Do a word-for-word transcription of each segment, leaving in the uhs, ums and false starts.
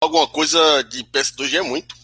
alguma coisa de P S dois já é muito.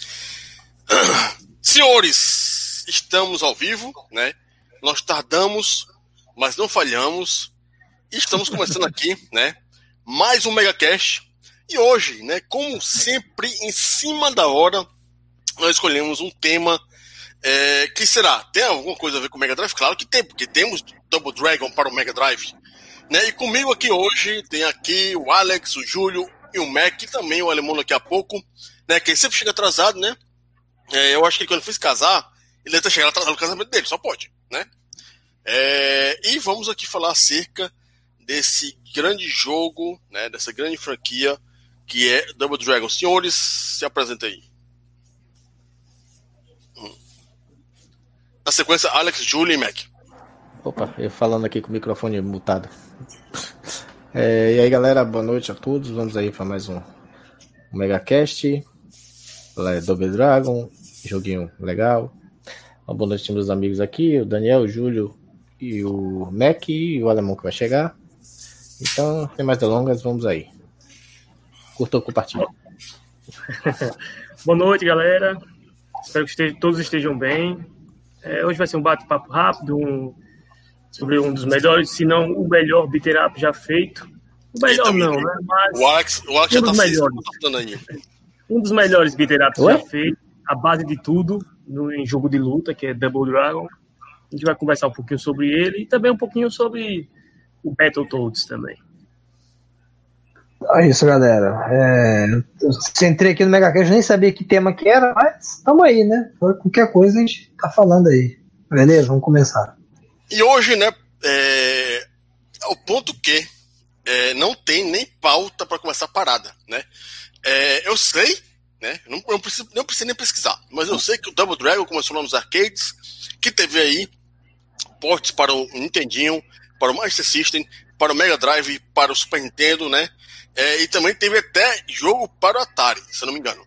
Senhores, estamos ao vivo, né? Nós tardamos, mas não falhamos. E estamos começando aqui, né? Mais um MegaCast. E hoje, né? Como sempre, em cima da hora, nós escolhemos um tema é, que será? Tem alguma coisa a ver com o Mega Drive? Claro que tem, porque temos Double Dragon para o Mega Drive. Né? E comigo aqui hoje tem aqui o Alex, o Júlio e o Mac, e também o Alemão daqui a pouco, né? Que ele sempre chega atrasado, né? É, eu acho que quando ele foi casar, ele deve ter chegado atrasado no casamento dele, só pode, né? É, e vamos aqui falar acerca desse grande jogo, né? Dessa grande franquia que é Double Dragon. Senhores, se apresentem aí. Hum. Na sequência, Alex, Júlio e Mac. Opa, eu falando aqui com o microfone mutado. É, e aí, galera, boa noite a todos. Vamos aí para mais um, um MegaCast. Double Dragon, joguinho legal. Uma boa noite, meus amigos aqui, o Daniel, o Júlio e o Mac e o Alemão que vai chegar. Então, sem mais delongas, vamos aí. Curtam, compartilhem. Boa noite, galera. Espero que estejam, todos estejam bem. É, hoje vai ser um bate-papo rápido um, sobre um dos melhores, se não o melhor beat'em up já feito. O melhor também, não, né? Mas o Alex, o Alex um já tá melhores. Um dos melhores beat'em ups já feito, a base de tudo no, em jogo de luta, que é Double Dragon. A gente vai conversar um pouquinho sobre ele e também um pouquinho sobre o Battletoads também. É isso, galera. É, eu entrei aqui no MegaCast, nem sabia que tema que era, mas estamos aí, né? Qualquer coisa a gente tá falando aí. Beleza? Vamos começar. E hoje, né, é, ao ponto que é, não tem nem pauta para começar a parada, né? É, eu sei, né? Não, não, preciso, não preciso nem pesquisar, mas eu sei que o Double Dragon começou lá nos arcades, que teve aí ports para o Nintendinho, para o Master System, para o Mega Drive, para o Super Nintendo, né? É, e também teve até jogo para o Atari, se eu não me engano.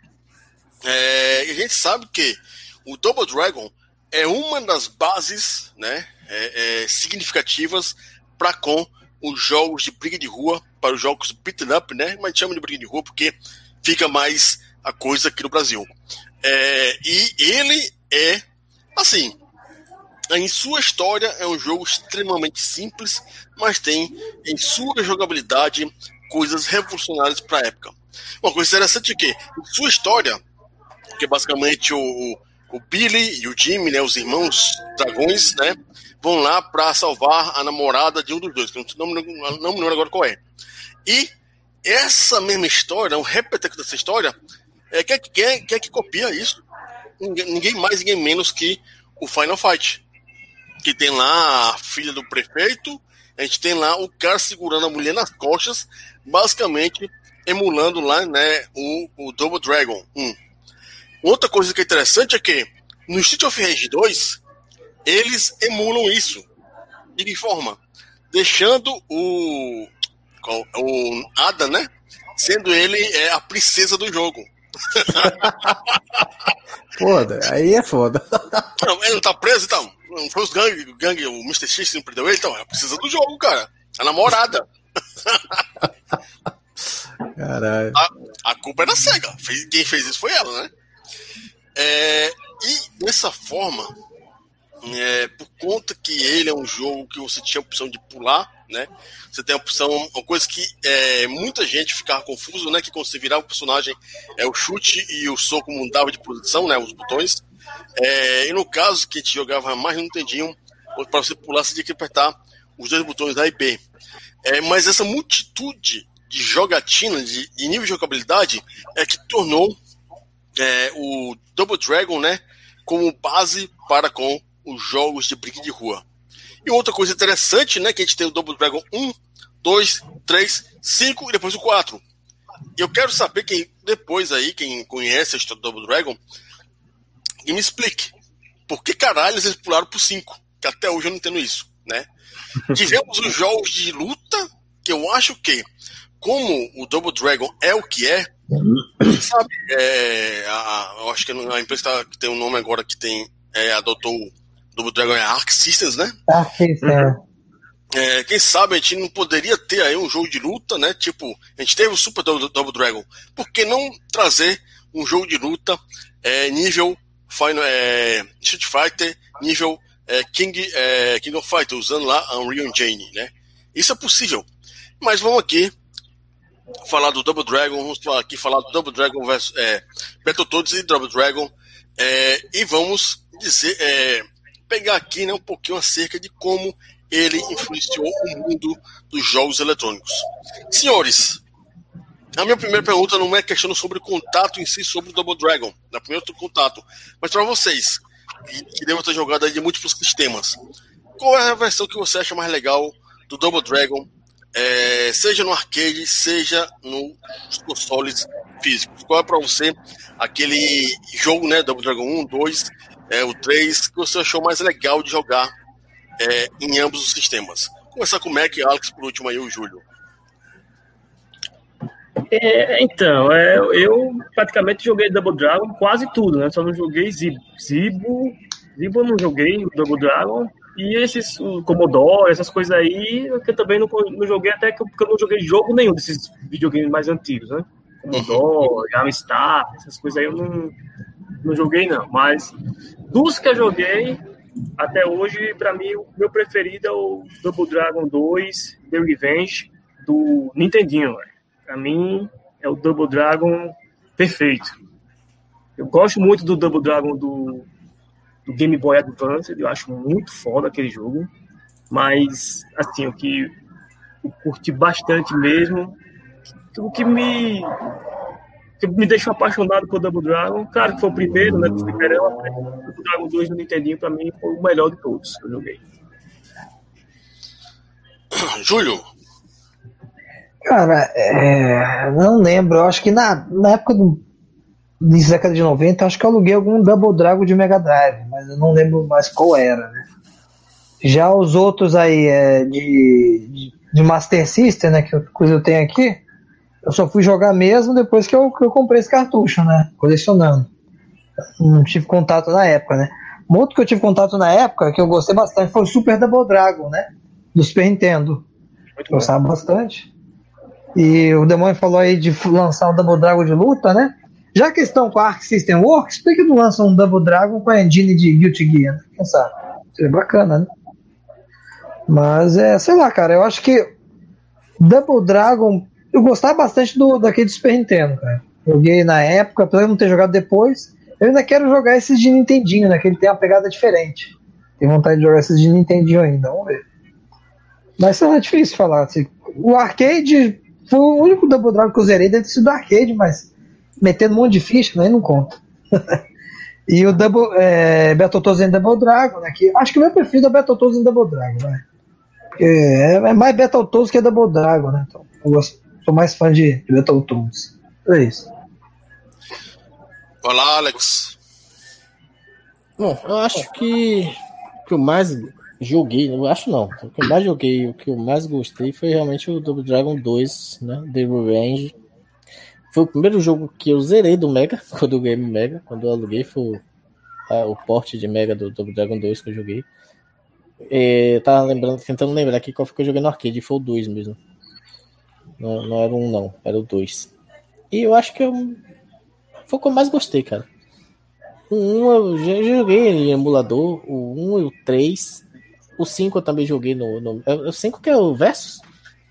É, e a gente sabe que o Double Dragon é uma das bases, né, é, é, significativas para com os jogos de briga de rua, para os jogos beaten up, né? Mas chama de briga de rua porque fica mais a coisa aqui no Brasil. É, e ele é, assim, em sua história é um jogo extremamente simples, mas tem em sua jogabilidade coisas revolucionárias para a época. Uma coisa interessante é que em sua história, que é basicamente o, o Billy e o Jimmy, né, os irmãos dragões, né, vão lá para salvar a namorada de um dos dois, que não, não, não me lembro agora qual é. E essa mesma história, o repeteco dessa história, é quem, quem, quem é que copia isso? Ninguém, ninguém mais, ninguém menos que o Final Fight. Que tem lá a filha do prefeito, a gente tem lá o cara segurando a mulher nas costas, basicamente emulando lá, né, o, o Double Dragon um. Outra coisa que é interessante é que no Street of Rage dois, eles emulam isso. De que forma? Deixando o, o Ada, né, sendo ele é, a princesa do jogo. Foda, aí é foda. Não, ele não tá preso, então. Não foi os gangues, o gangue, o mister X que não prendeu ele, então é a princesa do jogo, cara. A namorada. Caralho. A, a culpa é da SEGA. Quem fez isso foi ela, né? É, e dessa forma, é, por conta que ele é um jogo que você tinha a opção de pular, né? Você tem a opção, uma coisa que é, muita gente ficava confuso, né? Que quando você virava o personagem, é o chute e o soco mudava de posição, né? Os botões. É, e no caso que a gente jogava mais no Nintendinho, para você pular, você tinha que apertar os dois botões A e B. É, mas essa multitude de jogatina, de, de nível de jogabilidade, é que tornou é, o Double Dragon, né, como base para com os jogos de briga de rua. E outra coisa interessante, né, que a gente tem o Double Dragon um, dois, três, cinco e depois o quatro. E eu quero saber quem depois aí, quem conhece a história do Double Dragon, que me explique por que caralho eles pularam pro cinco, que até hoje eu não entendo isso, né? Tivemos os jogos de luta, que eu acho que, como o Double Dragon é o que é, sabe, é, a, eu acho que a empresa tá, que tem um nome agora que tem, é, adotou o Double Dragon, é a Arc Systems, né? Arc Systems. É, quem sabe a gente não poderia ter aí um jogo de luta, né? Tipo, a gente teve o Super Double Dragon. Por que não trazer um jogo de luta é, nível Final, é, Street Fighter, nível é, King, é, King of Fighters, usando lá Unreal Engine, né? Isso é possível. Mas vamos aqui falar do Double Dragon, vamos aqui falar do Double Dragon versus é, Battletoads e Double Dragon, é, e vamos dizer, é, pegar aqui, né, um pouquinho acerca de como ele influenciou o mundo dos jogos eletrônicos. Senhores, a minha primeira pergunta não é questão sobre o contato em si, sobre o Double Dragon, na primeira contato, mas para vocês, que, que devem ter jogado aí de múltiplos sistemas, qual é a versão que você acha mais legal do Double Dragon, é, seja no arcade, seja nos consoles físicos? Qual é para você aquele jogo, né, Double Dragon um, dois, é, o três, que você achou mais legal de jogar É, em ambos os sistemas? Começar com o Mac e Alex, por último aí o Júlio. É, então, é, eu praticamente joguei Double Dragon quase tudo, né? Só não joguei Zibo. Zibo, Zibo eu não joguei o Double Dragon. E esses, o Commodore, essas coisas aí, que eu também não, não joguei, até que eu, porque eu não joguei jogo nenhum desses videogames mais antigos, né? Commodore, Amstrad, essas coisas aí eu não, não joguei não. Mas dos que eu joguei até hoje, pra mim, o meu preferido é o Double Dragon dois, The Revenge, do Nintendinho. Véio. Pra mim, é o Double Dragon perfeito. Eu gosto muito do Double Dragon do, do Game Boy Advance, eu acho muito foda aquele jogo. Mas, assim, o que eu curti bastante mesmo, o que me... que me deixou apaixonado por Double Dragon, claro que foi o primeiro, né, do Fliperama, o Double Dragon dois do Nintendinho, pra mim, foi o melhor de todos que eu joguei. Júlio? Cara, é, não lembro, eu acho que na, na época do da década de noventa, acho que eu aluguei algum Double Dragon de Mega Drive, mas eu não lembro mais qual era, né. Já os outros aí, é, de, de, de Master System, né, que eu, coisa eu tenho aqui, eu só fui jogar mesmo depois que eu, que eu comprei esse cartucho, né? Colecionando. Não tive contato na época, né? Um outro que eu tive contato na época, que eu gostei bastante, foi o Super Double Dragon, né? Do Super Nintendo. Muito Gostava bom. Bastante. E o Demônio falou aí de lançar um Double Dragon de luta, né? Já que estão com a Arc System Works, por que não lançam um Double Dragon com a engine de Guilty Gear, né? Quem sabe? Seria bacana, né? Mas, é, sei lá, cara, eu acho que Double Dragon... Eu gostava bastante do, daquele do Super Nintendo, cara. Joguei na época, apesar de não ter jogado depois. Eu ainda quero jogar esses de Nintendinho, né? Que ele tem uma pegada diferente. Tenho vontade de jogar esses de Nintendinho ainda, vamos ver. Mas isso é difícil falar. Assim. O arcade foi o único Double Dragon que eu zerei, deve ter sido arcade, mas metendo um monte de ficha, né? Não conta. E o Double, é, Battletoads em Double Dragon, né? Que acho que o meu preferido é o Battletoads em Double Dragon, né? É, é mais Battletoads que é Double Dragon, né? Então, eu gosto. Sou mais fã de, de Battletoads. É isso. Olá, Alex. Bom, eu acho que o que eu mais joguei, eu acho não, o que eu mais joguei, o que eu mais gostei foi realmente o Double Dragon dois, né? The Revenge. Foi o primeiro jogo que eu zerei do Mega, quando eu ganhei no Mega, quando eu aluguei, foi o, a, o porte de Mega do Double Dragon dois que eu joguei. E, eu tava lembrando, tentando lembrar aqui qual foi que eu joguei no arcade, foi o dois mesmo. Não, não era um não, era o dois. E eu acho que eu, foi o que eu mais gostei, cara. O um eu já joguei em emulador, o um e o três. O cinco eu também joguei no... no é o cinco que é o Versus?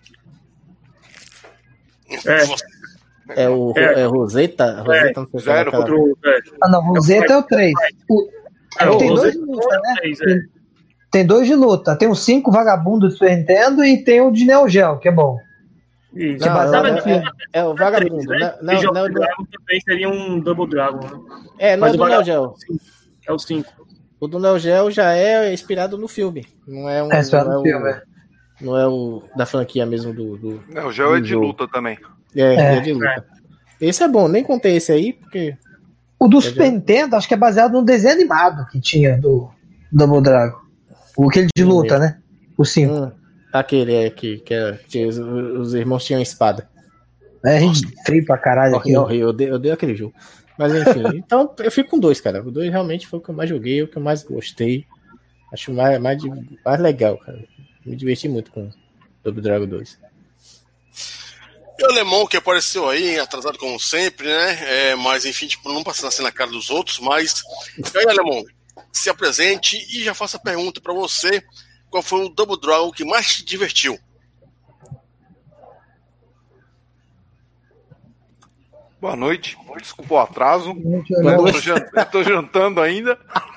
É. É o é. É Rosetta? Rosetta é. Não sei Zero, aquela... outro, é. Ah não, Rosetta é o três. O... É, tem o dois de luta, né? Tem, tem dois de luta. Tem o cinco Vagabundo do Super Nintendo e tem o de Neo Geo, que é bom. Isso. Não, não, é, é, é o Vagabundo, né? Não, não, não, Dragon também seria um Double Dragon. Né? É, não é do Neo Geo. É o cinco. O do Neo Geo já é inspirado no filme. Não é um. É inspirado não no é filme, o, não é o da franquia mesmo do. do Neo Geo é de jogo. luta também. É, é, é de luta. É. Esse é bom, nem contei esse aí, porque. O do Super de... Nintendo, acho que é baseado no desenho animado que tinha do Double Dragon. O aquele de luta, hum, né? O cinco. Hum, aquele é que, que, é, que os, os irmãos tinham espada. É feio pra caralho. Aqui. Eu, eu, odeio, eu odeio aquele jogo. Mas enfim, então eu fico com dois, cara. O dois realmente foi o que eu mais joguei, o que eu mais gostei. Acho mais, mais, mais legal, cara. Me diverti muito com Double Dragon dois. E o Alemão, que apareceu aí, atrasado como sempre, né? É, mas, enfim, tipo, não passando assim na cara dos outros, mas... E aí, Alemão, se apresente e já faça a pergunta para você. Qual foi o Double Dragon que mais te divertiu? Boa noite. Desculpa o atraso. Eu tô jantando ainda.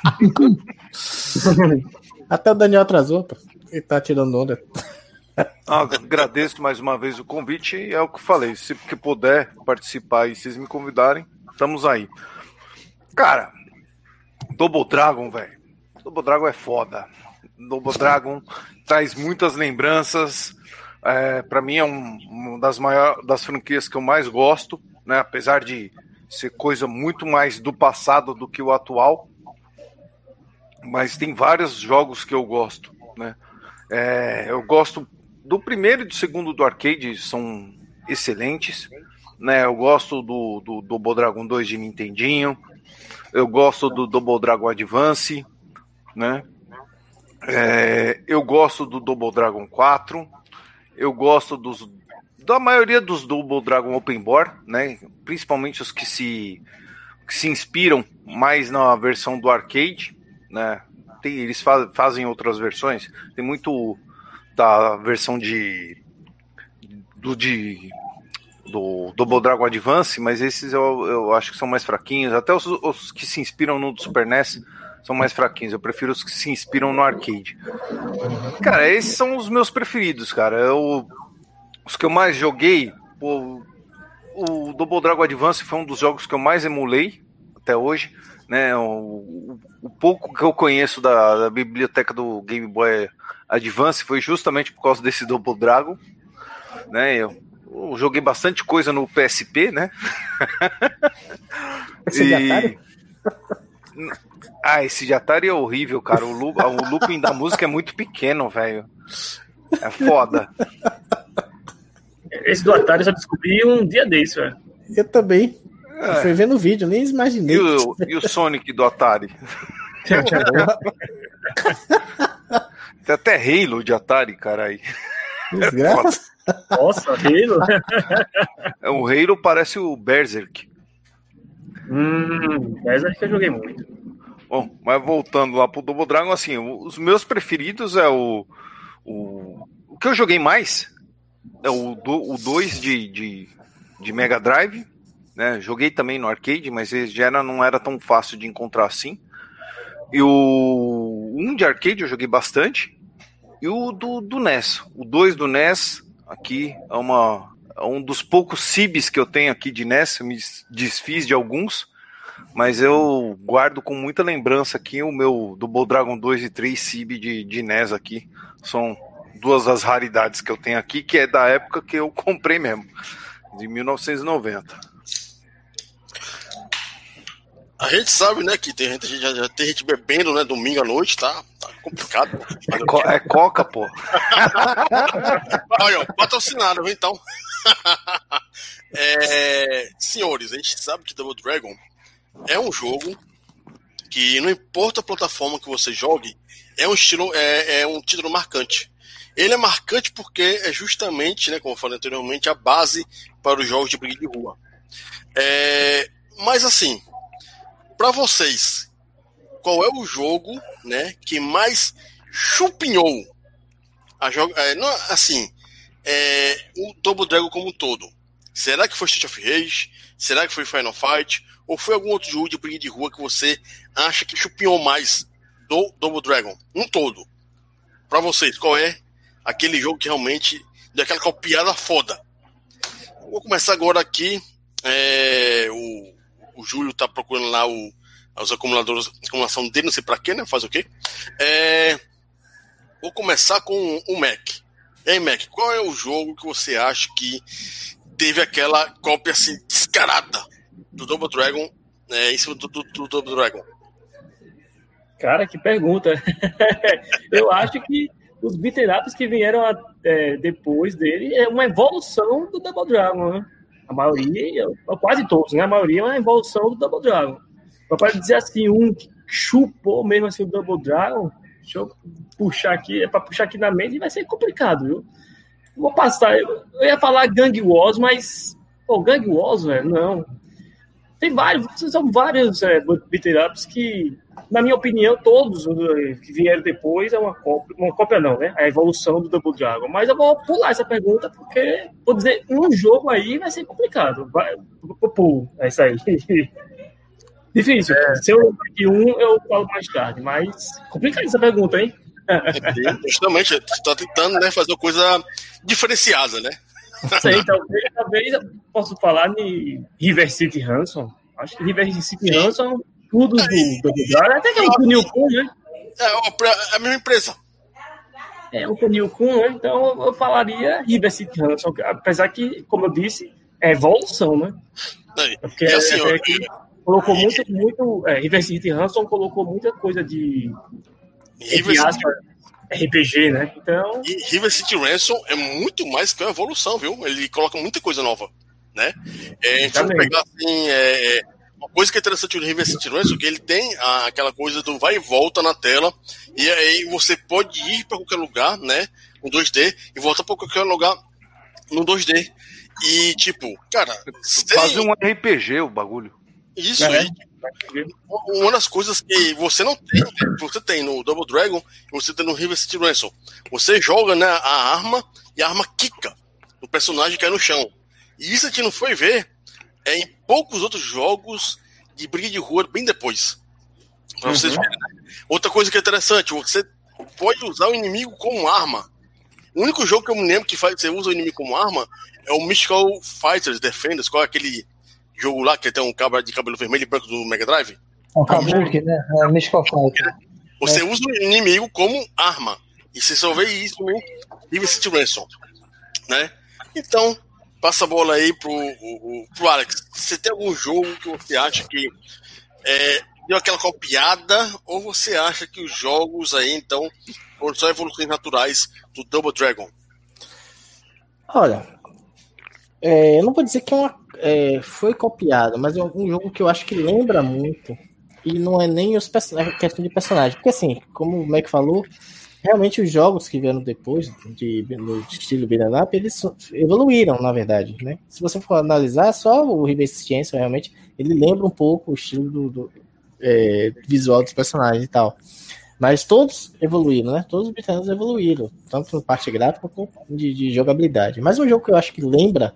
Até o Daniel atrasou, pô. Ele tá tirando onda. Ah, agradeço mais uma vez o convite e é o que eu falei. Se que puder participar e vocês me convidarem, estamos aí. Cara, Double Dragon, velho. Double Dragon é foda. Double Dragon traz muitas lembranças. É, para mim é um, uma das maiores das franquias que eu mais gosto, né? Apesar de ser coisa muito mais do passado do que o atual. Mas tem vários jogos que eu gosto, né? É, eu gosto do primeiro e do segundo do arcade, são excelentes, né? Eu gosto do, do, do Double Dragon dois de Nintendinho, eu gosto do Double Dragon Advance, né? É, eu gosto do Double Dragon quatro, eu gosto dos, da maioria dos Double Dragon Open Board, né? Principalmente os que se, que se inspiram mais na versão do arcade, né? Tem, eles faz, fazem outras versões, tem muito da versão de do de do Double Dragon Advance, mas esses eu, eu acho que são mais fraquinhos, até os, os que se inspiram no Super N E S são mais fraquinhos, eu prefiro os que se inspiram no arcade. Cara, esses são os meus preferidos, cara. Eu, os que eu mais joguei, o, o Double Dragon Advance foi um dos jogos que eu mais emulei até hoje, né? O, o pouco que eu conheço da, da biblioteca do Game Boy Advance foi justamente por causa desse Double Dragon, né? Eu, eu joguei bastante coisa no P S P, né? Esse e... Atari? Ah, esse de Atari é horrível, cara. O, loop, o looping da música é muito pequeno, velho. É foda. Esse do Atari eu já descobri um dia desse, velho. Eu também. É. Eu fui vendo o vídeo, nem imaginei. E o, e o Sonic do Atari? Tem até Halo de Atari, caralho. Desgraça. É Nossa, Halo? É, o Halo parece o Berserk. Hum, Berserk eu joguei muito. Bom, mas voltando lá pro Double Dragon, assim, os meus preferidos é o... O, o que eu joguei mais é o dois de, de, de Mega Drive, né? Joguei também no arcade, mas ele já era, não era tão fácil de encontrar assim. E o um de arcade eu joguei bastante. E o do, do N E S. O dois do N E S, aqui, é, uma, é um dos poucos C I Bs que eu tenho aqui de N E S. Eu me desfiz de alguns, mas eu guardo com muita lembrança aqui o meu Double Dragon dois e três C I B de, de N E S aqui. São duas das raridades que eu tenho aqui, que é da época que eu comprei mesmo, de mil novecentos e noventa. A gente sabe, né, que tem gente, já, já tem gente bebendo, né, domingo à noite, tá, tá complicado. É, co- é coca, pô. Olha, patrocinado, viu, então. É, senhores, a gente sabe que Double Dragon é um jogo que não importa a plataforma que você jogue, é um estilo, é, é um título marcante. Ele é marcante porque é justamente, né, como eu falei anteriormente, a base para os jogos de briga de rua. É, mas assim, para vocês, qual é o jogo, né, que mais chupinhou a joga, é, não, assim, é, o Double Dragon como um todo? Será que foi Street of Rage? Será que foi Final Fight? Ou foi algum outro jogo de briga de rua que você acha que chupinhou mais do Double Dragon? Um todo. Pra vocês, qual é aquele jogo que realmente deu aquela copiada foda? Vou começar agora aqui. É, o, o Júlio tá procurando lá o, os acumuladores, acumulação dele, não sei pra quê, né? Faz o quê? É, vou começar com o Mac. E aí, Mac, qual é o jogo que você acha que teve aquela cópia assim descarada do Double Dragon, é, em cima do, do, do Double Dragon? Cara, que pergunta. Eu acho que os beat'em ups que vieram é, depois dele é uma evolução do Double Dragon, né? A maioria, quase todos, né? A maioria é uma evolução do Double Dragon. Mas para dizer assim, um que chupou mesmo assim o Double Dragon, Deixa eu puxar aqui, é pra puxar aqui na mente e vai ser complicado, viu? Vou passar, eu, eu ia falar Gang Wars, mas, pô, Gang Wars, velho, não. Tem vários, são vários é, beat ups que, na minha opinião, todos que vieram depois é uma cópia, uma cópia não, né? A evolução do Double Dragon. Mas eu vou pular essa pergunta porque, vou dizer, um jogo aí vai ser complicado. Vai, pô, é isso aí. Difícil. É. Se eu lembrar de um, eu falo mais tarde, mas complicada essa pergunta, hein? Justamente, você está tentando, né, fazer uma coisa diferenciada, né? Sei, talvez, talvez eu possa falar de River City Ransom. Acho que River City Ransom, tudo do Double Dragon, até que é o Kunio Kun, né? É a mesma empresa. É o Kunio Kun, né? Então eu falaria River City Ransom, apesar que, como eu disse, é evolução, né? Porque e assim, é, é que colocou muito, muito. É, River City Ransom colocou muita coisa de. River City... R P G, né? Então... E River City Ransom é muito mais que uma evolução, viu? Ele coloca muita coisa nova, né? É, se você pegar assim, é, uma coisa que é interessante no River City Ransom é que ele tem a, aquela coisa do vai e volta na tela, e aí você pode ir para qualquer lugar, né? No dois D, e voltar para qualquer lugar no dois D. E, tipo, cara... Fazer um R P G o bagulho. Isso aí. É. Uma das coisas que você não tem, você tem no Double Dragon e você tem no River City Ransom. Você joga, né, a arma e a arma quica, o personagem cai no chão. E isso a gente não foi ver é, em poucos outros jogos de briga de rua bem depois. Pra uhum. vocês verem, né? Outra coisa que é interessante, você pode usar o inimigo como arma. O único jogo que eu me lembro que faz, você usa o inimigo como arma é o Mystical Fighters Defenders, qual é aquele jogo lá que tem um cabra de cabelo vermelho e branco do Mega Drive. O Kabuki, né? É o Mystical Fighter. Você é. usa o inimigo como arma. E você só vê isso no River City Ransom, né? Então, passa a bola aí pro, o, pro Alex. Você tem algum jogo que você acha que é, deu aquela copiada, ou você acha que os jogos aí, então, foram só evoluções naturais do Double Dragon? Olha, é, eu não vou dizer que é uma É, foi copiado, mas é um jogo que eu acho que lembra muito, e não é nem os person- a questão de personagem, porque assim, como o Mac falou, realmente os jogos que vieram depois de, no estilo beat'em up, eles evoluíram, na verdade, né? Se você for analisar, só o River City Ransom realmente, ele lembra um pouco o estilo do, do é, visual dos personagens e tal, mas todos evoluíram, né? Todos os beat'em ups evoluíram, tanto na parte gráfica quanto de, de jogabilidade, mas um jogo que eu acho que lembra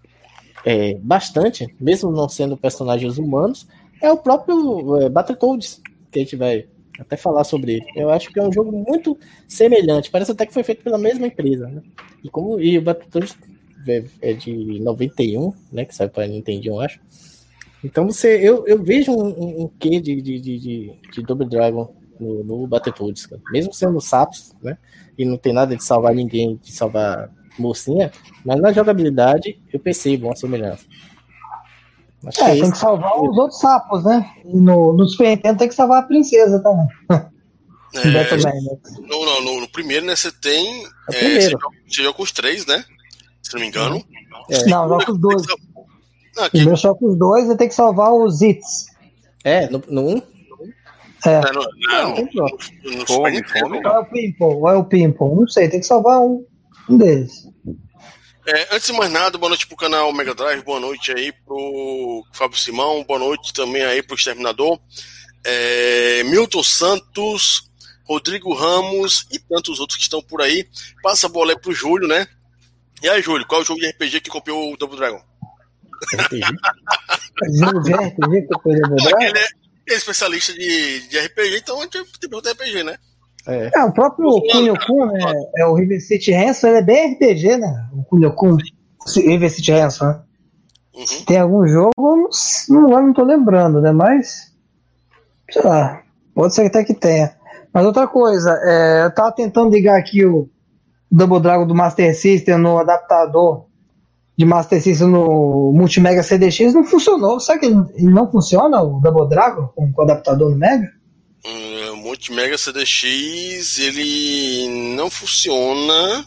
É, bastante, mesmo não sendo personagens humanos, é o próprio é, Battletoads, que a gente vai até falar sobre ele. Eu acho que é um jogo muito semelhante, parece até que foi feito pela mesma empresa, né? E, como, e o Battletoads é, é de noventa e um, né, que saiu para Nintendo, eu acho. Então você, eu, eu vejo um, um, um quê de, de, de, de, de Double Dragon no, no Battletoads, cara. Mesmo sendo sapos, né, e não tem nada de salvar ninguém, de salvar mocinha, mas na jogabilidade eu percebo uma semelhança. Acho é, que tem que salvar que... os outros sapos, né? E no, no Super Nintendo tem que salvar a princesa também. É, também, né? No, no, no, no primeiro, né, você tem. É, é, você, joga, você joga com os três, né? Se não me engano. É. Não, joga com os dois. Não, primeiro joga com os dois e tem que salvar os Zits. É, no, no um? É. Não, não, não, no, no, no Super Nintendo. Ou é o Pimple, ou é o Pimple. Não sei, tem que salvar um. Um deles. É, antes de mais nada, boa noite pro canal Mega Drive, boa noite aí pro Fábio Simão, boa noite também aí pro Exterminador, é, Milton Santos, Rodrigo Ramos e tantos outros que estão por aí. Passa a bola aí pro Júlio, né? E aí, Júlio, qual é o jogo de R P G que copiou o Double Dragon? R P G? Jogo de R P G que copiou o Double Dragon? Ele é, é especialista de, de R P G, então a gente tem que perguntar R P G, né? É. é, o próprio Kunio Kun, né? É o River City Ransom, ele é bem R P G, né? O Kunio Kun, River City Ransom, né? Uhum. Tem algum jogo, não, não tô lembrando, né? Mas, sei lá, pode ser até que tenha. Mas outra coisa, é, eu tava tentando ligar aqui o Double Dragon do Master System no adaptador de Master System no Multimega C D X, não funcionou. Será que ele, ele não funciona, o Double Dragon, com o adaptador no Mega? O Multimega C D X, ele não funciona.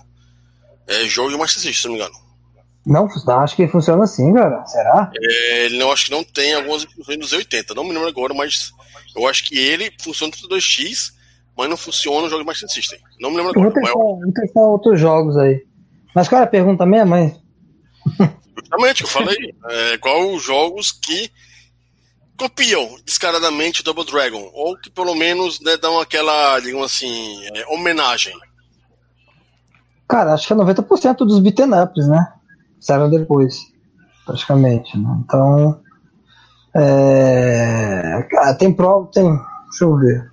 É jogo de Master System, se não me engano. Não, acho que funciona assim, cara. Será? É, ele não, acho que não tem algumas funções dos oitenta, não me lembro agora, mas eu acho que ele funciona no trinta e dois X, mas não funciona os jogos Master System. Não me lembro Vou agora. testar, Mas... vou testar outros jogos aí. Mas qual era a pergunta mesmo, hein? Justamente, eu falei. É, qual os jogos que copiam descaradamente o Double Dragon, ou que pelo menos, né, dão aquela, digamos assim, é, homenagem. Cara, acho que é noventa por cento dos beaten ups, né? Saíram depois, praticamente. Né? Então, é... Cara, tem prova, tem... Deixa eu ver.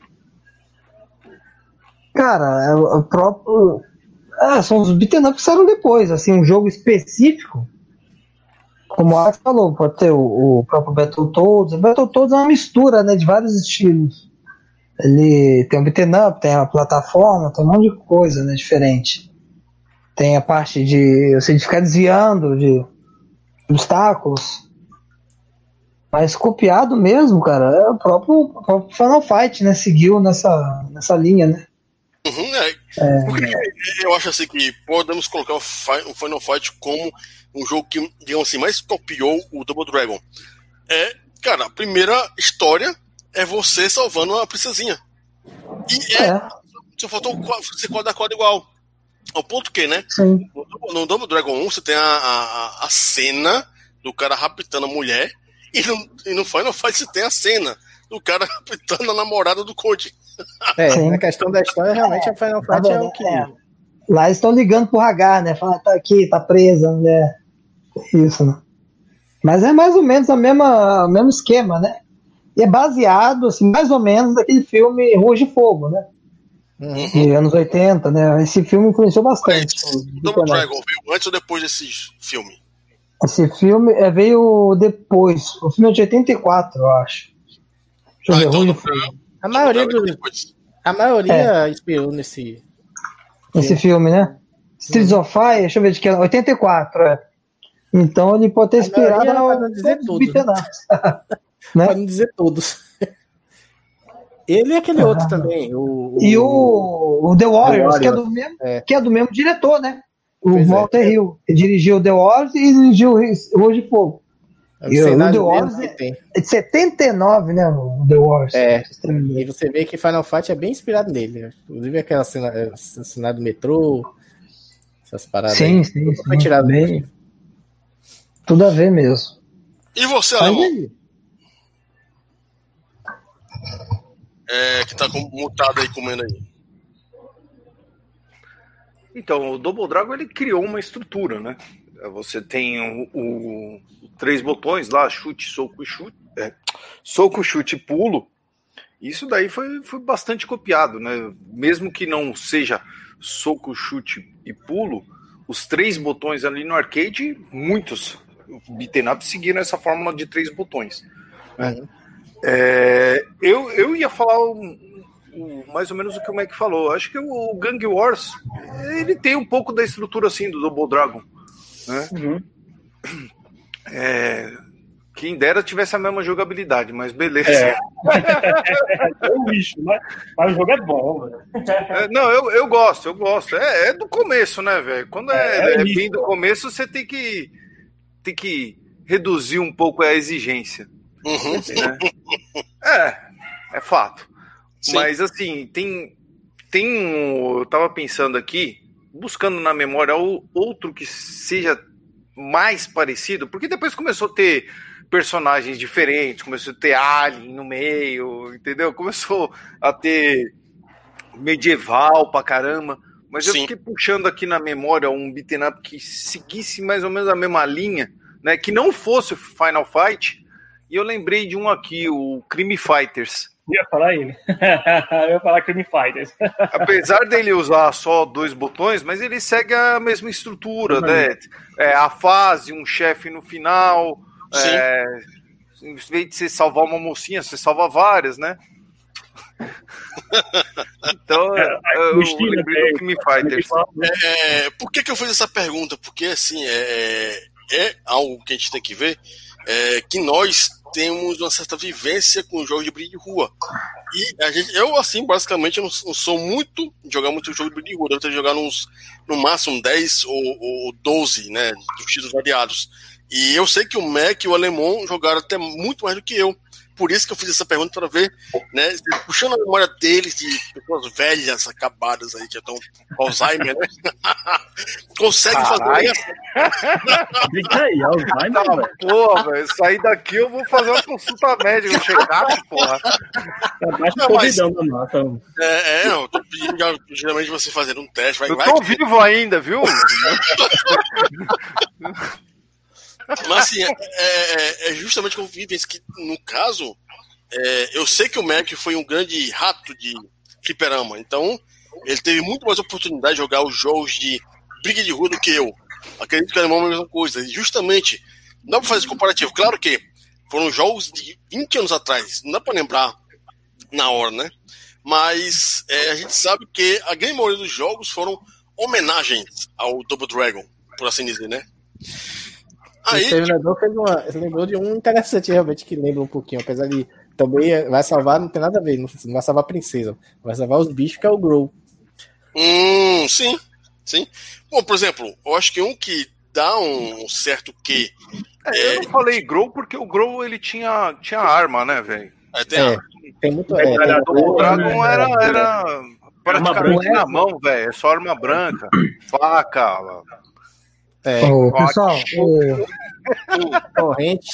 Cara, é o próprio... Ah, são os beaten ups que saíram depois, assim, um jogo específico. Como o Alex falou, pode ter o, o próprio Battletoads. O Battletoads é uma mistura, né, de vários estilos. Ele tem o beaten up, tem a plataforma, tem um monte de coisa, né, diferente. Tem a parte de você ficar desviando de obstáculos. Mas copiado mesmo, cara, é o próprio, o próprio Final Fight, né, seguiu nessa, nessa linha, né. Uhum, é. É... Porque eu acho assim que podemos colocar o Final Fight como um jogo que, digamos assim, mais copiou o Double Dragon. É, cara, a primeira história é você salvando a princesinha. E é, é. Só faltou você dar quadro igual. Ao ponto que, né? Sim. No, no Double Dragon um você tem a, a, a cena do cara raptando a mulher, e no, e no Final Fight você tem a cena do cara raptando a namorada do Code. É, Sim. Na questão da história, realmente a Final Fight é, é o que. É. Lá eles estão ligando pro Hagar, né? Fala, tá aqui, tá presa, né? Isso, né? Mas é mais ou menos a mesma, o mesmo esquema, né? E é baseado, assim, mais ou menos naquele filme Ruas de Fogo, né? Uhum. De anos oitenta, né? Esse filme influenciou bastante. O Double Dragon veio antes ou depois desse filme? Esse filme é, veio depois. O filme é de oitenta e quatro, eu acho. Deixa eu ah, ver, então, Ruas de Fogo. A maioria, do, a maioria é. inspirou nesse... Nesse filme, né? Streets of Fire, deixa eu ver de que é, oitenta e quatro, é. Então ele pode ter inspirado para dizer todos. Né? Para não dizer todos. Ele e aquele ah, outro também. O, o, e o, o The Warriors, The Warriors. Que, é do mesmo, é. que é do mesmo diretor, né? O pois Walter é. Hill. Ele dirigiu The Warriors e dirigiu Ruas de Fogo. É e o The Warriors é, é de setenta e nove, né? O The Warriors. É. E você vê que Final Fight é bem inspirado nele. Né? Inclusive aquela cena, cena do metrô, essas paradas. Sim, aí. sim. sim foi tirado bem. Tudo a ver mesmo. E você, Alemão? É, que tá mutado aí, comendo aí. Então, o Double Dragon, ele criou uma estrutura, né? Você tem o, o, o três botões lá, chute, soco e chute. É, soco, chute e pulo. Isso daí foi, foi bastante copiado, né? Mesmo que não seja soco, chute e pulo, os três botões ali no arcade, muitos beaten up seguiram essa fórmula de três botões. Né? Uhum. É, eu, eu ia falar um, um, mais ou menos o que o Mac falou. Acho que o, o Gang Wars, ele tem um pouco da estrutura assim do Double Dragon, né? Uhum. É, quem dera tivesse a mesma jogabilidade, mas beleza. É, é um lixo, mas, mas o jogo é bom. É, não, eu, eu gosto, eu gosto. É, é do começo, né, velho? Quando é, é, é bem do começo, você tem que, tem que reduzir um pouco a exigência. Uhum. Né? É, é fato. Sim. Mas assim, tem, tem um, eu tava pensando aqui, buscando na memória outro que seja mais parecido, porque depois começou a ter personagens diferentes, começou a ter Alien no meio, entendeu? Começou a ter medieval pra caramba, mas Sim. eu fiquei puxando aqui na memória um beaten up que seguisse mais ou menos a mesma linha, né? Que não fosse o Final Fight. E eu lembrei de um aqui, o Crime Fighters. Eu ia falar ele. Eu ia falar Crime Fighters. Apesar dele usar só dois botões, mas ele segue a mesma estrutura, né? É, a fase, um chefe no final. É, em vez de você salvar uma mocinha, você salva várias, né? Então, é, eu, eu lembrei do Crime Fighters. É, por que, que eu fiz essa pergunta? Porque, assim, é, é algo que a gente tem que ver. É, que nós temos uma certa vivência com jogos de briga de rua. E a gente, eu, assim, basicamente, eu não, não sou muito de jogar muito jogo de briga de rua. Devo ter jogado uns, no máximo, dez ou, ou doze, né, de títulos variados. E eu sei que o Mac e o Alemão jogaram até muito mais do que eu. Por isso que eu fiz essa pergunta para ver, né? Puxando a memória deles, de pessoas velhas, acabadas aí, que estão com Alzheimer, né? Consegue fazer isso? Fica aí, Alzheimer, Tá, velho. porra, velho, sair daqui eu vou fazer uma consulta médica, um check-up, porra. Tá mais Não, mas- convidando, não, então. É, é, não, eu tô pedindo já, geralmente você fazer um teste, vai, Eu vai tô que- vivo ainda, viu? Mas assim, é, é- é justamente como vivem que, no caso, é, eu sei que o Mac foi um grande rato de fliperama, então ele teve muito mais oportunidade de jogar os jogos de briga de rua do que eu. Acredito que o Alemão é a mesma coisa. E justamente, não dá pra fazer esse comparativo. Claro que foram jogos de vinte anos atrás, não dá pra lembrar na hora, né? Mas é, a gente sabe que a grande maioria dos jogos foram homenagens ao Double Dragon, por assim dizer, né? Aí, Esse lembrou, fez uma, lembrou de um interessante realmente que lembra um pouquinho, apesar de também é- vai salvar, não tem nada a ver, não, não vai salvar a princesa, vai salvar os bichos que é o Grow. Hum, sim, sim. Bom, por exemplo, eu acho que um que dá um certo quê. É, eu não falei Grow porque o Grow ele tinha, tinha arma, né, velho? É, tem É, a- tem muito. É, tem, O Dragon né? era, era praticamente branca. na mão, velho. É só arma branca, faca. é, Ô, pessoal, o, corrente.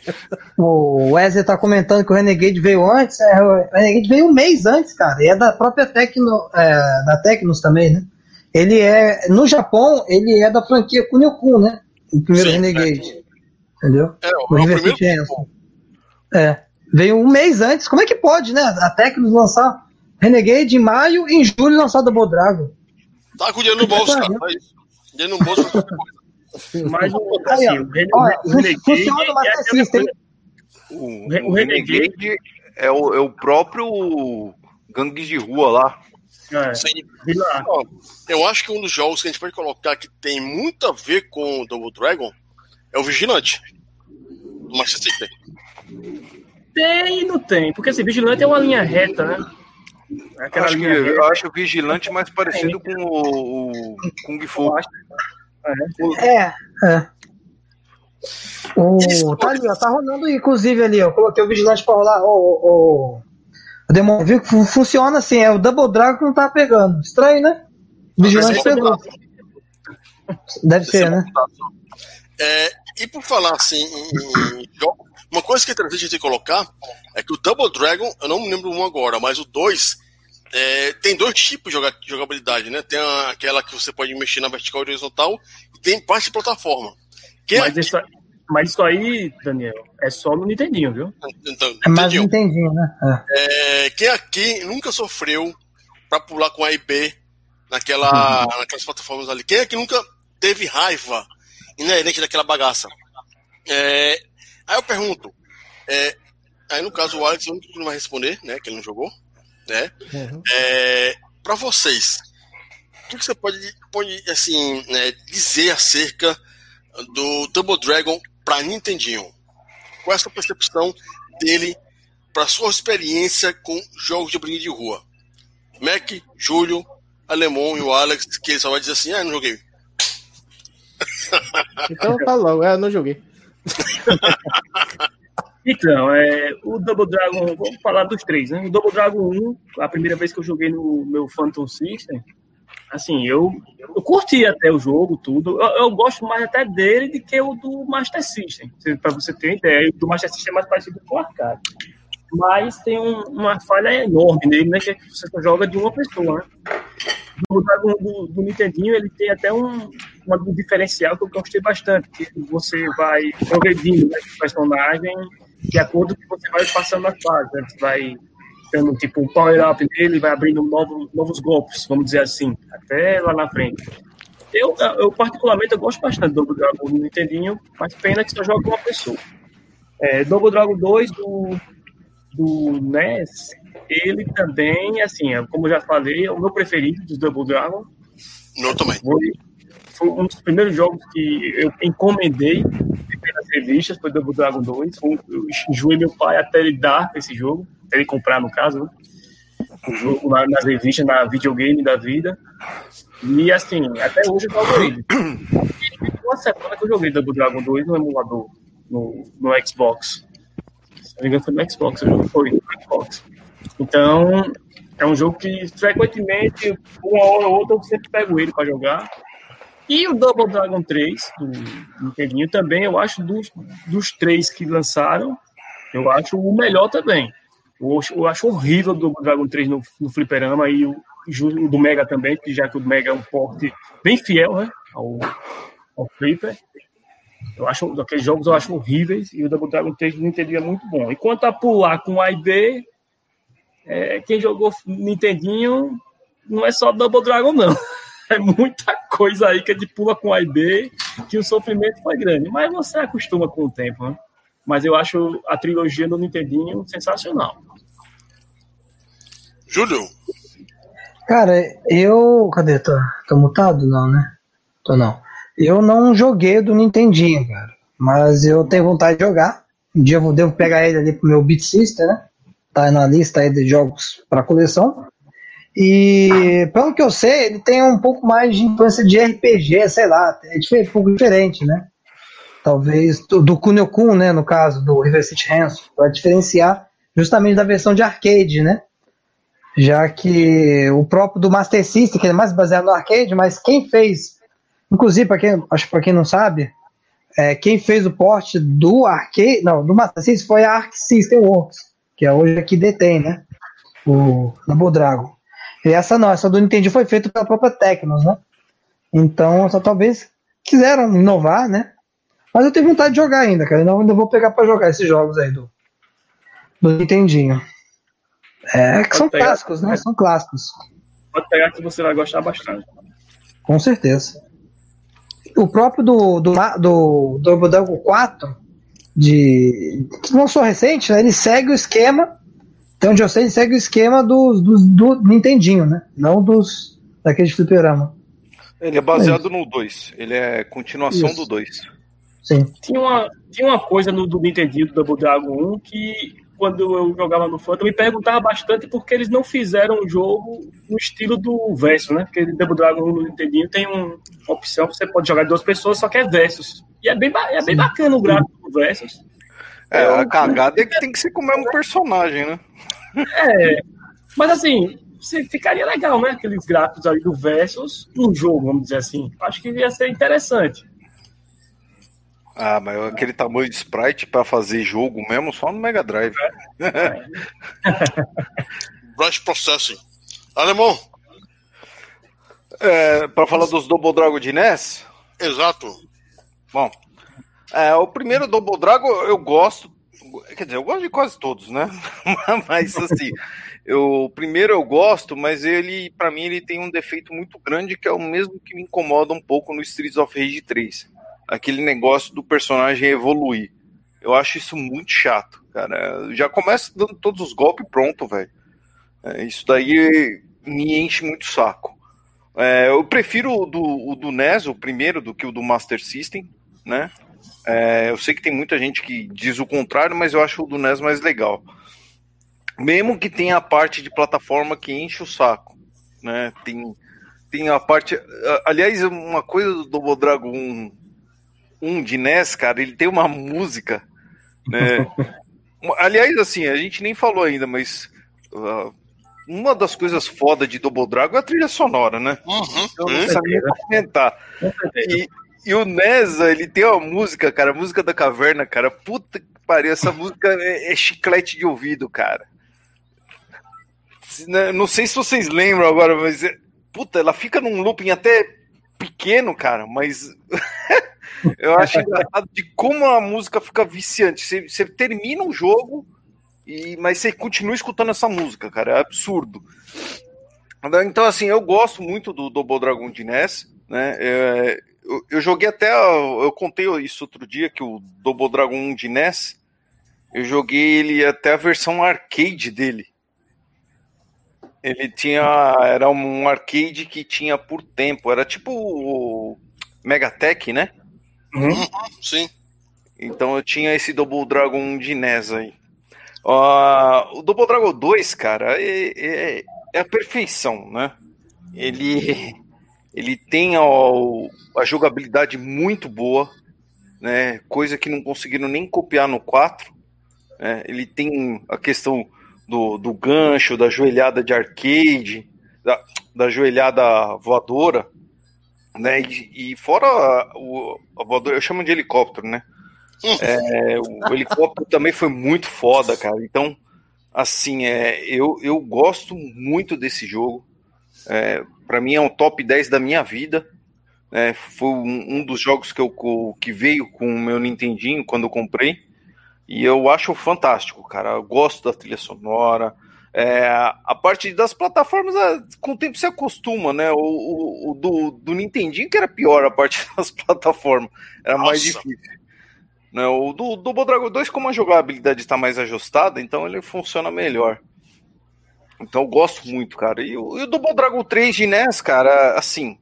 o Wesley tá comentando que o Renegade veio antes. É, o Renegade veio um mês antes, cara. E é da própria Tecno, é, da Tecnos também, né? Ele é. No Japão, ele é da franquia Kunio-kun, né? O primeiro Sim, Renegade. Entendeu? é, o, O é o River primeiro. City Ransom. É. Veio um mês antes. Como é que pode, né? A Tecnos lançar Renegade em maio e em julho lançar Double Dragon. Tá com o dinheiro no bolso, cara. Pariu. Tá isso. Dinheiro no bolso. é qualquer coisa. Mas o, Aí, assim, ó. o, Rene- Olha, o Renegade funciona o é Master aquela System. coisa- O, Re- o o Renegade- Renegade é o, é o próprio gangue de rua lá. É, Sim. vi lá. Ó, eu acho que um dos jogos que a gente pode colocar que tem muito a ver com o Double Dragon é o Vigilante. Do Master System. Tem e não tem, porque esse Vigilante é uma linha reta, né? Eu Aquela acho, que, linha reta. eu acho o Vigilante mais parecido com o, o Kung Fu. Eu acho. É, é. O, tá ali, ó, tá rolando, inclusive ali, ó. Coloquei o vigilante pra rolar. O, o, o demônio viu que fu- funciona assim, é o Double Dragon que não tá pegando. Estranho, né? O vigilante Mas pegou. Deve ser, né? É, e por falar assim em, em jogo, uma coisa que é interessante a gente colocar é que o Double Dragon, eu não me lembro um agora, mas o dois é, tem dois tipos de joga- de jogabilidade, né? Tem a- aquela que você pode mexer na vertical e horizontal e tem parte de plataforma. Que Mas isso, mas isso aí, Daniel, é só no Nintendinho, viu? então, É mais entendi. entendi, né? É. É, quem aqui nunca sofreu pra pular com A e B naquela, naquelas plataformas ali? Quem aqui nunca teve raiva inerente daquela bagaça? É, aí eu pergunto, é, aí no caso o Alex é o único que não vai responder, né? Que ele não jogou, né? Uhum. É, para vocês, o que, que você pode, pode assim, né, dizer acerca do Double Dragon para Nintendinho? Qual é a sua percepção dele para sua experiência com jogos de briga de rua? Mac, Júlio, Alemão e o Alex, que só vai dizer assim, ah, não joguei. Então tá logo, eu não joguei. Então, é, o Double Dragon, vamos falar dos três, né? O Double Dragon um, a primeira vez que eu joguei no meu Phantom System, assim, eu, eu curti até o jogo, tudo. Eu, eu gosto mais até dele do que o do Master System, para você ter ideia. O do Master System é mais parecido com o arcade. Mas tem um, uma falha enorme nele, né? Que você só joga de uma pessoa, né? O Dragon do, do Nintendinho, ele tem até um, um diferencial que eu gostei bastante, que você vai progredindo, né, com o personagem de acordo com que você vai passando na fase, né? Você vai tendo tipo um power-up nele, vai abrindo novo, novos golpes, vamos dizer assim, até lá na frente. Eu, eu particularmente, eu gosto bastante do Double Dragon do Nintendinho, mas pena que só joga com uma pessoa. É, Double Dragon dois do, do N E S, ele também, assim, como eu já falei, é o meu preferido dos Double Dragon. Meu também. Foi, foi um dos primeiros jogos que eu encomendei nas revistas, foi Double Dragon dois. Foi, eu enjoei meu pai até ele dar esse jogo, até ele comprar, no caso, né? O jogo na, nas revistas, na videogame da vida. E, assim, até hoje eu jogo ele. Ele ficou uma semana que eu joguei Double Dragon dois no emulador, no, no Xbox. Se não me engano, foi no Xbox, o jogo foi no Xbox. Então, é um jogo que frequentemente, uma hora ou outra, eu sempre pego ele para jogar. E o Double Dragon três, do Nintendinho, também, eu acho, dos, dos três que lançaram, eu acho o melhor também. Eu, eu acho horrível o Double Dragon três no, no fliperama e o, o do Mega também, já que o Mega é um porte bem fiel, né, ao, ao Flipper. Eu acho, aqueles jogos eu acho horríveis e o Double Dragon três do Nintendinho é muito bom. E quanto a pular com A e B, é, quem jogou Nintendinho não é só Double Dragon, não. É muita coisa aí que a gente pula com A e B, que o sofrimento foi grande. Mas você acostuma com o tempo, né? Mas eu acho a trilogia do Nintendinho sensacional. Júlio? Cara, eu... Cadê? Tô, tô mutado? Não, né? Tô não. Eu não joguei do Nintendinho, cara. Mas eu tenho vontade de jogar. Um dia eu devo pegar ele ali pro meu Beat System, né? Tá na lista aí de jogos para coleção. E, pelo que eu sei, ele tem um pouco mais de influência de R P G, sei lá. É um pouco diferente, né? Talvez do, do Kunio-kun, né? No caso, do River City Ransom. Para diferenciar justamente da versão de arcade, né? Já que o próprio do Master System, que é mais baseado no arcade, mas quem fez, inclusive, para quem, acho que para quem não sabe, é, quem fez o port do arcade, não, do Master System foi a Arc System Works, que é hoje aqui detém, né? O Double Dragon. E essa não, essa do Nintendo foi feita pela própria Tecnos, né? Então, só talvez quiseram inovar, né? Mas eu tenho vontade de jogar ainda, cara. Eu ainda vou pegar pra jogar esses jogos aí do, do Nintendinho. É, que são pegar, clássicos, né? São clássicos. Pode pegar que você vai gostar bastante. Com certeza. O próprio do, do, do, do Double Dragon quatro, de, que lançou recente, né? Ele segue o esquema. Então, onde eu sei, ele segue o esquema dos, dos, do Nintendinho, né? Não dos daquele de fliperama. Ele é baseado é no dois. Ele é continuação Isso. do dois. Sim. Tinha uma, tinha uma coisa no do Nintendinho, do Double Dragon um, que quando eu jogava no Phantom, eu me perguntava bastante porque eles não fizeram o jogo no estilo do Versus, né? Porque o Double Dragon um no Nintendinho tem um, uma opção que você pode jogar de duas pessoas, só que é Versus. E é bem, é bem bacana o gráfico do Versus. É, eu, a cagada é que tem que ser com o mesmo personagem, né? É, mas assim, ficaria legal, né? Aqueles gráficos aí do Versus num jogo, vamos dizer assim. Acho que ia ser interessante. Ah, mas aquele tamanho de sprite pra fazer jogo mesmo, só no Mega Drive. É. Rush Processing. Alemão. É, pra falar dos Double Dragon de N E S? Exato. Bom, é, o primeiro Double Dragon eu gosto, quer dizer, eu gosto de quase todos, né? Mas assim, eu, o primeiro eu gosto, mas ele, pra mim, ele tem um defeito muito grande, que é o mesmo que me incomoda um pouco no Streets of Rage três. Aquele negócio do personagem evoluir. Eu acho isso muito chato, cara. Já começa dando todos os golpes pronto, velho. É, isso daí me enche muito o saco. É, eu prefiro o do, o do N E S, o primeiro, do que o do Master System, né? É, eu sei que tem muita gente que diz o contrário, mas eu acho o do N E S mais legal. Mesmo que tenha a parte de plataforma que enche o saco, né? Tem, tem a parte... Aliás, uma coisa do Double Dragon um, um de N E S, cara, ele tem uma música, né? Aliás, assim, a gente nem falou ainda, mas uh, uma das coisas foda de Double Dragon é a trilha sonora, né? Uhum. Eu não sabia comentar. E, e o N E S, ele tem uma música, cara, a música da caverna, cara, puta que pariu, essa música é, é chiclete de ouvido, cara. Não sei se vocês lembram agora, mas puta, ela fica num looping até pequeno, cara, mas eu acho engraçado de como a música fica viciante. Você, você termina o jogo, e, mas você continua escutando essa música, cara, é absurdo. Então, assim, eu gosto muito do Double Dragon de N E S, né? É, eu, eu joguei até, eu contei isso outro dia, que o Double Dragon um de N E S, eu joguei ele até a versão arcade dele. Ele tinha, era um arcade que tinha por tempo, era tipo o Megatech, né? Uhum, sim. Então eu tinha esse Double Dragon de N E S aí. Uh, o Double Dragon dois, cara, é, é, é a perfeição, né? Ele, ele tem ó, a jogabilidade muito boa, né? Coisa que não conseguiram nem copiar no quatro. Né? Ele tem a questão do, do gancho, da joelhada de arcade, da, da joelhada voadora, né? E, e fora o, a voadora, eu chamo de helicóptero, né? É, o helicóptero também foi muito foda, cara. Então, assim, é, eu, eu gosto muito desse jogo. É, para mim é um top dez da minha vida. É, foi um, um dos jogos que, eu, que veio com o meu Nintendinho quando eu comprei. E eu acho fantástico, cara. Eu gosto da trilha sonora. É, a parte das plataformas, com o tempo se acostuma, né? O, o, o do, do Nintendinho que era pior, a parte das plataformas. Era Nossa. mais difícil. Né? O do Double Dragon dois, como a jogabilidade está mais ajustada, então ele funciona melhor. Então eu gosto muito, cara. E o, e o Double Dragon três de N E S, cara, assim...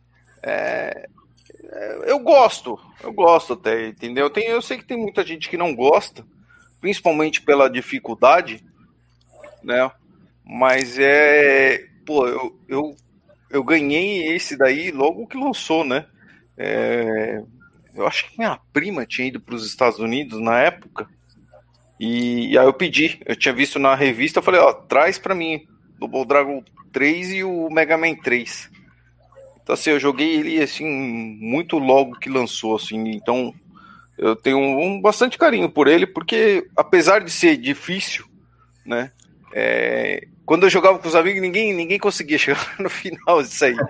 É, é, eu gosto. Eu gosto até, entendeu? Tem, eu sei que tem muita gente que não gosta, principalmente pela dificuldade, né? Mas é... Pô, eu, eu, eu ganhei esse daí logo que lançou, né? É... Eu acho que minha prima tinha ido para os Estados Unidos na época. E, e aí eu pedi. Eu tinha visto na revista. Eu falei, ó, traz para mim o Double Dragon três e o Mega Man três. Então assim, eu joguei ele assim, muito logo que lançou, assim. Então eu tenho um, um bastante carinho por ele, porque apesar de ser difícil, né? É, quando eu jogava com os amigos, ninguém, ninguém conseguia chegar no final disso aí.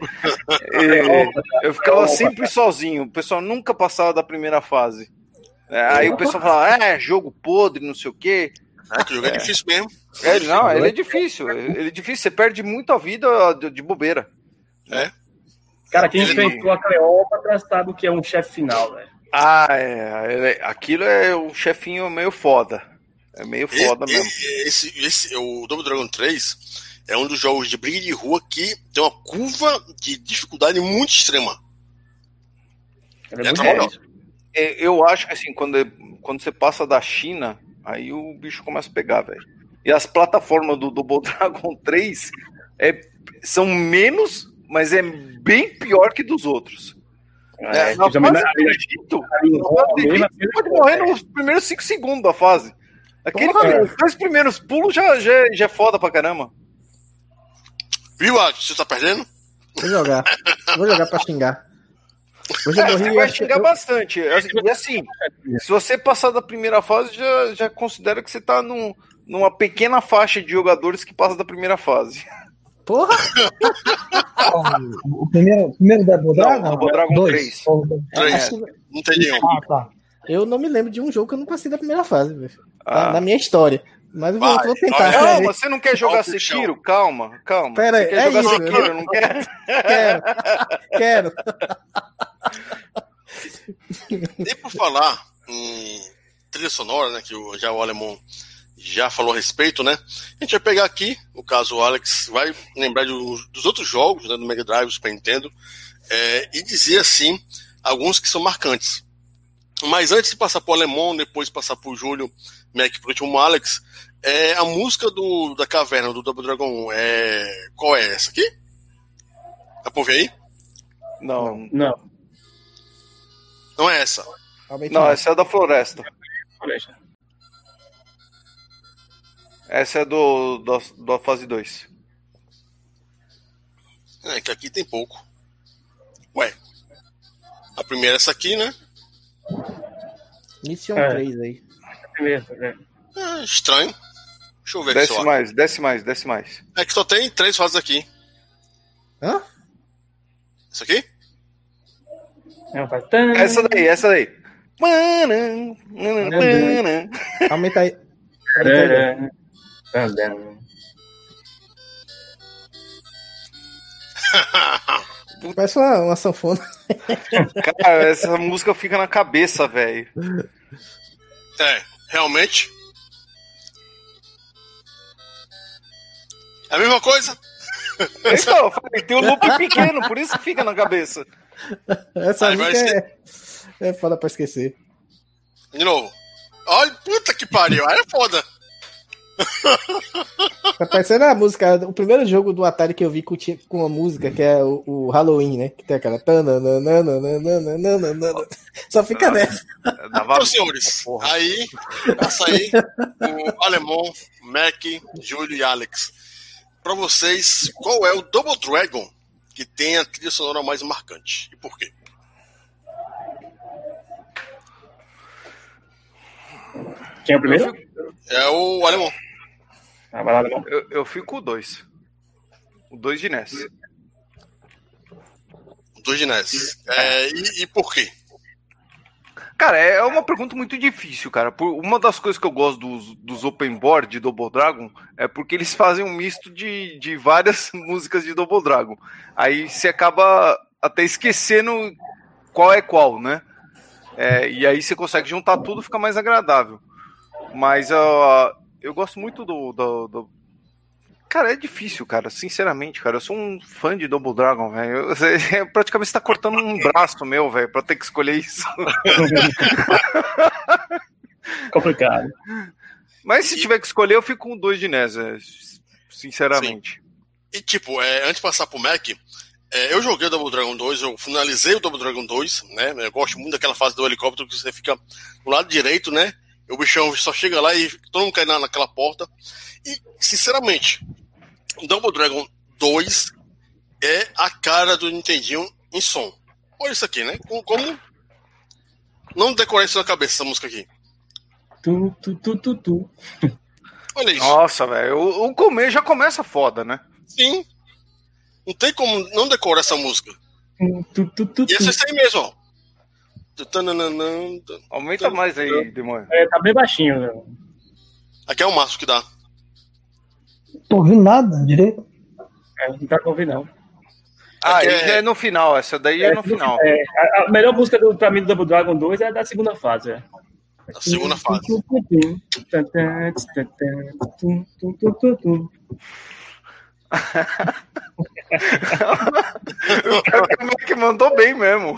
É, eu ficava sempre sozinho. O pessoal nunca passava da primeira fase. É, aí o pessoal falava, é, jogo podre, não sei o quê. Ah, que jogo é, é difícil mesmo. É, não, ele é difícil. Ele é difícil, você perde muita vida de, de bobeira. É. Cara, quem enfrentou a Cleópatra sabe o que é um chefe final, velho. Ah, é. Aquilo é um chefinho meio foda. É meio foda esse, mesmo. Esse, esse, o Double Dragon três é um dos jogos de briga de rua que tem uma curva de dificuldade muito extrema. É, é, eu acho que assim, quando, quando você passa da China, aí o bicho começa a pegar, velho. E as plataformas do Double Dragon três é, são menos, mas é bem pior que dos outros. É, é, na fase do Egito, você pode morrer nos primeiros cinco segundos da fase. Aquele, os dois primeiros pulos já, já, já é foda pra caramba. Viu, Alex? Você tá perdendo? Vou jogar. Vou jogar pra xingar. Hoje é, você vai xingar eu... bastante. E assim, se você passar da primeira fase, já, já considera que você tá num, numa pequena faixa de jogadores que passa da primeira fase. Porra! O primeiro, primeiro Double Dragon? Double Dragon três. três. Não tem nenhum. Ah, tá. Eu não me lembro de um jogo que eu não passei da primeira fase, velho. Ah. Na minha história. Mas eu vou, Vai, vou tentar. Calma, você não quer jogar Sekiro? Calma, calma. Pera aí, você quer é jogar isso, Sekiro, eu... não quer? Quero. Quero. E por falar em trilha sonora, né, que o, já o alemão já falou a respeito, né? A gente vai pegar aqui, no caso o Alex vai lembrar de, dos outros jogos, né, do Mega Drive, Super Nintendo, é, e dizer assim alguns que são marcantes. Mas antes de passar para o alemão, depois passar para o Júlio, Mac, por último, Alex, é, a música do, da caverna do Double Dragon um, é, qual é essa aqui? Dá pra ouvir aí? Não. Não. Não é essa. Não, essa é da floresta. Essa é do, do da fase dois. É, que aqui tem pouco. Ué. A primeira é essa aqui, né? Mission é. três aí. É. É, estranho. Deixa eu ver desce aqui. Desce mais, desce mais, desce mais. É que só tem três fases aqui. Hã? Isso aqui? Essa daí, essa daí. Aumenta aí. Parece uma, uma sanfona. Cara, essa música fica na cabeça, velho. É, realmente. É a mesma coisa? Então, tem um loop pequeno, por isso que fica na cabeça. Essa Aí música ser... é... é foda pra esquecer. De novo. Olha, puta que pariu, aí é foda. Tá parecendo a música, o primeiro jogo do Atari que eu vi com, com uma música que é o, o Halloween, né? Que tem aquela. Só fica nessa. Então, senhores, aí, passa aí o Alemão, Mac, Júlio e Alex. Pra vocês, qual é o Double Dragon que tem a trilha sonora mais marcante? E por quê? Quem é o primeiro? É o Alemão. Ah, vai lá, Alemão. Eu, eu fico com o dois. O dois de N E S. O dois de N E S. É, e, e por quê? Cara, é uma pergunta muito difícil, cara. Por, uma das coisas que eu gosto dos, dos open board de Double Dragon é porque eles fazem um misto de, de várias músicas de Double Dragon. Aí você acaba até esquecendo qual é qual, né? É, e aí você consegue juntar tudo, fica mais agradável. Mas uh, eu gosto muito do, do, do... Cara, é difícil, cara. Sinceramente, cara. Eu sou um fã de Double Dragon, velho. Praticamente você tá cortando um braço meu, velho, pra ter que escolher isso. Complicado. Mas se tiver que escolher, eu fico com o dois de N E S, sinceramente. Sim. E tipo, é, antes de passar pro Mac, é, eu joguei o Double Dragon dois, eu finalizei o Double Dragon dois, né? Eu gosto muito daquela fase do helicóptero que você fica do lado direito, né? O bichão só chega lá e todo mundo cai na, naquela porta. E, sinceramente, o Double Dragon dois é a cara do Nintendinho em som. Olha isso aqui, né? Como, como não decorar isso na cabeça, essa música aqui. Tu, tu, tu, tu, tu. Olha isso. Nossa, velho. O, o começo já começa foda, né? Sim. Não tem como não decorar essa música. Tu, tu, tu, E essa aí mesmo, ó. Aumenta mais aí, Demônio. É, tá bem baixinho, né? Aqui é o máximo que dá. Tô ouvindo nada direito. É, não tá pra ouvir, não. Ah, Aqui é... é- já é no final. Essa daí é, É, no final. É, a, a melhor música do, pra mim do Double Dragon dois é a da segunda fase. É. A segunda fase. O cara que mandou bem mesmo.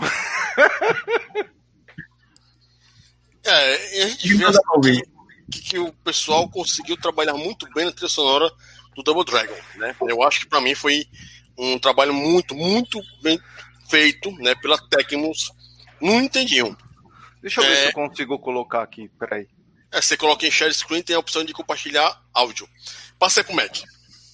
É, e a gente vê assim, que, que o pessoal conseguiu trabalhar muito bem na trilha sonora do Double Dragon, né? Eu acho que pra mim foi um trabalho muito, muito bem feito, né, pela Tecnos no Nintendinho. Deixa eu ver É. se eu consigo colocar aqui. Peraí. É, você coloca em share screen, tem a opção de compartilhar áudio. Passei pro Mac.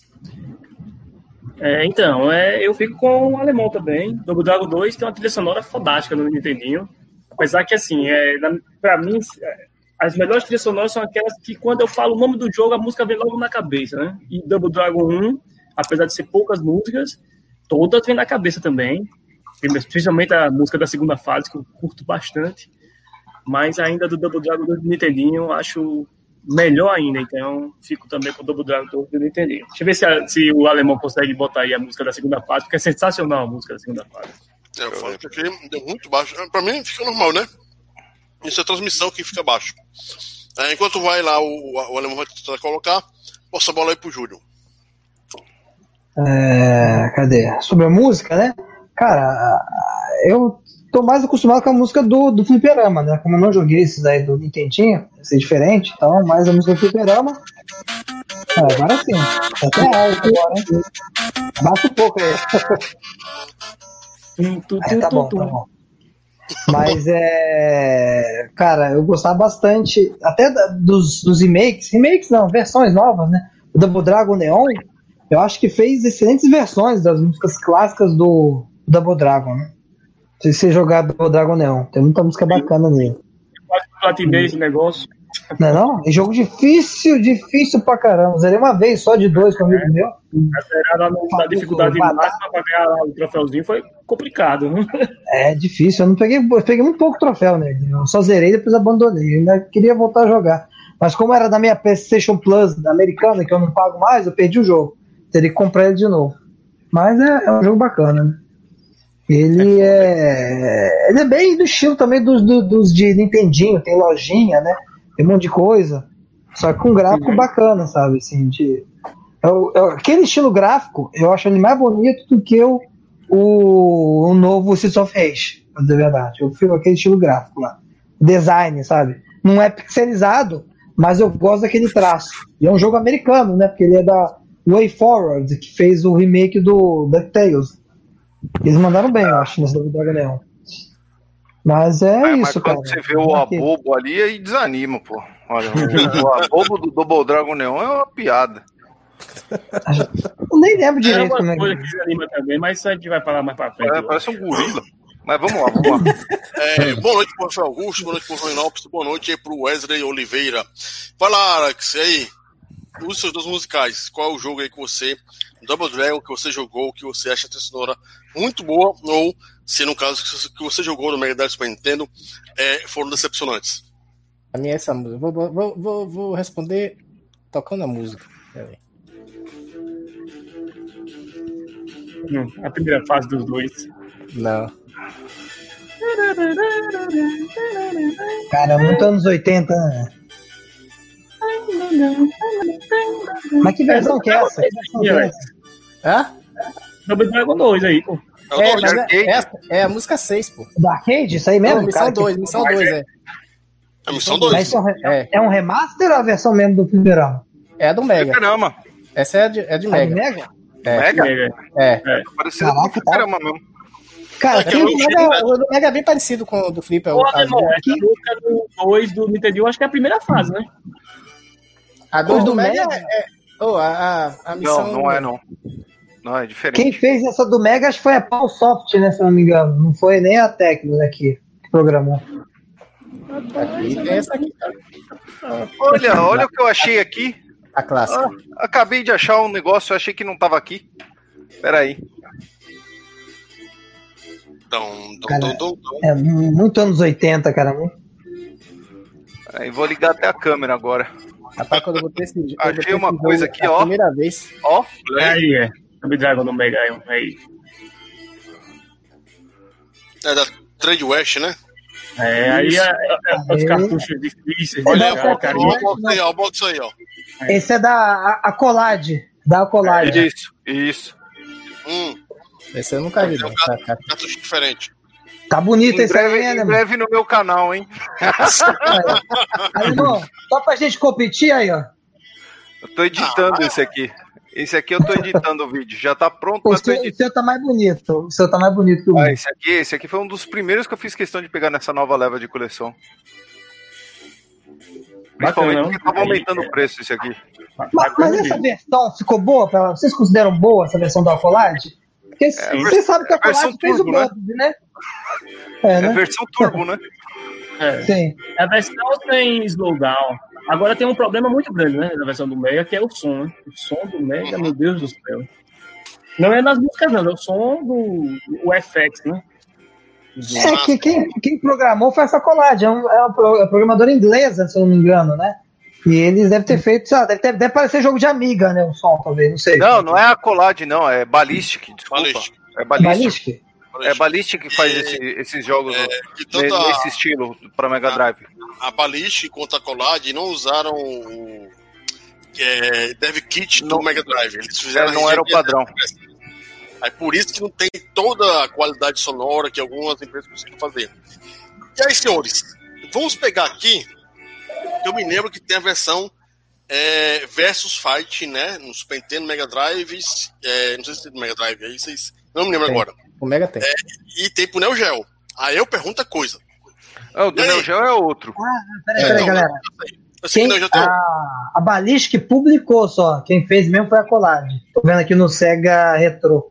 É, então, é, eu fico com o alemão também. Double Dragon dois tem uma trilha sonora fodástica no Nintendinho. Apesar que, assim, é, na, pra mim, é, as melhores trilhas sonoras são aquelas que, quando eu falo o nome do jogo, a música vem logo na cabeça, né? E Double Dragon um, apesar de ser poucas músicas, todas vêm na cabeça também. Principalmente a música da segunda fase, que eu curto bastante. Mas ainda do Double Dragon do Nintendinho, eu acho melhor ainda. Então, fico também com o Double Dragon do Nintendinho. Deixa eu ver se, a, se o alemão consegue botar aí a música da segunda fase, porque é sensacional a música da segunda fase. É, eu falo que aqui deu muito baixo. Pra mim fica normal, né? Isso é transmissão que fica baixo. É, enquanto vai lá, o, o alemão vai tentar colocar, posso a bola aí pro Júlio. É, cadê? Sobre a música, né? Cara, eu tô mais acostumado com a música do, do Fliperama, né? Como eu não joguei esses aí do Nintendinho, vai ser diferente, então mais a música do Fliperama. É, agora sim. Tá até alto agora, hein? Baixa um pouco aí. Tum, tum, É, tá tum, bom, tum. tá bom. Mas é. Cara, eu gostava bastante, até da- dos, dos remakes. Remakes não, versões novas, né? O Double Dragon Neon, eu acho que fez excelentes versões das músicas clássicas do Double Dragon, né? Se você jogar Double Dragon Neon, tem muita música bacana nele. Quase platinei esse negócio. Não é não? É jogo difícil, difícil pra caramba. Zerei uma vez só de dois com um amigo meu. Zeraram na dificuldade máxima pra ganhar lá o troféuzinho foi complicado. É difícil, eu não peguei, eu peguei muito pouco troféu nele. Eu só zerei e depois abandonei. Eu ainda queria voltar a jogar. Mas como era da minha PlayStation Plus da americana, que eu não pago mais, eu perdi o jogo. Teria que comprar ele de novo. Mas é, é um jogo bacana, né? Ele é. Ele é bem do estilo também dos, do- dos de Nintendinho, tem lojinha, né? Tem um monte de coisa. Só que com gráfico bacana, sabe? Assim, de, é o- é o- aquele estilo gráfico, eu acho ele mais bonito do que o, o, o novo Streets of Rage, pra dizer a verdade. Eu prefiro aquele estilo gráfico lá. Design, sabe? Não é pixelizado, mas eu gosto daquele traço. E é um jogo americano, né? Porque ele é da Way Forward, que fez o remake do DuckTales. Eles mandaram bem, eu acho, nesse Double Dragon Neon. Mas é, é isso, mas cara. Quando você vê o abobo ali, aí desanima, pô. Olha, o, o abobo do Double Dragon Neon é uma piada. Eu nem lembro direito é como uma é coisa que... que desanima também, mas isso a gente vai falar mais pra frente. É, parece um gorila. Mas vamos lá, vamos lá. É, boa noite pro Rafael Augusto, boa noite pro Rony Lopes, boa noite aí pro Wesley Oliveira. Fala, Alex, e aí? Os seus dois musicais, qual é o jogo aí que você, Double Dragon, que você jogou, que você acha a trilha sonora muito boa, ou se no caso que você jogou no Mega Drive Super Nintendo, é, foram decepcionantes? A minha é essa música. Vou, vou, vou, vou responder tocando a música. Peraí. Hum, a primeira fase dos dois. Não. Cara, muito anos oitenta, né? Mas que versão que é essa? Que versão que é essa? Hã? Double Dragon dois aí, pô. É, mas é, é, é a música seis, pô. Da arcade? Isso aí mesmo? Não, missão dois, que... missão dois, é. É missão dois. Mas é, um re... é. é um remaster ou a versão mesmo do primeirão? É a do Mega. Caramba. Essa é de, é de Mega. É de Mega? É. Mega? É. é. Parecendo do Caramba mesmo. Cara, é que o, Mega, o do Mega é bem parecido com o do Flipper. Pô, irmão, essa música do dois do Nintendo, acho que é a primeira fase, né? A dois do Mega é... Oh, a, a, a missão... Não, não é não. Não, é diferente. Quem fez essa do Mega acho que foi a Paul Soft, né, se não me engano. Não foi nem a Tecno aqui que programou. Aqui tem essa aqui. Olha, olha o que eu achei aqui. A clássica. Ah, acabei de achar um negócio, eu achei que não tava aqui. Pera aí. Dom, dom, Cara, dom, dom, dom. É muito anos oitenta, cara. Aí, vou ligar até a câmera agora. Rapaz, quando eu botei esse jogo. Achei uma coisa aqui, ó. Primeira vez. Ó. Aí, é. Double Dragon no Mega aí. É da Trade West, né? É, aí é, é, é os cartuchos difíceis. Olha, Olha, ó, carinho. ó, bota aí, ó, bota isso aí, ó. Esse é da a, a Collade. Da Collade. É isso, isso. Hum, Esse eu nunca vi. é um Não. cartucho diferente. Tá bonito Em esse breve, aí, né, em mano? breve no meu canal, hein? Aí, irmão, só pra gente competir aí, ó. Eu tô editando esse aqui. Esse aqui eu tô editando o vídeo. Já tá pronto, O mas tô seu, o editando. seu tá mais bonito. O seu tá mais bonito que o Ah, meu. esse aqui, esse aqui foi um dos primeiros que eu fiz questão de pegar nessa nova leva de coleção. Principalmente porque tava aumentando o preço esse aqui. Mas, mas essa versão ficou boa? Pra... Vocês consideram boa essa versão da Collade? Porque você sabe que a Collade fez turbo, o Bob, né? É, É né? versão turbo, né? É. Sim. A versão tem slowdown. Agora tem um problema muito grande, né? Na versão do Mega, que é o som, né? O som do Mega, meu Deus do céu. Não é nas músicas, não. É o som do o F X, né? É que quem, quem programou foi essa Collade. É, um, é uma programadora inglesa, se eu não me engano, né? E eles devem ter feito, sei lá, deve, ter, deve parecer jogo de Amiga, né? O som, talvez, não sei. Não, não é a Collade, não. É Ballistic, desculpa. Ballistic. É Ballistic. Ballistic? É Ballistic que faz E- esse- esses jogos é, ne- e tanto a- nesse estilo para Mega Drive. A Ballistic contra a Collade não usaram o é, Dev Kit do Não- Mega Drive. Eles fizeram É, não era o padrão. Aí por isso que não tem toda a qualidade sonora que algumas empresas conseguem fazer. E aí, senhores, vamos pegar aqui. Eu me lembro que tem a versão é, Versus Fight, né? No Super Nintendo, Mega Drive. É, não sei se tem do Mega Drive aí, vocês. Não me lembro Tem. agora. O Mega tem. E tem pro Neo Geo. Aí eu pergunto a coisa. Ah, o do E aí? Neo Geo é outro. Peraí, É, peraí, não, galera. Eu sei que Quem, o Neo Geo tem um. a, a Ballistic publicou só. Quem fez mesmo foi a Collade. Tô vendo aqui no Sega Retro.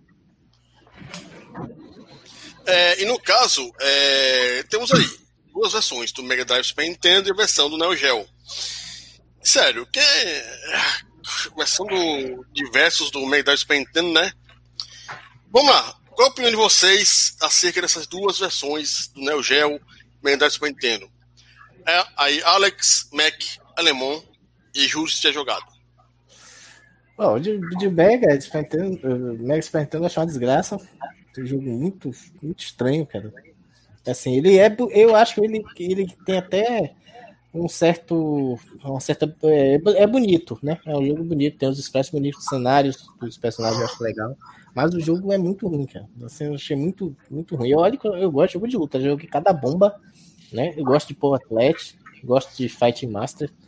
É, e no caso, é, temos aí duas versões do Mega Drive Super Nintendo e a versão do Neo Geo. Sério, que a versão do, de versos do Mega Drive Super Nintendo, né? Vamos lá, qual a opinião de vocês acerca dessas duas versões do Neo Geo e Mega Drive Super Nintendo? É, aí Alex, Mac, Alemão e Júlio se tinha jogado. Bom, de, de Mega, de Super Nintendo, Mega Super Nintendo eu acho uma desgraça. É um jogo muito, muito estranho, cara. Assim, ele é. Eu acho que ele, ele tem até um certo. Uma certa, é, é bonito, né? É um jogo bonito, tem os sprites bonitos, os cenários dos personagens eu acho legal. Mas o jogo é muito ruim, cara. Assim, eu achei muito, muito ruim. Eu olho que eu, eu gosto de jogo de luta, jogo que cada bomba, né? Eu gosto de Power Athlete, gosto de Fighting Master.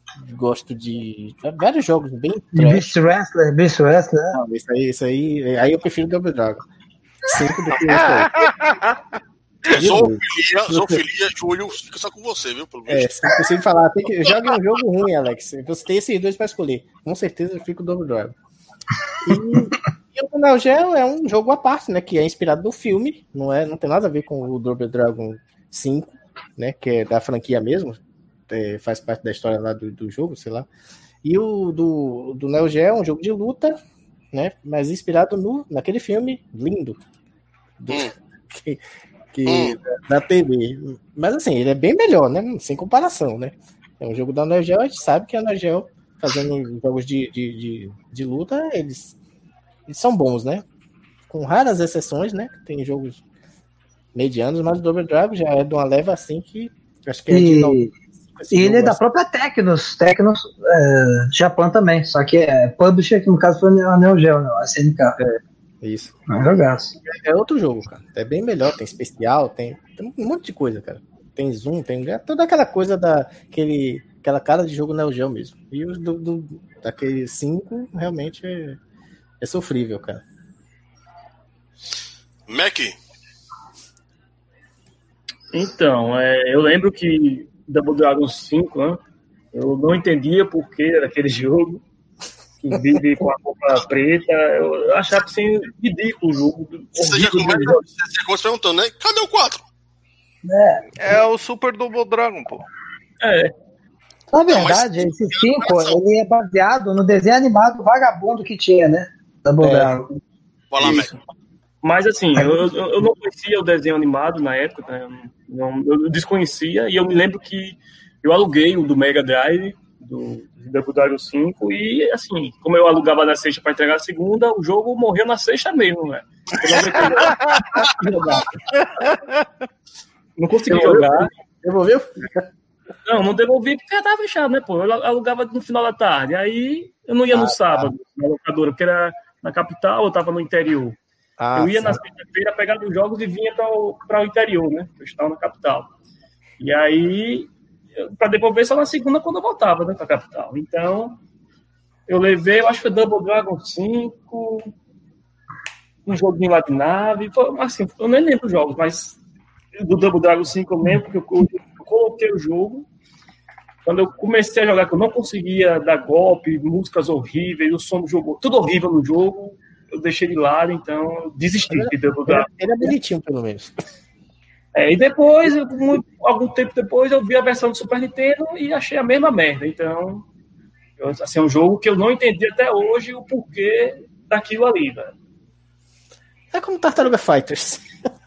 gosto de vários jogos bem trash. Beast Wrestler, Beast Wrestler. Não, isso aí, isso aí, aí eu prefiro Double Dragon. Cinco do que isso. Zoofilia, zoofilia, Júlio, fica só com você, viu? Pelo é, se possível falar, tem que jogue um jogo ruim, Alex. Você tem esses dois para escolher. Com certeza eu fico Double Dragon. E, e o Neo Geo é um jogo à parte, né? Que é inspirado no filme, não é, não tem nada a ver com o Double Dragon cinco, né? Que é da franquia mesmo. É, faz parte da história lá do, do jogo, sei lá. E o do, do Neo Geo é um jogo de luta, né? Mas inspirado no, naquele filme lindo do, hum. que, que, hum. da T V. Mas assim, ele é bem melhor, né? Sem comparação, né? É um jogo da Neo Geo, a gente sabe que a Neo Geo, fazendo jogos de, de, de, de luta, eles, eles são bons, né? Com raras exceções, né? Tem jogos medianos, mas o Double Dragon já é de uma leva assim que acho que é de e... E ele é da própria Tecnos, Tecnos é, Japan também, só que é publisher, que no caso foi a Neo Geo, não, a S N K. É, isso. É um jogaço. É outro jogo, cara. É bem melhor, tem especial, tem, tem um monte de coisa, cara. Tem zoom, tem é toda aquela coisa da aquele, aquela cara de jogo Neo Geo mesmo. E os do, do, daquele cinco realmente é, é sofrível, cara. Mac? Então, é, eu lembro que Double Dragon cinco, né? Eu não entendia por que daquele jogo que vive com a roupa preta. Eu achava assim, ridículo o jogo. Você já começa perguntando, né? Cadê o quatro? É. é o Super Double Dragon, pô. É. Na verdade, esse cinco ele é baseado no desenho animado vagabundo que tinha, né? Double é. Dragon. Fala, Mac. Mas assim, eu, eu não conhecia o desenho animado na época, né? eu, eu desconhecia, e eu me lembro que eu aluguei o do Mega Drive, do Double Dragon cinco, e assim, como eu alugava na sexta para entregar a segunda, o jogo morreu na sexta mesmo, né? Eu não consegui jogar. Devolveu? Não, não devolvi porque já estava fechado, né, pô? Eu alugava no final da tarde, aí eu não ia no ah, sábado, tá. na locadora, porque era na capital, eu estava no interior. Ah, eu ia sim. na sexta-feira pegar os jogos e vinha para o interior, né? Eu estava na capital. E aí, para devolver só na segunda quando eu voltava, né, para a capital. Então, eu levei, eu acho que foi Double Dragon cinco, um joguinho lá de nave. Foi, assim, eu nem lembro os jogos, mas do Double Dragon cinco eu lembro que eu, eu, eu coloquei o jogo. Quando eu comecei a jogar, que eu não conseguia dar golpe, músicas horríveis, o som do jogo, tudo horrível no jogo. Eu deixei de lado, então eu desisti de Double Dragon. Ele é bonitinho, pelo menos. É, e depois, muito, algum tempo depois, eu vi a versão do Super Nintendo e achei a mesma merda. Então, eu, assim, é um jogo que eu não entendi até hoje o porquê daquilo ali, velho. É como Tartaruga Fighters.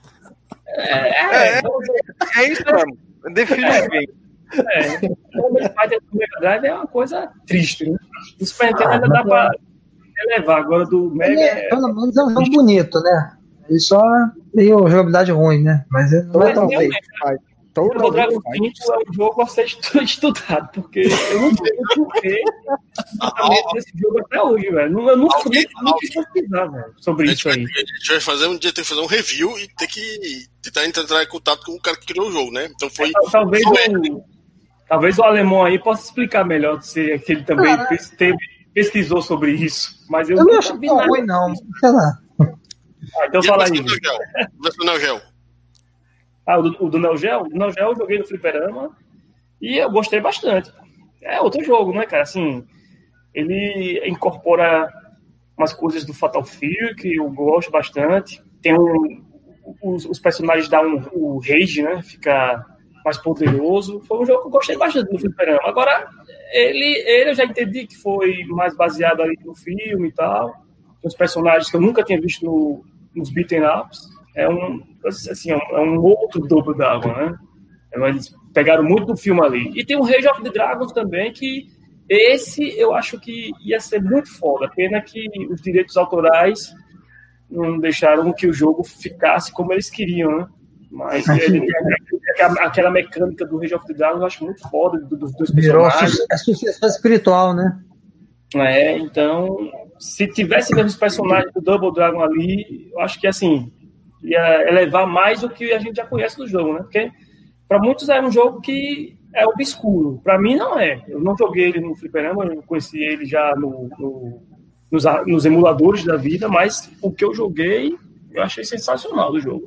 É, é, é, é isso mesmo. Define bem. É, o Mega Drive é uma coisa triste, né? O Super Nintendo ainda dá pra levar, agora do Mega. É, pelo menos é um jogo bonito, né? Ele só meio jogabilidade ruim, né? Mas ele não é tão feio. O Dragon cinco é um jogo a ser estudado, porque eu não sei o porquê desse jogo até hoje, velho. Eu nunca quis pesquisar, velho, sobre isso aí. A gente vai fazer um dia, tem que fazer um review e ter que tentar entrar em contato com o cara que criou o jogo, né? Então foi. É, talvez, o, talvez o alemão aí possa explicar melhor se que ele também ah, teve, pesquisou sobre isso. Mas eu, eu não acho tão ruim, não. Sei lá. Ah, então e fala aí. Do Neo Geo. Ah, o do, o do Neo Geo? O Neo Geo eu joguei no fliperama e eu gostei bastante. É outro jogo, né, cara? Assim, ele incorpora umas coisas do Fatal Fury que eu gosto bastante. Tem um... Os, os personagens dão um, o rage, né? Fica mais poderoso. Foi um jogo que eu gostei bastante no fliperama. Agora, ele, ele eu já entendi que foi mais baseado ali no filme e tal. Os personagens que eu nunca tinha visto no, nos beat'em ups. É um, assim, é um outro Double Dragon, né? Eles pegaram muito do filme ali. E tem o Rage of the Dragons também, que esse eu acho que ia ser muito foda. Pena que os direitos autorais não deixaram que o jogo ficasse como eles queriam, né? Mas ele, aquela mecânica do Rage of the Dragons eu acho muito foda, dos dois personagens. Virou a sucessão espiritual, né? É, então, se tivesse mesmo os personagens do Double Dragon ali, eu acho que, assim, ia elevar mais do que a gente já conhece do jogo, né? Porque para muitos é um jogo que é obscuro. Pra mim não é. Eu não joguei ele no fliperama, eu conheci ele já no, no, nos, nos emuladores da vida, mas o que eu joguei, eu achei sensacional do jogo.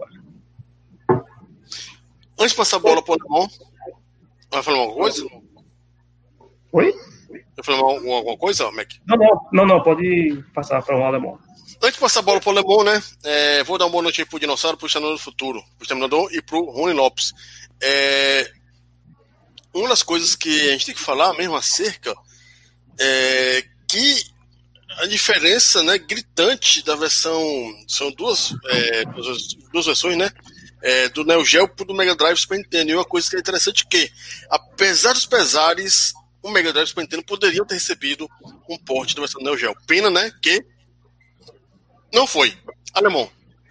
Antes de passar a bola pro Alemão, vai falar alguma coisa? Oi? Vai falar alguma, alguma coisa, Mac? Não, não, não, não, pode passar para o Alemão. Antes de passar a bola pro Alemão, né? É, vou dar uma boa noite aí pro Dinossauro, pro Exterminador do Futuro, pro Exterminador e pro Rony Lopes. É, uma das coisas que a gente tem que falar mesmo acerca é que a diferença, né, gritante da versão. São duas, é, duas, duas versões, né? É, do Neo Geo pro do Mega Drive Super Nintendo. E uma coisa que é interessante que, apesar dos pesares, o Mega Drive Super Nintendo poderia ter recebido um port da versão do Neo Geo. Pena, né? Que não foi. Alemão.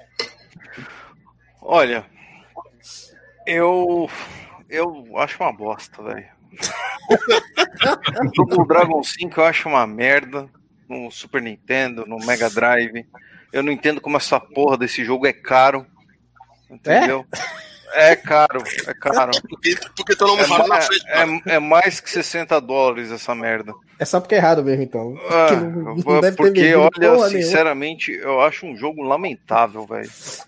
Olha, eu eu acho uma bosta, velho. O Dragon cinco eu acho uma merda no Super Nintendo, no Mega Drive. Eu não entendo como essa porra desse jogo é caro. Entendeu? É, é caro, é caro. Porque, porque teu nome é, fala na frente. É, é mais que sessenta dólares essa merda. É só porque é errado mesmo, então. Ah, porque não, não deve porque, ter olha, sinceramente, nenhuma. Eu acho um jogo lamentável, velho.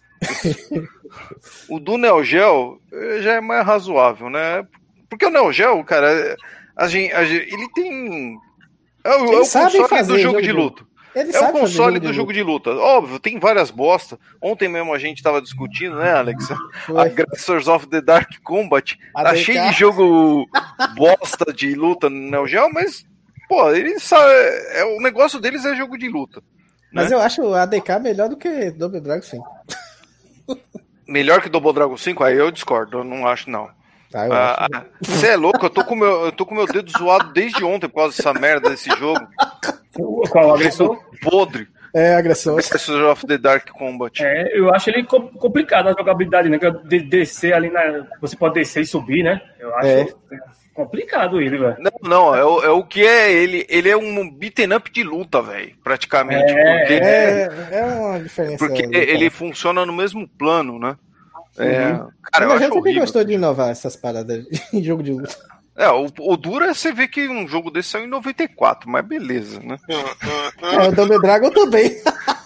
O do Neo Geo já é mais razoável, né? Porque o Neo Geo, cara, a gente, a gente, ele tem... É o, é o console do jogo de luta. Ele é o console do jogo de luta. Óbvio, tem várias bosta. Ontem mesmo a gente tava discutindo, né, Alex? Aggressors of the Dark Combat. Tá cheio de jogo bosta de luta no Neo Geo, mas, pô, eles sabe, é, o negócio deles é jogo de luta. Mas né? eu acho o A D K melhor do que Double Dragon cinco. Melhor que Double Dragon cinco? Aí eu discordo, eu não acho, não. Ah, ah, você é louco? Eu tô com meu, eu tô com meu dedo zoado desde ontem por causa dessa merda desse jogo. Qual agressor? Podre. É, agressor. Aggressors of the Dark Combat. É, eu acho ele complicado a jogabilidade, né? De descer ali na. Você pode descer e subir, né? Eu acho é. complicado ele, velho. Não, não, é o, é o que é ele. Ele é um beaten up de luta, velho. Praticamente. É, porque, é, é uma diferença. Porque ali, ele funciona no mesmo plano, né? É, uhum. Cara, eu Mas acho horrível. gostou de inovar essas paradas em jogo de luta. É, o, o duro é você ver que um jogo desse saiu em noventa e quatro, mas beleza, né? É, o Double Dragon também.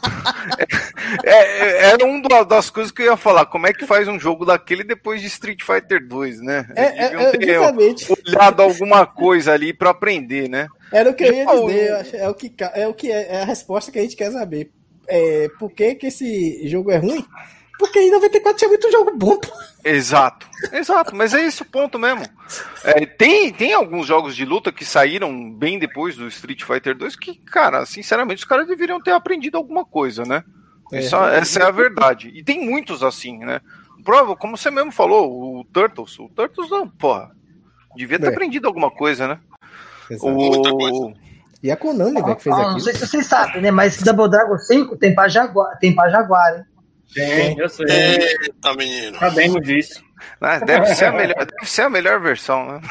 É, era é uma das coisas que eu ia falar. Como é que faz um jogo daquele depois de Street Fighter dois, né? É, é, ter exatamente. olhado alguma coisa ali pra aprender, né? Era o que eu ia Tipo, dizer. Eu acho, é, o que, é o que é, é a resposta que a gente quer saber. É, por que, que esse jogo é ruim? Porque em noventa e quatro tinha muito jogo bom, pô. Exato, exato, mas é esse o ponto mesmo. É, tem, tem alguns jogos de luta que saíram bem depois do Street Fighter dois que, cara, sinceramente, os caras deveriam ter aprendido alguma coisa, né? É, Isso, essa é a verdade. E tem muitos assim, né? Prova, como você mesmo falou, o Turtles. O Turtles não, porra. Devia ter é. aprendido alguma coisa, né? Exato. O... E a Konami, velho, que fez ah, aquilo. Não sei se vocês sabem, né? Mas Double Dragon cinco tem pra Jaguar, tem pra Jaguar, hein? Tem, eu sei. Eita, menino. Sabemos disso. Ah, deve, ser a melhor, deve ser a melhor versão, né?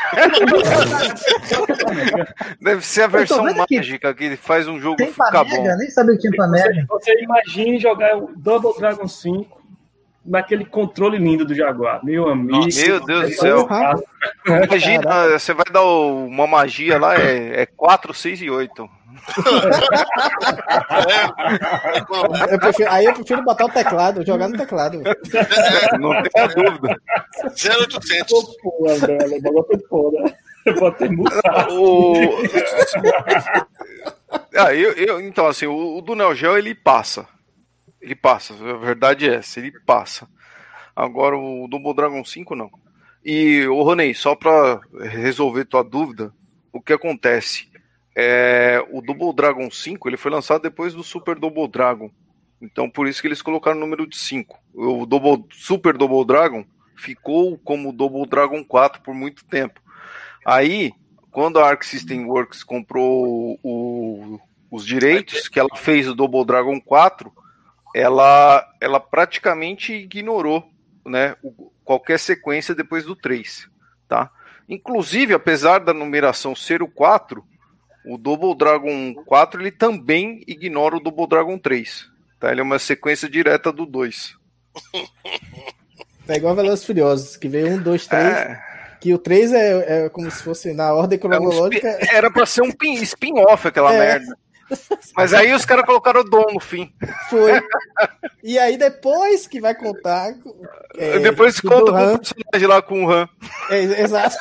Deve ser a versão mágica que ele faz um jogo tem ficar bom. Mega, nem sabia que tinha pra Mega. Você, você imagine jogar o Double Dragon cinco naquele controle lindo do Jaguar. Meu amigo. Nossa, meu Deus do céu. Imagina, Caraca. Você vai dar uma magia lá, é, é quatro, seis e oito. eu prefiro, aí eu prefiro botar o teclado, jogar no teclado. Não tenha dúvida. zero oitocentos. Botei o... ah, eu, eu, Então, assim, o, o do Neo Geo ele passa. Ele passa, a verdade é essa, ele passa. Agora o Double Dragon cinco não. E, ô Ronei, só pra resolver tua dúvida, o que acontece? É, o Double Dragon cinco ele foi lançado depois do Super Double Dragon. Então por isso que eles colocaram o número de cinco. O Double, Super Double Dragon ficou como Double Dragon quatro por muito tempo. Aí, quando a Arc System Works comprou o, os direitos, que ela fez o Double Dragon quatro, ela, ela praticamente ignorou, né, qualquer sequência depois do três. Tá? Inclusive, apesar da numeração ser o quatro, o Double Dragon quatro ele também ignora o Double Dragon três. Tá? Ele é uma sequência direta do dois. É igual Velozes e Furiosos, que veio um, dois, três, é... Que o três é, é como se fosse na ordem cronológica. É um spin, era pra ser um spin-off aquela é. merda. Mas aí os caras colocaram o Dom no fim. Foi. E aí depois que vai contar. É, depois conta com o personagem lá com o Han. É, exato.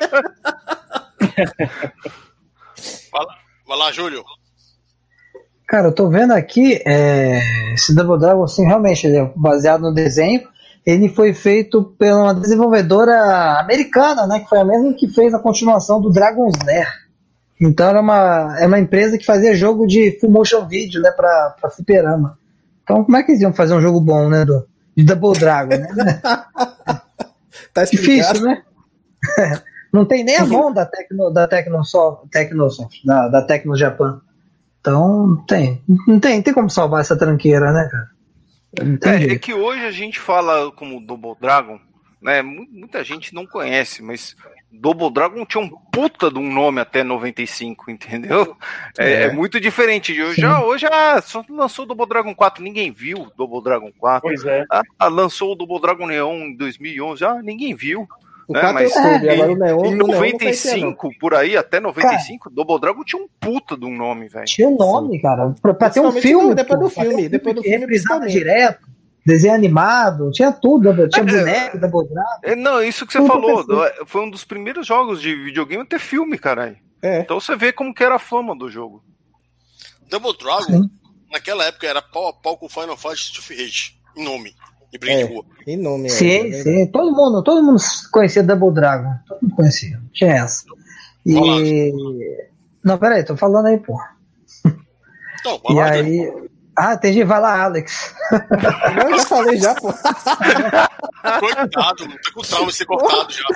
vai, lá, vai lá, Júlio. Cara, eu tô vendo aqui, é, esse Double Dragon, assim, realmente, ele é baseado no desenho. Ele foi feito por uma desenvolvedora americana, né? Que foi a mesma que fez a continuação do Dragon's Lair. Então era uma, é uma empresa que fazia jogo de full motion video, né? Pra, pra fliperama. Então como é que eles iam fazer um jogo bom, né? Do, de Double Dragon, né? Tá difícil, né? Não tem nem a mão da Tecno, da Tecnosoft, Tecnosoft da, da Tecno Japan. Então tem, não tem, tem como salvar essa tranqueira, né, cara? É, é que hoje a gente fala como Double Dragon, né? Muita gente não conhece, mas Double Dragon tinha um puta de um nome até noventa e cinco, entendeu? É, é. é muito diferente de hoje. Já, hoje ah, só lançou o Double Dragon quatro, ninguém viu o Double Dragon quatro. Pois é. Ah, lançou o Double Dragon Neon em dois mil e onze, ah, ninguém viu. O né? Mas soube, em, agora o Neon, em noventa e cinco, não por aí, até noventa e cinco, cara, Double Dragon tinha um puta de um nome, velho. Tinha um nome, Sim. cara. Pra, pra ter um filme. Depois pô, do filme. Depois do filme, reprisava direto. Desenho animado, tinha tudo, tinha é, boneco da Bodrago. É, não, isso que você falou, perfeito. Foi um dos primeiros jogos de videogame a ter filme, caralho. É. Então você vê como que era a fama do jogo. Double Dragon, Sim. naquela época, era pau a pau com Final Fantasy Street of Rage, em nome, em briga é, de rua. Em nome, sim, é, sim, todo mundo, todo mundo conhecia Double Dragon, todo mundo conhecia, tinha essa. E... Não, peraí, tô falando aí, pô. Então, e lá, aí... Né? Ah, entendi, vai lá, Alex. Eu já falei já, pô. Coitado, tá com trauma de ser cortado já.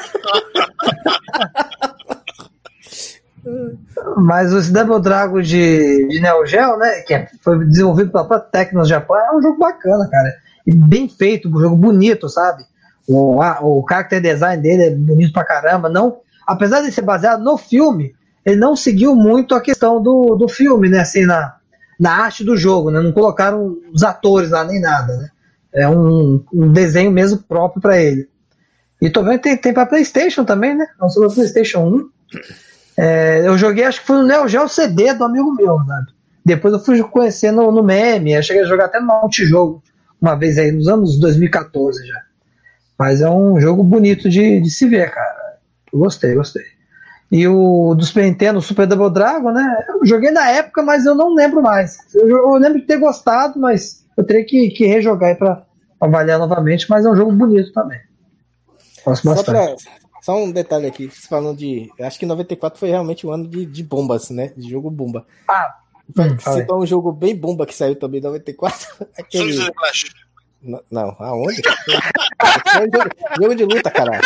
Mas o Double Dragon de, de Neo Geo, né, que foi desenvolvido pela própria Tecno Japan, é um jogo bacana, cara. E bem feito, um jogo bonito, sabe? O, a, o character design dele é bonito pra caramba. Não, apesar de ser baseado no filme, ele não seguiu muito a questão do, do filme, né, assim, na... na arte do jogo, né? Não colocaram os atores lá nem nada, né? É um, um desenho mesmo próprio para ele. E tô vendo que tem, tem para PlayStation também, né? Lançou para PlayStation um. É, eu joguei, acho que foi no Neo Geo C D do amigo meu, né? Depois eu fui conhecer no, no meme, eu cheguei a jogar até no multijogo uma vez aí, nos anos dois mil e catorze já. Mas é um jogo bonito de, de se ver, cara. Eu gostei, gostei. E o do Super Nintendo, o Super Double Dragon, né? Eu joguei na época, mas eu não lembro mais. Eu, eu lembro de ter gostado, mas eu teria que, que rejogar aí pra avaliar novamente. Mas é um jogo bonito também. Gosto só, bastante. Pra, só um detalhe aqui, falando de. Acho que noventa e quatro foi realmente um ano de, de bombas, né? De jogo bomba. Ah, se for um jogo bem bomba que saiu também em noventa e quatro. Aquele... Não, não, aonde? jogo, jogo de luta, caralho.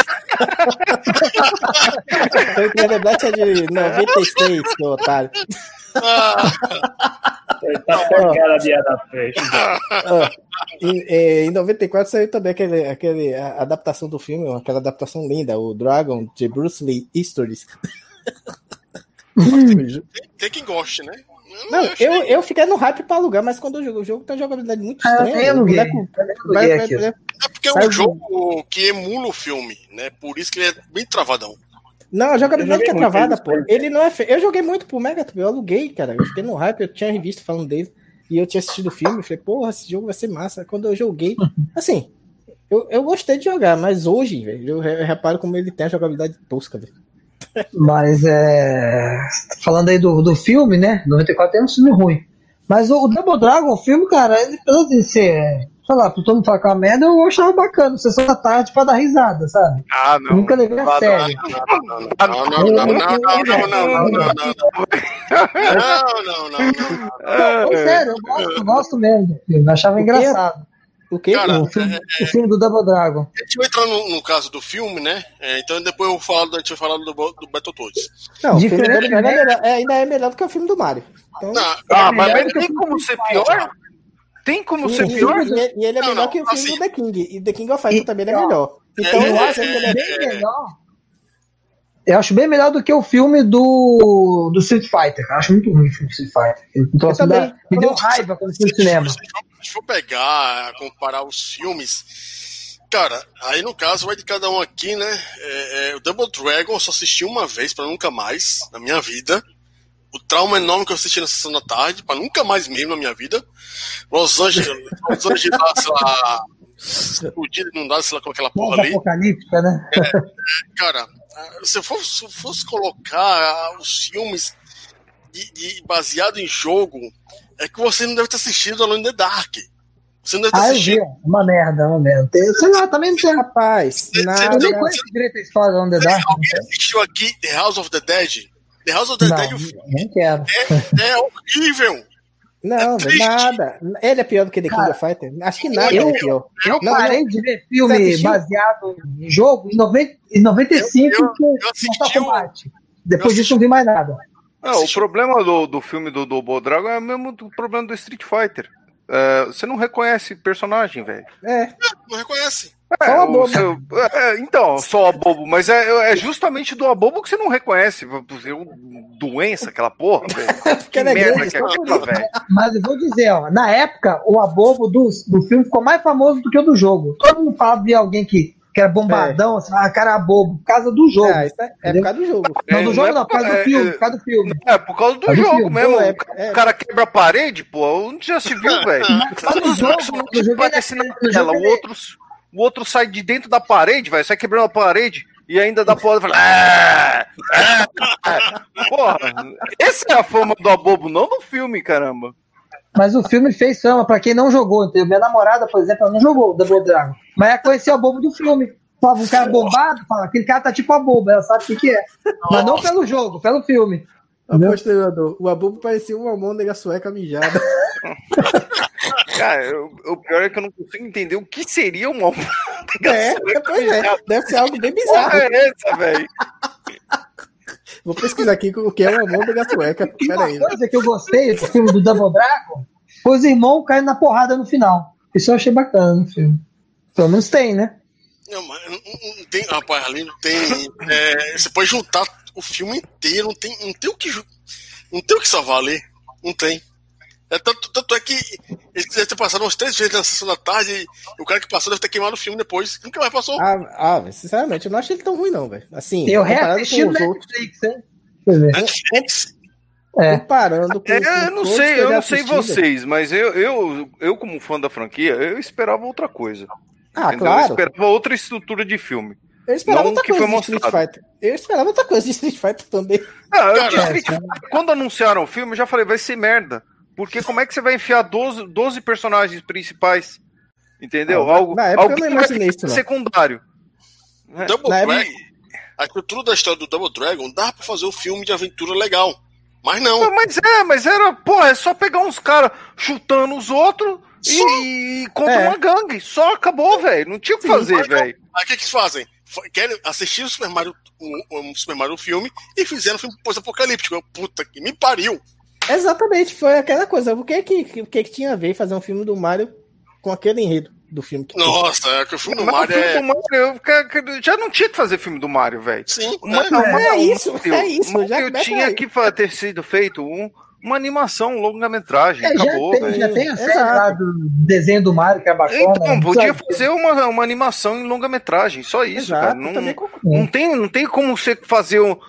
Foi que na verdade é de noventa e seis, seu otário. Ele tá pegando a dia da festa. Em, em noventa e quatro saiu também aquele, aquele, a adaptação do filme, aquela adaptação linda, o Dragon de Bruce Lee Stories. Tem, tem quem goste, né? Eu não, eu, eu, eu fiquei no hype pra alugar, mas quando eu jogo o jogo tem uma jogabilidade muito estranha. Ah, eu o boneco, vai, vai, vai, é porque é um jogo que emula o filme, né? Por isso que ele é bem travadão. Não, a jogabilidade que é travada, pô. Ele não é fe... Eu joguei muito pro Mega, eu aluguei, cara. Eu fiquei no hype, eu tinha revista falando dele. E eu tinha assistido o filme, falei, porra, esse jogo vai ser massa. Quando eu joguei, assim, eu, eu gostei de jogar, mas hoje, velho, eu reparo como ele tem a jogabilidade tosca, velho. Mas é. Falando aí do, do filme, né? noventa e quatro tem um filme ruim. Mas o, o Double Dragon, o filme, cara, ele apesar de ser. Sei lá, pra todo mundo falar com a merda, eu achava bacana. Sessão da tarde pra dar risada, sabe? Ah, não. Nunca levei a sério. Não, não, não, não, não, não, não, não, não, não, não. Sério, eu gosto, eu gosto mesmo. Eu achava engraçado. O quê? Cara, o, filme, é, o filme do Double Dragon. A gente vai entrar no, no caso do filme, né? É, então depois eu falo, a gente vai falar do, do Battletoads. Não, o filme do Double Dragon é melhor, é, ainda é melhor do que o filme do Mario. Então, não, ah, é mas ele tem como ser pior? Tem como sim, ser pior? E ele, e ele é não, melhor não, que o filme assim, do The King. E The King of Fighters também é melhor. Então é, eu é, acho que ele é bem melhor. Eu acho bem melhor do que o filme do, do Street Fighter. Eu acho muito ruim o filme do Street Fighter. Então, assim, também, me deu raiva quando fui no cinema. Se for pegar, comparar os filmes, Cara, aí no caso vai de cada um aqui, né? É, é, o Double Dragon eu só assisti uma vez pra nunca mais na minha vida. O trauma enorme que eu assisti na sessão da tarde, pra nunca mais mesmo na minha vida. Los Angeles, Los Angeles lá, sei lá, explodido, não dá, sei lá, com aquela porra ali. Apocalíptica, né? É, cara, se eu fosse, se eu fosse colocar os filmes de, de, baseado em jogo, é que você não deve ter assistido Alone in the Dark. Você não deve ter ah, assistido. Eu vi, uma merda, uma merda. Tem, sei lá, também não sei. Rapaz, nada. Eu nem conheço direito a história do Alone in the Dark. Alguém assistiu aqui The House of the Dead? The House of the Não, Dead o filme nem quero. é, é horrível. Não, É triste. nada. Ele é pior do que The King Cara, of Fighter? Acho que nada eu- é pior. Eu Não, parei não. de ver Você filme assistiu? baseado em jogo em, noventa, em noventa e cinco Eu- eu- com eu assisti Mortal o- Kombat. Depois eu disso não vi mais nada. Não, o problema do, do filme do Double Dragon é o mesmo do problema do Street Fighter. É, você não reconhece personagem, velho. É, Não reconhece. É, Só o o Abobo. seu- é, então, só o Abobo, mas é, é justamente do Abobo que você não reconhece. É um doença, aquela porra, velho. porque ele é merda grande, que é só por aquela, isso. velho. Mas eu vou dizer, ó, na época, o Abobo do, do filme ficou mais famoso do que o do jogo. Todo mundo falava de alguém que, que era bombadão, assim, ah, cara bobo, por causa do jogo. Ah, isso é, é por causa do jogo. Não, É, do não jogo é não, por causa por- do filme, é- por causa do filme. É, por causa do É do jogo filme, mesmo. é, O é. cara quebra a parede, pô, onde já se viu, velho? Mas no jogo, no jogo Parece ele- na no tela, jogo o ele- outro, o outro sai de dentro da parede, velho, sai quebrando a parede e ainda dá porra e fala. "Ah, ah". Porra, essa é a fama do Abobo, não do filme, caramba. Mas o filme fez fama pra quem não jogou, entendeu? Minha namorada, por exemplo, ela não jogou o Double Dragon. Mas ela conhecia o Bobo do filme. Falava, um cara bombado, fala, aquele cara tá tipo a Bobo, ela sabe o que, que é. Mas não pelo jogo, pelo filme. Entendeu? Apostador, o Abobo parecia uma almôndega sueca mijada. Cara, eu- o pior é que eu não consigo entender o que seria uma. É, pois é. Deve ser algo bem bizarro. Porra é essa, velho? Vou pesquisar aqui o que é uma almôndega sueca. E Pera uma aí. né? coisa que eu gostei do filme do Double Dragon foi os irmãos caindo na porrada no final. Isso eu achei bacana no filme. Pelo menos tem, né? Não, mas não, não- não tem. Rapaz, ali não tem. é, você pode juntar o filme inteiro, não tem, não tem o que. ju- Não tem o que salvar ali. Não tem. É, tanto, tanto é que eles devem ter passado umas três vezes na sessão da tarde e o cara que passou deve ter queimado o filme depois. Nunca mais passou. Ah, ah, velho, sinceramente, eu não achei ele tão ruim, não, velho. Assim, Eu comparado reassisti com no os outros. Netflix, hein? Quer ver? Netflix. É. Comparando com, É, com eu não todos sei, que eu já não sei assisti, velho. vocês, mas eu, eu, eu, como fã da franquia, eu esperava outra coisa. Ah, entendeu? claro. Eu esperava outra estrutura de filme. Eu esperava não outra que coisa foi de Street mostrado. Fighter. Eu esperava outra coisa de Street Fighter também. Ah, eu Cara, de Street Fighter, quando anunciaram o filme, eu já falei, vai ser merda. Porque como é que você vai enfiar doze, doze personagens principais? Entendeu? Ah, Algo, na época eu alguém não vai imaginei ficar isso, não. secundário. É. Double Na Dragon. época- A estrutura da história do Double Dragon dá pra fazer um filme de aventura legal. Mas não. Ah, Mas é, mas era, pô, é só pegar uns caras chutando os outros Só. e, e contra É. uma gangue. Só acabou, velho. Não tinha o que Sim, fazer, mas não. velho. Aí o que, que eles fazem? F- Querem assistir o Super Mario, o, o Super Mario filme e fizeram um filme pós-apocalíptico. Puta que me pariu. Exatamente, foi aquela coisa. O que que, o que que tinha a ver fazer um filme do Mario com aquele enredo do filme? Que Nossa, é que o filme do Mas Mario o filme é. do Mario, eu, que- que- já não tinha que fazer filme do Mario, velho. Sim, O é, Mario- não, o Mario- é o isso, Mario- é isso, o Mario já começa tinha aí. que fa- ter sido feito um, uma animação, um longa-metragem. É, já, Acabou, tem, velho. já tem a série Exato. lá do desenho do Mario, que é bacana. Então, não podia precisa- fazer uma, uma animação em longa-metragem, só isso, Exato, cara. eu Não, também concordo. não, tem, não tem como você fazer um,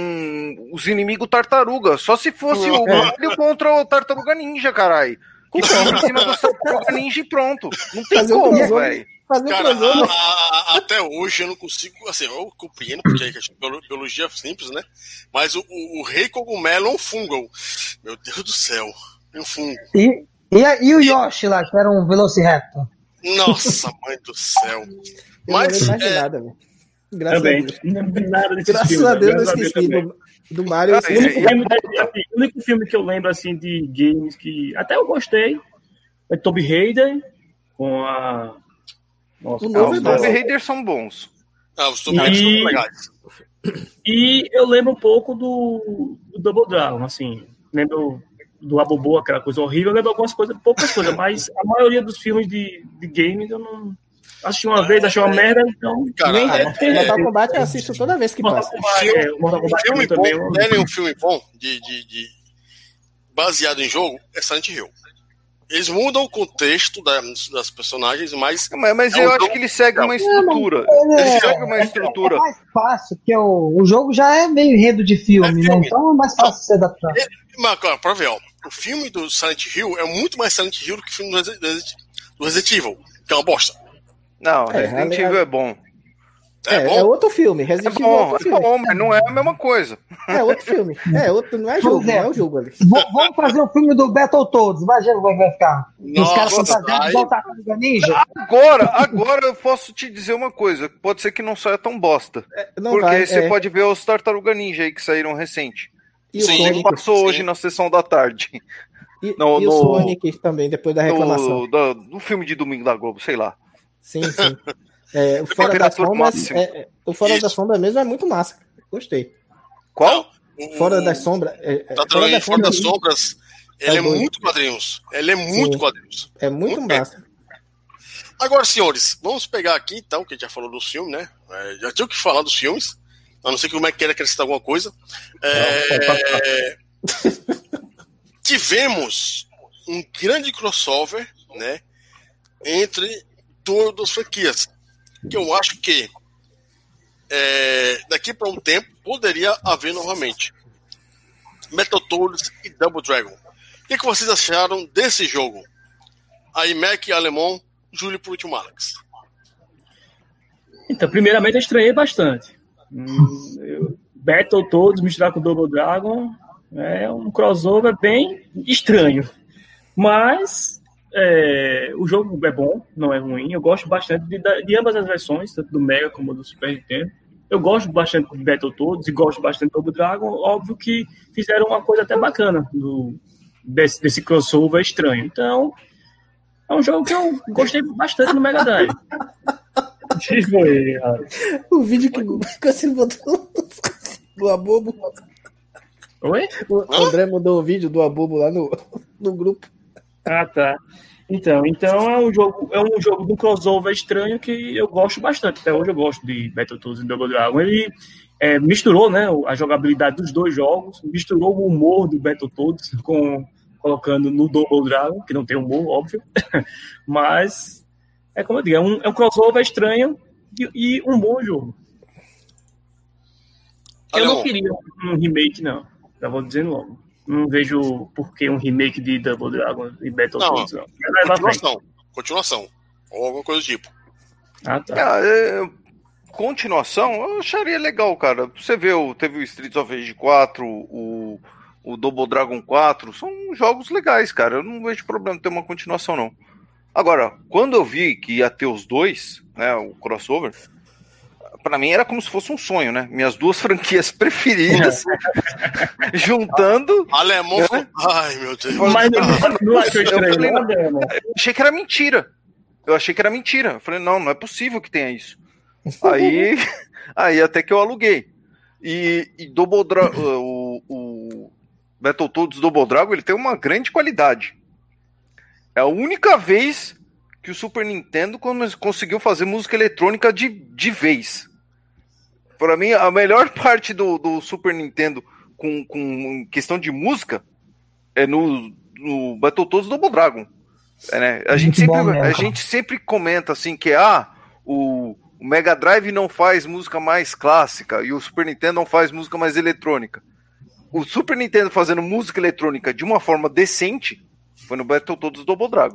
um- os inimigos tartaruga, só se fosse o É. Mario contra o Tartaruga Ninja, caralho. Que Concordo. em cima do Tartaruga Ninja e pronto. Não tem Fazer um como, crossover. velho. Fazer um Cara, crossover. a- a- a- até hoje eu não consigo. Assim, eu compreendo, porque é questão de biolo- biologia simples, né? Mas o, o, o rei cogumelo é um fungo. Meu Deus do céu. É um fungo. E, e, a- e o Yoshi lá, que era um Velociraptor. Nossa, mãe do céu. Eu Mas, não lembro mais de é, nada, velho. Graças Também. a Deus. Não lembro de nada desse Graças filme. a Deus eu graças esqueci também. do, do Mario. Ah, eu O único, esqueci. filme, assim, o único filme que eu lembro assim de games que até eu gostei é Tomb Raider com a. Nossa, O Ah, novo os é Tomb bom. Raiders são bons. ah, os tubarões E- são legais. E eu lembro um pouco do, do Double Dragon, assim. Lembro do Abobo, aquela coisa horrível. Eu lembro algumas coisas, poucas coisas, mas a maioria dos filmes de, de games eu não. Assisti uma vez, achei uma merda, então. Cara, nem é- tem. Mortal Kombat eu assisto toda vez que Mortal passa. Kombat, é, o Mortal Um Kombat filme bom, também. eu- querem um filme bom de, de, de- baseado em jogo é Silent Hill. eles mudam o contexto da, das personagens, mas... Mas, mas é eu um acho jogo... que ele segue uma estrutura. É, ele é, segue uma estrutura. É, é mais fácil, porque o, o jogo já é meio enredo de filme, É né? filme. Então é mais fácil de se adaptar. É, mas, claro, pra ver, ó, o filme do Silent Hill é muito mais Silent Hill do que o filme do Resident, do Resident Evil, que é uma bosta. Não, É, Resident aliás- Evil é bom. É, É, bom? é outro filme. É Resident Evil é bom, outro é filme. bom, mas não é a mesma coisa. É outro filme. É outro, não é Por jogo, não é exemplo, o jogo ali. V- vamos fazer um filme do Battletoads. Imagina como é que vai ficar. Os Nossa, caras fantasiados aí- igual Tartaruga Ninja. Agora, agora eu posso te dizer uma coisa. Pode ser que não saia tão bosta. Não porque vai, aí você é. pode ver os Tartaruga Ninja aí que saíram recente. E o Sim. Que Sonic, passou sim. hoje na sessão da tarde. e, no- e o no- Sonic também, depois da reclamação. Do, do, do filme de domingo da Globo, sei lá. Sim, sim. É, o Fora da Temperatura Sombra, máxima. é, é, o Fora Isso. da Sombra mesmo é muito massa. Gostei. Qual? O- Fora das Sombras. É, é, Tá Fora Fora, das Fora das Sombras Sombras, ele É é doido. muito quadrinhos. Ele é muito Sim. quadrinhos. é muito Muito bem. massa. Agora, senhores, vamos pegar aqui, então, que a gente já falou dos filmes, né? É, já tinha o que falar dos filmes. A não ser que o Mac queira acrescentar alguma coisa. É, tivemos um grande crossover, né? Entre todas as franquias. Que eu acho que é, daqui para um tempo poderia haver novamente. Battletoads e Double Dragon. O que, que vocês acharam desse jogo? Aí, Mac, Alemão, Júlio por último, Alex. Então, primeiramente, eu estranhei bastante. Hum, eu- Battletoads misturar com Double Dragon é um crossover bem estranho. Mas é, o jogo é bom, não é ruim. Eu gosto bastante de, de ambas as versões, tanto do Mega como do Super Nintendo. Eu gosto bastante de Battletoads e gosto bastante do Double Dragon. Óbvio que fizeram uma coisa até bacana do, desse, desse crossover estranho. Então, é um jogo que eu gostei bastante no Mega Drive. Que foi, cara? O vídeo que o Cassino botou do Abobo. Oi? O André mandou o vídeo do Abobo lá no, no grupo. Ah, tá. Então, então é um jogo, é um jogo de um crossover estranho que eu gosto bastante. Até hoje eu gosto de Battletoads e Double Dragon. Ele é, misturou, né, a jogabilidade dos dois jogos, misturou o humor do Battletoads com colocando no Double Dragon, que não tem humor, óbvio. Mas é como eu digo, é um, é um crossover estranho e, e um bom jogo. Eu Alemão. não queria um remake, não. Já vou dizendo logo. Não vejo por que um remake de Double Dragon e Battletoads, não. Vai levar pra frente. Continuação. Continuação. Ou alguma coisa do tipo. Ah, tá. Ah, é, continuação, eu acharia legal, cara. Você vê, o, teve o Streets of Rage quatro, o, o Double Dragon quatro, são jogos legais, cara. Eu não vejo problema ter uma continuação, não. Agora, quando eu vi que ia ter os dois, né, o crossover, pra mim era como se fosse um sonho, né? Minhas duas franquias preferidas, juntando. Alemão É? ficou... Ai, meu Deus. Mas não, não achou Eu estranho falei, nada, irmão? Eu achei que era mentira. Eu achei que era mentira. Eu falei, não, não é possível que tenha isso. Aí, aí até que eu aluguei. E, e Double Dra- o, o Battletoads Double Dragon, ele tem uma grande qualidade. É a única vez que o Super Nintendo conseguiu fazer música eletrônica de, de vez. Para mim, a melhor parte do, do Super Nintendo com, com questão de música é no, no Battletoads Double Dragon. É, né? A, gente Muito bom sempre, mesmo, a cara. gente sempre comenta assim que ah, o, o Mega Drive não faz música mais clássica e o Super Nintendo não faz música mais eletrônica. O Super Nintendo fazendo música eletrônica de uma forma decente foi no Battletoads Double Dragon.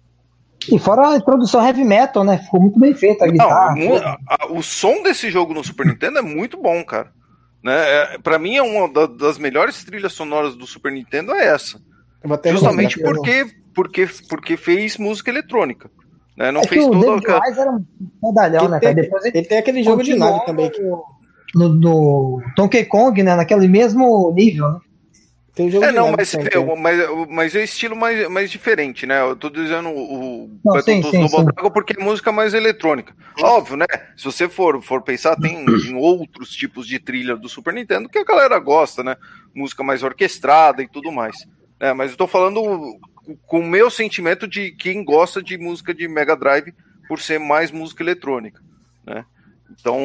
E fora a introdução heavy metal, né? Ficou muito bem feita a Não, guitarra. mu- a- a- o som desse jogo no Super Nintendo é muito bom, cara. Né? É, pra mim, é uma da- das melhores trilhas sonoras do Super Nintendo é essa. Eu vou até Justamente jogar, porque, porque, porque fez música eletrônica. Né? Não É que fez o toda David aquela... Wise era um medalhão, Ele né, tem, cara? Depois ele ele tem aquele jogo de continuou nave também. que- No, no Donkey Kong, né? Naquele mesmo nível, né? Tem um jogo É, de não, nave mas, também, é, que- mas, mas é estilo mais, mais diferente, né? Eu tô dizendo o, o Não, Battletoads sim, sim, Double sim. Dragon porque é música mais eletrônica. Óbvio, né? Se você for, for pensar, tem em outros tipos de trilha do Super Nintendo que a galera gosta, né? Música mais orquestrada e tudo mais. É, mas eu tô falando com o meu sentimento de quem gosta de música de Mega Drive por ser mais música eletrônica, né? Então,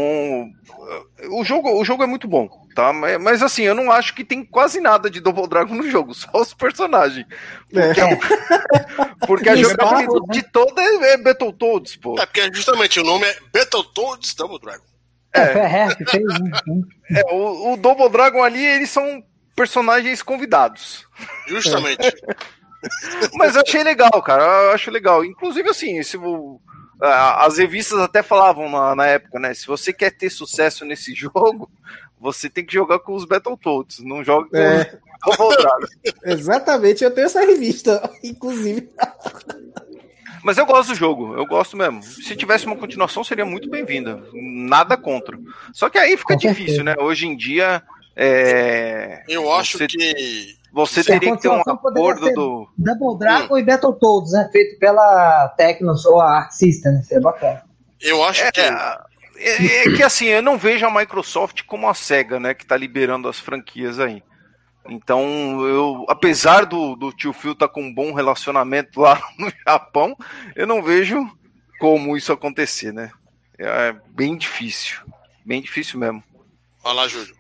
o jogo, o jogo é muito bom, tá? Mas, mas assim, eu não acho que tem quase nada de Double Dragon no jogo, só os personagens. Porque, É. Porque a jogabilidade de toda é Battletoads, pô. É porque justamente o nome é Battletoads Double Dragon. É, foi a Rare que fez. Né? É, o, o Double Dragon ali, eles são personagens convidados. Justamente. É. Mas eu achei legal, cara. Eu acho legal. Inclusive, assim, se o, as revistas até falavam na, na época, né? Se você quer ter sucesso nesse jogo, você tem que jogar com os Battletoads. Não joga com É. os Double Dragon. Exatamente, eu tenho essa revista, inclusive. Mas eu gosto do jogo, eu gosto mesmo. Se tivesse uma continuação, seria muito bem-vinda. Nada contra. Só que aí fica Com difícil, certeza. né? Hoje em dia. É... Eu acho você, que. Você Se a teria que ter um continuação poderia acordo ser do. Double Dragon hum. e Battletoads, né? Feito pela Technos ou a Arc System, né? Seria bacana. Eu acho é, que. É, é que assim, eu não vejo a Microsoft como a SEGA, né? Que tá liberando as franquias aí. Então, eu, apesar do, do tio Phil estar tá com um bom relacionamento lá no Japão, eu não vejo como isso acontecer, né? É bem difícil. Bem difícil mesmo. Vai lá, Júlio.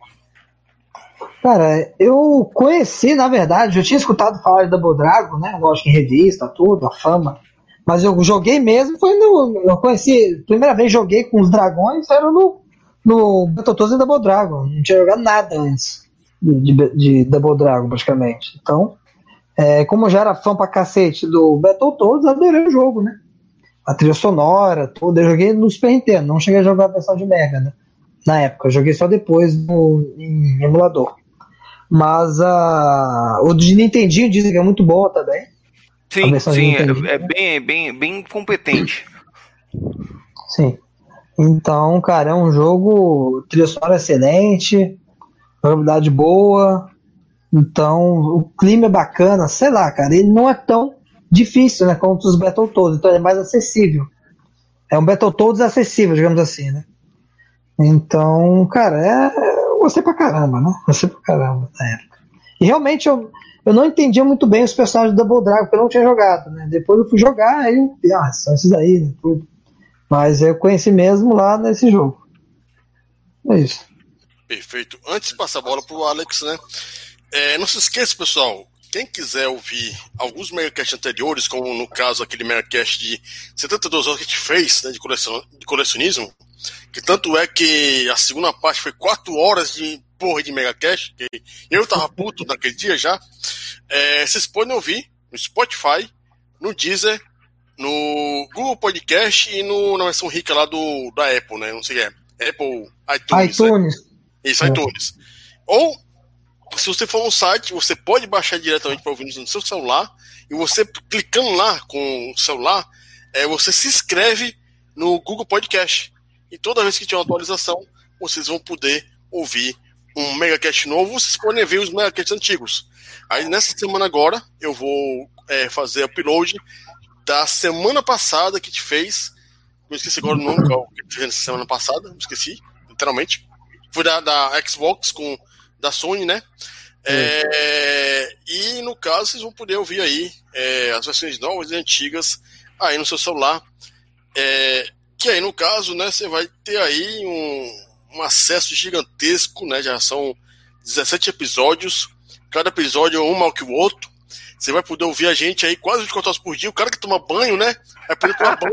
Cara, eu conheci, na verdade, eu tinha escutado falar de Double Dragon, né? Lógico, em revista, tudo, a fama. Mas eu joguei mesmo, foi no. Eu conheci, primeira vez joguei com os dragões, era no, no Battletoads e Double Dragon. Não tinha jogado nada antes. De, de, de Double Dragon, praticamente. Então, é, como eu já era fã pra cacete do Battletoads, eu adorei o jogo, né? A trilha sonora, tudo. Eu joguei no Super Nintendo, não cheguei a jogar a versão de Mega, né? Na época, eu joguei só depois no, em emulador. Mas a, o de Nintendinho dizem que é muito boa também. Sim, sim, é, é bem, bem, bem competente. Sim. Então, cara, é um jogo, trilha sonora excelente, jogabilidade boa, então o clima é bacana, sei lá, cara, ele não é tão difícil, né, quanto os Battletoads, então ele é mais acessível. É um Battletoads acessível, digamos assim, né. Então, cara, é, eu gostei pra caramba, né, gostei pra caramba na época. E realmente eu, eu não entendia muito bem os personagens do Double Dragon, porque eu não tinha jogado, né, depois eu fui jogar, aí eu, ah, são esses aí, né, tudo. Mas eu conheci mesmo lá nesse jogo. É isso. Perfeito. Antes de passar a bola pro Alex, né? É, não se esqueça, pessoal, quem quiser ouvir alguns Megacasts anteriores, como no caso aquele Megacast de setenta e duas horas que a gente fez, né, de, colecion, de colecionismo, que tanto é que a segunda parte foi quatro horas de porra de Megacast, que eu tava puto naquele dia já. É, vocês podem ouvir no Spotify, no Deezer, no Google Podcast e no, na versão rica lá do, da Apple, né? Não sei o que é. Apple iTunes. iTunes. Né? Isso, iTunes. É. Ou, se você for no site, você pode baixar diretamente para ouvir no seu celular, e você, clicando lá com o celular, é, você se inscreve no Google Podcast. E toda vez que tiver uma atualização, vocês vão poder ouvir um Megacast novo, vocês podem ver os Megacasts antigos. Aí, nessa semana agora, eu vou é, fazer upload da semana passada que te fez. Eu esqueci agora o nome, qual que fez nessa semana passada, esqueci, literalmente. Foi da, da Xbox com da Sony, né? É, e no caso, vocês vão poder ouvir aí é, as versões novas e antigas aí no seu celular. É, que aí, no caso, né, você vai ter aí um, um acesso gigantesco, né? Já são dezessete episódios, cada episódio é um maior que o outro. Você vai poder ouvir a gente aí quase vinte e quatro horas por dia. O cara que toma banho, né? Vai poder tomar banho.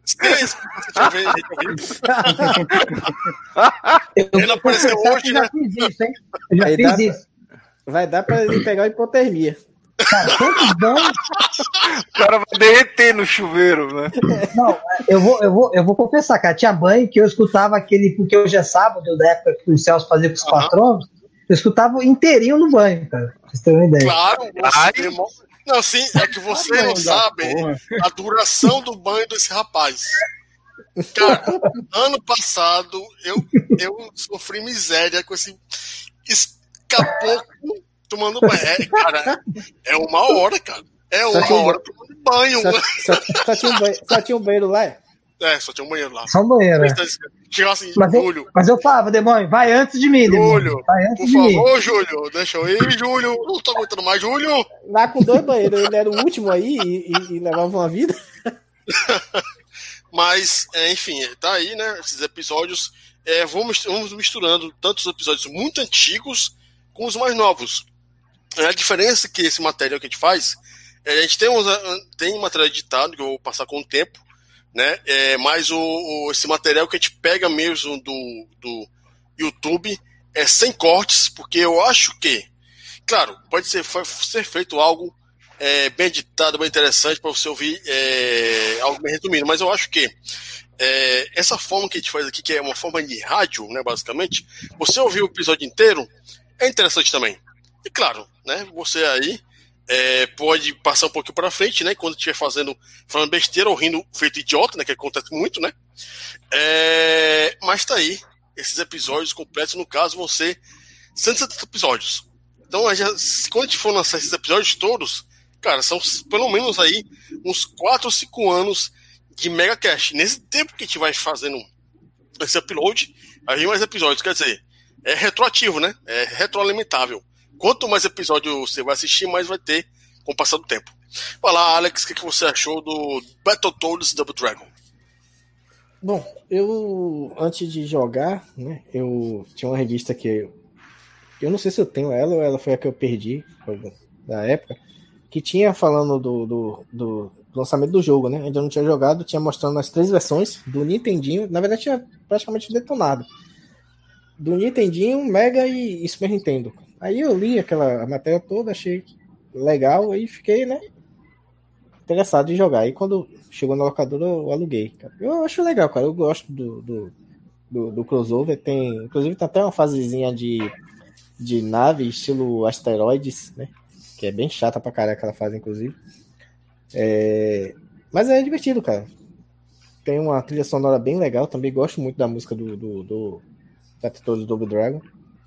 Ele apareceu hoje, né? Já fiz isso, hein? Eu já Aí fiz dá, isso. Vai dar pra ele pegar hipotermia. Cara, tantos banhos. O cara vai derreter no chuveiro, né? Não, eu vou, eu, vou, eu vou confessar, cara. Tinha banho que eu escutava aquele, porque hoje é sábado, da época que o Celso fazia com os uhum. patrões. Eu escutava inteirinho no banho, cara. Pra vocês terem uma ideia. Claro, você demora... Não, sim, é que vocês não sabem a duração do banho desse rapaz. Cara, ano passado eu, eu sofri miséria com esse escapouco tomando banho. É, cara, é uma hora, cara. É uma um hora tomando banho. Só, só, só, tinha um banho só tinha um banheiro lá? É, só tinha um banheiro lá. Só um banheiro, é. Chegava assim, mas, Júlio. Eu, mas eu falava, demônio, vai antes de mim, Júlio, vai antes por de favor, mim. Júlio, deixa eu ir, Júlio. Não tô aguentando mais, Júlio. Lá com dois banheiros, ele era o último aí e, e, e levava uma vida. Mas, é, enfim, tá aí, né? Esses episódios. É, vamos, vamos misturando tantos episódios muito antigos com os mais novos. A diferença que esse material que a gente faz É, a gente tem, uns, tem material editado que eu vou passar com o tempo, né? É, mas o, o, esse material que a gente pega mesmo do, do YouTube é sem cortes, porque eu acho que, claro, pode ser, ser feito algo é, bem editado, bem interessante para você ouvir é, algo bem resumido, mas eu acho que é, essa forma que a gente faz aqui, que é uma forma de rádio, né, basicamente, você ouvir o episódio inteiro é interessante também. E claro, né, você aí É, pode passar um pouquinho para frente, né? Quando estiver fazendo, falando besteira ou rindo feito idiota, né? Que acontece muito, né? É, mas tá aí, esses episódios completos, no caso, vão ser cento e setenta episódios. Então, já, quando a gente for lançar esses episódios todos, cara, são pelo menos aí uns quatro ou cinco anos de MegaCast. Nesse tempo que a gente vai fazendo esse upload, aí vem mais episódios. Quer dizer, é retroativo, né? É retroalimentável. Quanto mais episódio você vai assistir, mais vai ter com o passar do tempo. Vai lá, Alex, o que, que você achou do Battletoads Double Dragon? Bom, eu, antes de jogar, né, eu tinha uma revista que eu, eu não sei se eu tenho ela ou ela foi a que eu perdi na época, que tinha falando do, do, do lançamento do jogo, né? Ainda não tinha jogado, tinha mostrando as três versões do Nintendinho, na verdade tinha praticamente detonado. Do Nintendinho, Mega e, e Super Nintendo. Aí eu li aquela matéria toda, achei legal e fiquei, né, interessado em jogar. Aí quando chegou na locadora eu aluguei, cara. Eu acho legal, cara. Eu gosto do, do, do, do crossover. Tem, inclusive tem até uma fasezinha de, de nave estilo asteroides, né? Que é bem chata pra caralho aquela fase, inclusive. É, mas é divertido, cara. Tem uma trilha sonora bem legal. Também gosto muito da música do, do, do Battletoads Double Dragon.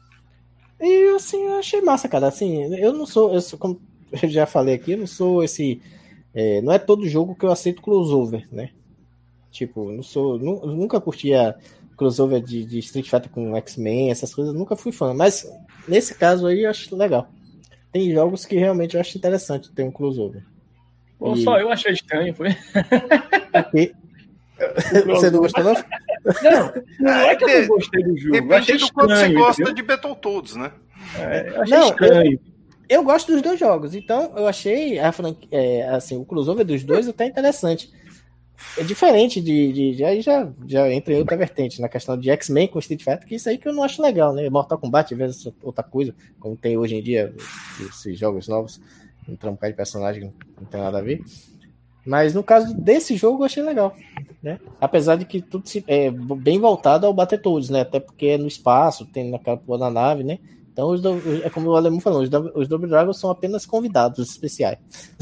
E assim, eu achei massa, cara. Assim, eu não sou, eu sou, como eu já falei aqui, eu não sou esse. É, não é todo jogo que eu aceito crossover, né? Tipo, não sou. Nu, nunca curtia crossover de, de Street Fighter com X-Men, essas coisas, nunca fui fã. Mas nesse caso aí eu acho legal. Tem jogos que realmente eu acho interessante ter um crossover. Pô, e... Só eu achei estranho, foi? Porque... Você não gostou, não? Não, não é que eu não gostei do jogo. Depende do quanto você gosta, entendeu? De Battletoads, né? É, eu achei não, estranho. Eu, eu gosto dos dois jogos, então eu achei a franqu... é, assim, o crossover dos dois até interessante. É diferente de. de, de aí já, já entra em outra vertente, na questão de X-Men com Street Fighter, que isso aí que eu não acho legal, né? Mortal Kombat, às vezes outra coisa, como tem hoje em dia esses jogos novos, entrar um bocado de personagem, não tem nada a ver. Mas no caso desse jogo eu achei legal, né? Apesar de que tudo se, é bem voltado ao Battletoads, né? Até porque é no espaço, tem naquela porra da nave, né? Então, os do, é como o Alemão falou, os, do, os Double Dragons são apenas convidados especiais.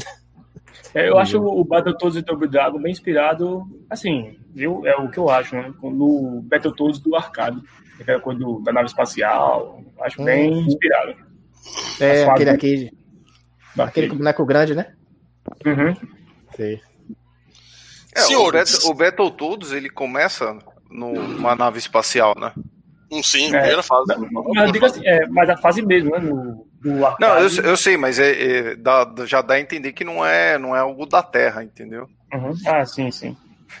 É, eu acho o Battletoads e Double Dragon bem inspirado, assim, viu? É o que eu acho, né? No Battletoads do arcade, aquela coisa do, da nave espacial, acho hum. bem inspirado. É, aquele arcade. Aquele com boneco grande, né? Uhum. Sei. É, Senhores, o Battletoads, ele começa numa nave espacial, né? Um sim, é, primeira fase. Mas, diga assim, é, mas a fase mesmo, né? No, no não, eu, eu sei, mas é, é, dá, já dá a entender que não é, não é algo da Terra, entendeu? Uhum. Ah, sim, sim.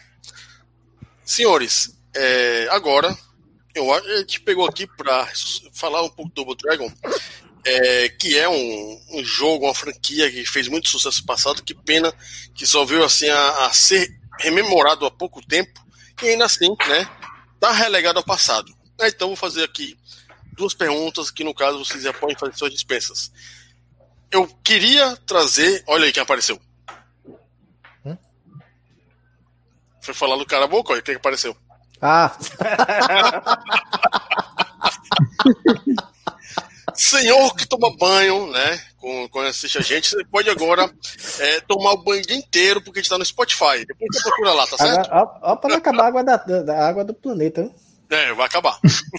Senhores, é, agora eu, a gente pegou aqui para falar um pouco do Double Dragon. É, que é um, um jogo, uma franquia que fez muito sucesso no passado, que pena que só veio assim a, a ser rememorado há pouco tempo e ainda assim, né, tá relegado ao passado. Então vou fazer aqui duas perguntas que no caso vocês já podem fazer suas dispensas. Eu queria trazer, olha aí quem apareceu. Hum? Foi falar do cara boca, olha quem apareceu. Ah! Senhor que toma banho, né? Com, com assiste a gente, você pode agora é, tomar o banho o dia inteiro, porque a gente tá no Spotify. Depois você procura lá, tá certo? Ó, ó pra não acabar a água da, da água do planeta, hein? É, vai acabar.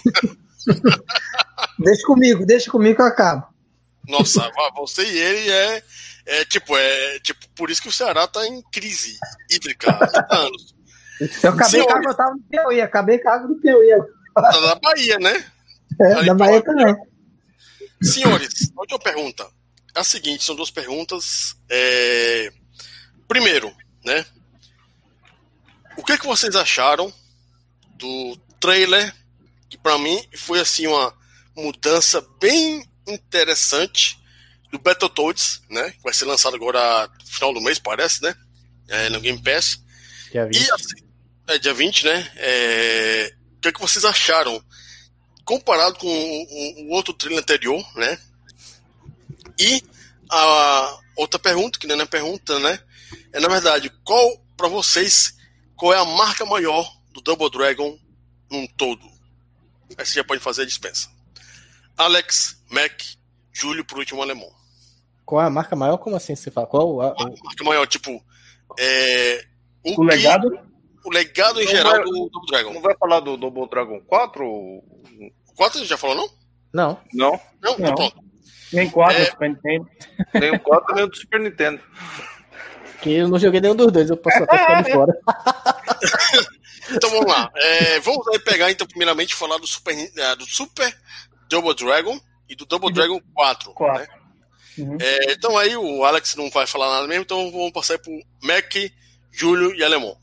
Deixa comigo, deixa comigo que eu acabo. Nossa, você e ele é, é tipo, é tipo, por isso que o Ceará tá em crise hídrica há anos. Eu acabei com a água, eu tava no Piauí, acabei com a água do Piauí. Tá da Bahia, né? É, Ali da Bahia também. Senhores, a última pergunta é a seguinte, são duas perguntas. É... Primeiro, né? O que, é que vocês acharam do trailer, que para mim foi assim uma mudança bem interessante do Battletoads, né? Que vai ser lançado agora no final do mês, parece, né? É, no Game Pass. Dia vinte. E assim, é dia vinte, né? É, o que é que vocês acharam? Comparado com o, o, o outro trailer anterior, né? E a outra pergunta, que não é pergunta, né? É, na verdade, qual, pra vocês, qual é a marca maior do Double Dragon num todo? Aí você já pode fazer a dispensa. Alex, Mac, Júlio, por último, alemão. Qual é a marca maior? Como assim você fala? Qual a, a marca maior, tipo... É, o, o que, legado? O legado em não geral vai, do Double Dragon. Não vai falar do Double Dragon quatro? Ou... O quatro já falou, não? Não. Não? Não, não. Pronto. Nem quatro, é... Super Nintendo. Nem o quatro, nem o do Super Nintendo. Que eu não joguei nenhum dos dois, eu posso até ficar de fora. Então vamos lá. É, vamos aí pegar, então, primeiramente, falar do Super, uh, do Super Double Dragon e do Double Dragon quatro. quatro. Né? Uhum. É, então aí o Alex não vai falar nada mesmo, então vamos passar pro Mac, Júlio e Alemão.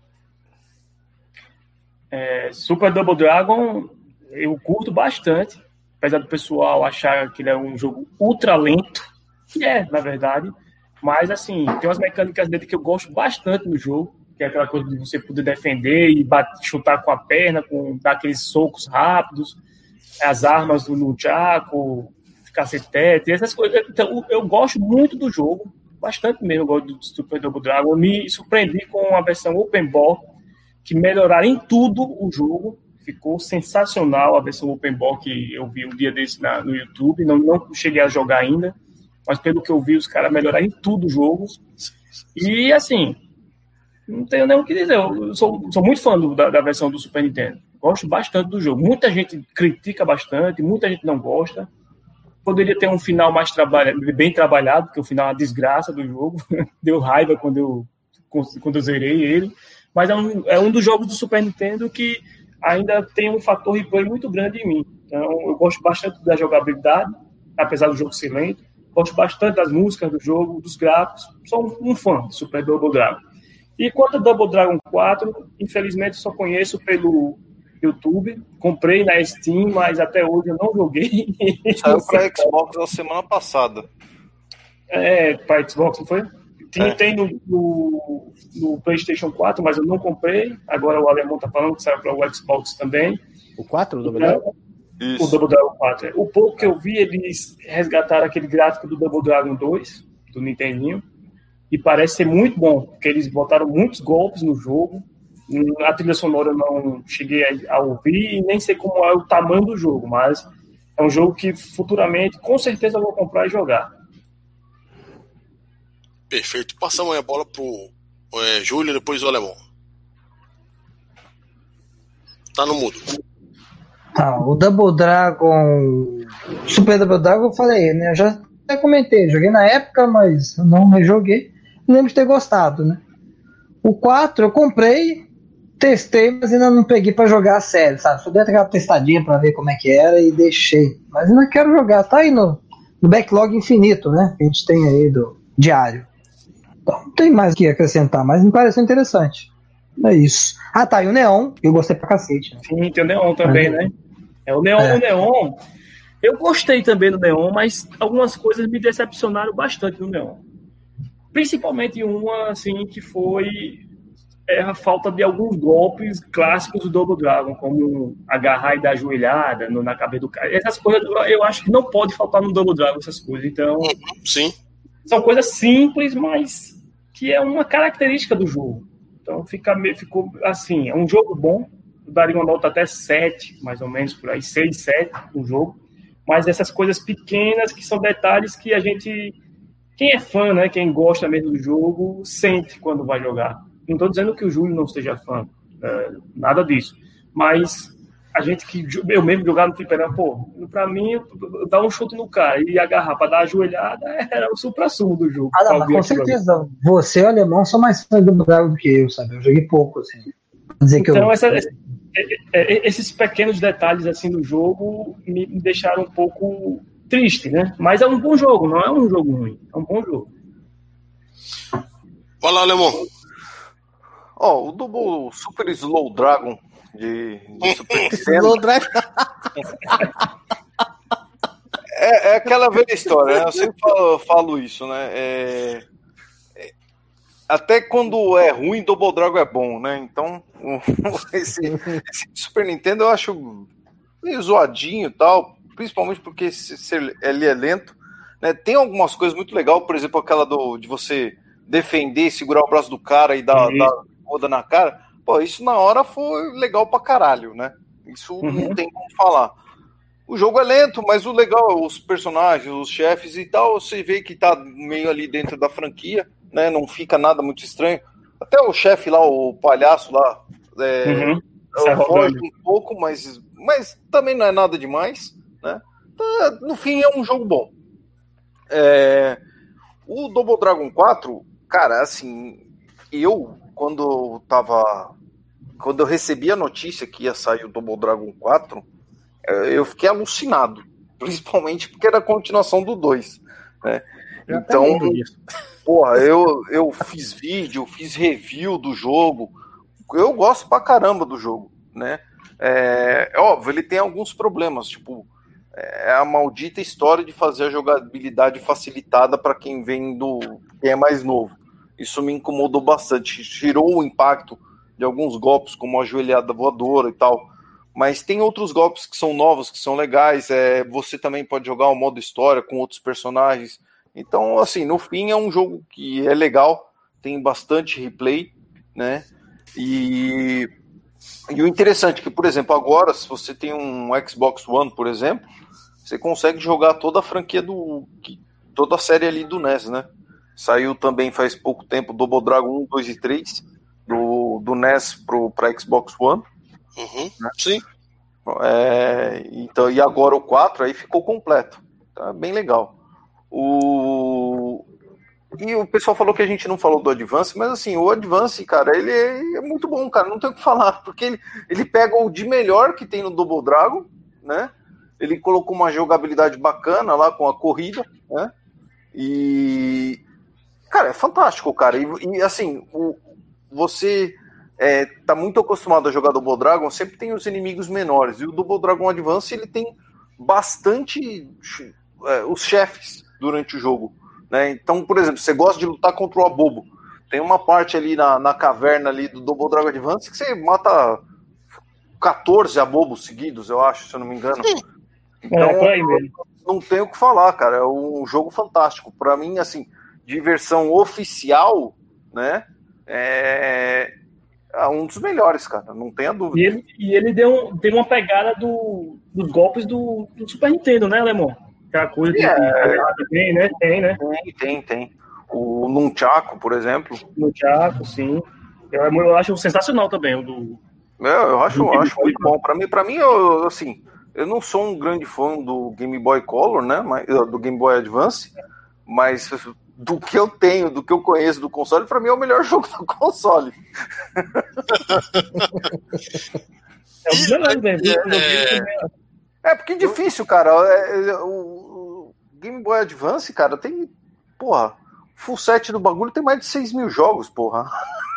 É, Super Double Dragon eu curto bastante, apesar do pessoal achar que ele é um jogo ultra lento, que é, na verdade, mas assim, tem umas mecânicas dele que eu gosto bastante no jogo, que é aquela coisa de você poder defender e bater, chutar com a perna, com, dar aqueles socos rápidos, as armas do nunchaku, cacetete, essas coisas. Então, eu gosto muito do jogo, bastante mesmo, eu gosto do Super Double Dragon. Eu me surpreendi com a versão Open Ball, que melhoraram em tudo o jogo, ficou sensacional a versão Open Ball que eu vi um dia desse na, no YouTube, não, não cheguei a jogar ainda, mas pelo que eu vi, os caras melhoraram em tudo o jogo. E assim, não tenho nem o que dizer, eu sou, sou muito fã do, da, da versão do Super Nintendo, gosto bastante do jogo. Muita gente critica bastante, muita gente não gosta. Poderia ter um final mais trabalha, bem trabalhado, porque o final é uma desgraça do jogo. Deu raiva quando eu, quando eu zerei ele. Mas é um, é um dos jogos do Super Nintendo que ainda tem um fator replay muito grande em mim. Então, eu gosto bastante da jogabilidade, apesar do jogo ser lento. Gosto bastante das músicas do jogo, dos gráficos. Sou um, um fã do Super Double Dragon. E quanto ao Double Dragon quatro, infelizmente só conheço pelo YouTube. Comprei na Steam, mas até hoje eu não joguei. Saiu para Xbox na semana passada. É, para Xbox, não foi? Tem, é. tem no, no, no PlayStation quatro, mas eu não comprei. Agora o alemão tá falando que saiu para o Xbox também. O quatro, o Double Dragon? Isso. O Double Dragon quatro. O pouco que eu vi, eles resgataram aquele gráfico do Double Dragon dois, do Nintendinho, e parece ser muito bom, porque eles botaram muitos golpes no jogo. A trilha sonora eu não cheguei a ouvir e nem sei como é o tamanho do jogo, mas é um jogo que futuramente, com certeza, eu vou comprar e jogar. Perfeito. Passamos aí a bola pro é, Júlio e depois o alemão. Tá no mudo. Ah, o Double Dragon, Super Double Dragon, eu falei, né? Eu já até comentei, joguei na época, mas não rejoguei. Não lembro de ter gostado, né? O quatro eu comprei, testei, mas ainda não peguei pra jogar a sério, sabe? Só dei aquela testadinha pra ver como é que era e deixei. Mas ainda quero jogar, tá aí no, no backlog infinito, né? Que a gente tem aí do diário. Então não tem mais o que acrescentar, mas me pareceu interessante. É isso. Ah, tá, e o Neon, eu gostei pra cacete. Né? Sim, tem o Neon também, é. né? É o Neon, é. o Neon. Eu gostei também do Neon, mas algumas coisas me decepcionaram bastante no Neon. Principalmente uma, assim, que foi é, a falta de alguns golpes clássicos do Double Dragon, como agarrar e dar ajoelhada no, na cabeça do cara. Essas coisas eu acho que não pode faltar no Double Dragon, essas coisas. Então, sim. São coisas simples, mas que é uma característica do jogo. Então, fica, ficou assim, é um jogo bom. Eu daria uma nota até sete, mais ou menos, por aí, seis, sete no jogo. Mas essas coisas pequenas, que são detalhes que a gente... Quem é fã, né, quem gosta mesmo do jogo, sente quando vai jogar. Não estou dizendo que o Júlio não seja fã, é, nada disso. Mas a gente que... Eu mesmo jogar no fliperama, pô, pra mim, dar um chute no cara e agarrar pra dar a ajoelhada era o supra-sumo do jogo. Ah, não, mas com certeza. Jogo. Você e o alemão são mais fãs do Dragon do que eu, sabe? Eu joguei pouco, assim. Dizer que então, eu... essa, esses pequenos detalhes, assim, do jogo me deixaram um pouco... triste, né? Mas é um bom jogo, não é um jogo ruim. É um bom jogo. Fala, alemão. Ó, oh, o Double Super Slow Dragon de, de Super Nintendo. Slow Dragon. É, é, é aquela velha história, né? Eu sempre falo, falo isso, né? É, é, até quando é ruim, Double Dragon é bom, né? Então, esse, esse Super Nintendo eu acho meio zoadinho e tal, principalmente porque se, se ele é lento, né? Tem algumas coisas muito legais, por exemplo, aquela do, de você defender, segurar o braço do cara e dar, dar roda na cara. Pô, isso na hora foi legal pra caralho, né? Isso uhum. não tem como falar. O jogo é lento, mas o legal, os personagens, os chefes e tal, você vê que tá meio ali dentro da franquia, né? Não fica nada muito estranho. Até o chefe lá, o palhaço lá, é, uhum. foge um pouco, mas, mas também não é nada demais, né? No fim é um jogo bom. É, o Double Dragon quatro, cara, assim, eu, quando eu tava... Quando eu recebi a notícia que ia sair o Double Dragon quatro, eu fiquei alucinado, principalmente porque era a continuação do dois, né? Então, porra, eu, eu fiz vídeo, fiz review do jogo, eu gosto pra caramba do jogo, né? É, é óbvio, ele tem alguns problemas, tipo, é a maldita história de fazer a jogabilidade facilitada para quem vem do quem é mais novo. Isso me incomodou bastante, tirou o impacto de alguns golpes, como a joelhada voadora e tal. Mas tem outros golpes que são novos, que são legais. É, você também pode jogar o modo história com outros personagens. Então, assim, no fim é um jogo que é legal, tem bastante replay, né? E, e o interessante é que, por exemplo, agora, se você tem um Xbox One, por exemplo, você consegue jogar toda a franquia do... toda a série ali do N E S, né? Saiu também faz pouco tempo Double Dragon um, dois e três, do, do N E S para Xbox One. Uhum, né? Sim. É, então, e agora o quatro aí ficou completo. Tá bem legal. O... E o pessoal falou que a gente não falou do Advance, mas assim, o Advance, cara, ele é, é muito bom, cara, não tem o que falar, porque ele, ele pega o de melhor que tem no Double Dragon, né? Ele colocou uma jogabilidade bacana lá com a corrida, né? E... Cara, é fantástico, cara. E, e assim, o, você é, tá muito acostumado a jogar Double Dragon, sempre tem os inimigos menores. E o Double Dragon Advance, ele tem bastante é, os chefes durante o jogo, né? Então, por exemplo, você gosta de lutar contra o Abobo. Tem uma parte ali na, na caverna ali do Double Dragon Advance que você mata quatorze Abobos seguidos, eu acho, se eu não me engano. Então, é, não tenho o que falar, cara. É um jogo fantástico. Pra mim, assim, de versão oficial, né? É, é um dos melhores, cara. Não tenha dúvida. E ele, e ele deu um, tem uma pegada do, dos golpes do, do Super Nintendo, né, Alemão? Aquela coisa que é, tem, né? Tem, né? Tem, tem, tem. O Nunchaku, por exemplo. Nunchaku, sim. Eu, eu acho sensacional também o do. É, eu acho, eu acho muito bom. Pra mim, pra mim eu, assim, eu não sou um grande fã do Game Boy Color, né? Mas, do Game Boy Advance, mas do que eu tenho, do que eu conheço do console, pra mim é o melhor jogo do console. É o melhor, velho. É, porque é difícil, cara. É, é, o, o Game Boy Advance, cara, tem, porra, full set do bagulho tem mais de seis mil jogos, porra.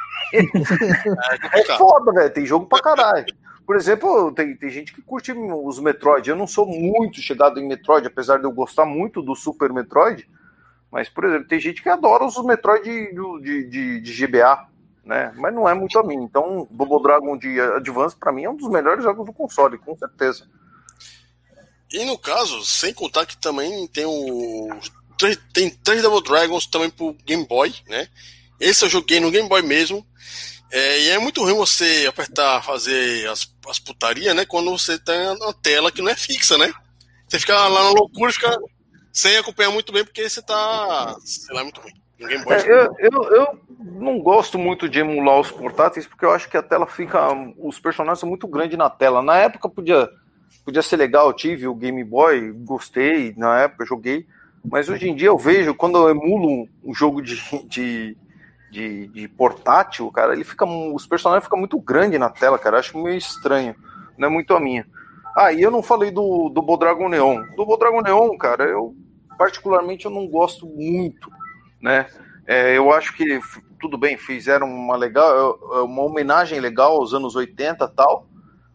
É foda, velho. Tem jogo pra caralho. Por exemplo, tem, tem gente que curte os Metroid. Eu não sou muito chegado em Metroid, apesar de eu gostar muito do Super Metroid. Mas, por exemplo, tem gente que adora os Metroid de, de, de, de G B A, né? Mas não é muito a mim. Então, Double Dragon de Advance, pra mim, é um dos melhores jogos do console, com certeza. E no caso, sem contar que também tem o. Tem três Double Dragons também pro Game Boy, né? Esse eu joguei no Game Boy mesmo. É, e é muito ruim você apertar, fazer as, as putarias, né? Quando você tem uma tela que não é fixa, né? Você fica lá na loucura, fica sem acompanhar muito bem, porque você tá, sei lá, muito ruim. No Game Boy. É, eu, eu, eu não gosto muito de emular os portáteis, porque eu acho que a tela fica. Os personagens são muito grandes na tela. Na época podia, podia ser legal, eu tive o Game Boy, gostei, na época joguei. Mas hoje em dia eu vejo, quando eu emulo um jogo de. de De, de portátil, cara, ele fica, os personagens ficam muito grandes na tela, cara, acho meio estranho, não é muito a minha. Ah, e eu não falei do, do Double Dragon Neon. Do Double Dragon Neon, cara, eu particularmente eu não gosto muito, né, é, eu acho que, tudo bem, fizeram uma legal, uma homenagem legal aos anos oitenta e tal,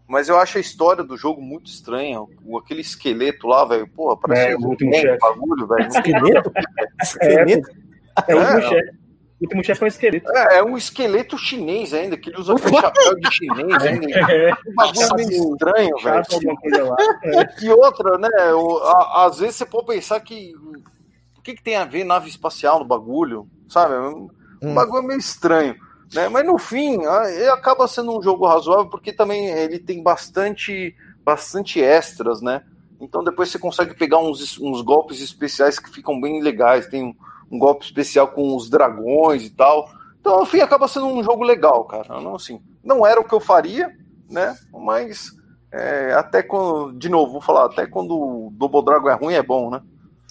mas eu acho a história do jogo muito estranha. O, aquele esqueleto lá, velho, porra, parece É, um o último chefe. bagulho, velho. Esqueleto? Esqueleto? É o último É. chefe. O último chefe é um esqueleto. É, é um esqueleto chinês ainda, que ele usa aquele chapéu de chinês ainda. É, Um bagulho meio estranho, velho. chato alguma coisa lá. É. E outra, né? o- a- às vezes você pode pensar que. O que, que tem a ver nave espacial no bagulho? Sabe? Um Hum. bagulho meio estranho. Né? Mas no fim, ah, ele acaba sendo um jogo razoável porque também ele tem bastante, bastante extras, né? Então depois você consegue pegar uns, uns golpes especiais que ficam bem legais. Tem um, um golpe especial com os dragões e tal. Então, no fim, acaba sendo um jogo legal, cara. Não, assim, não era o que eu faria, né? Mas é, até quando, de novo, vou falar, até quando o Double Dragon é ruim, é bom, né?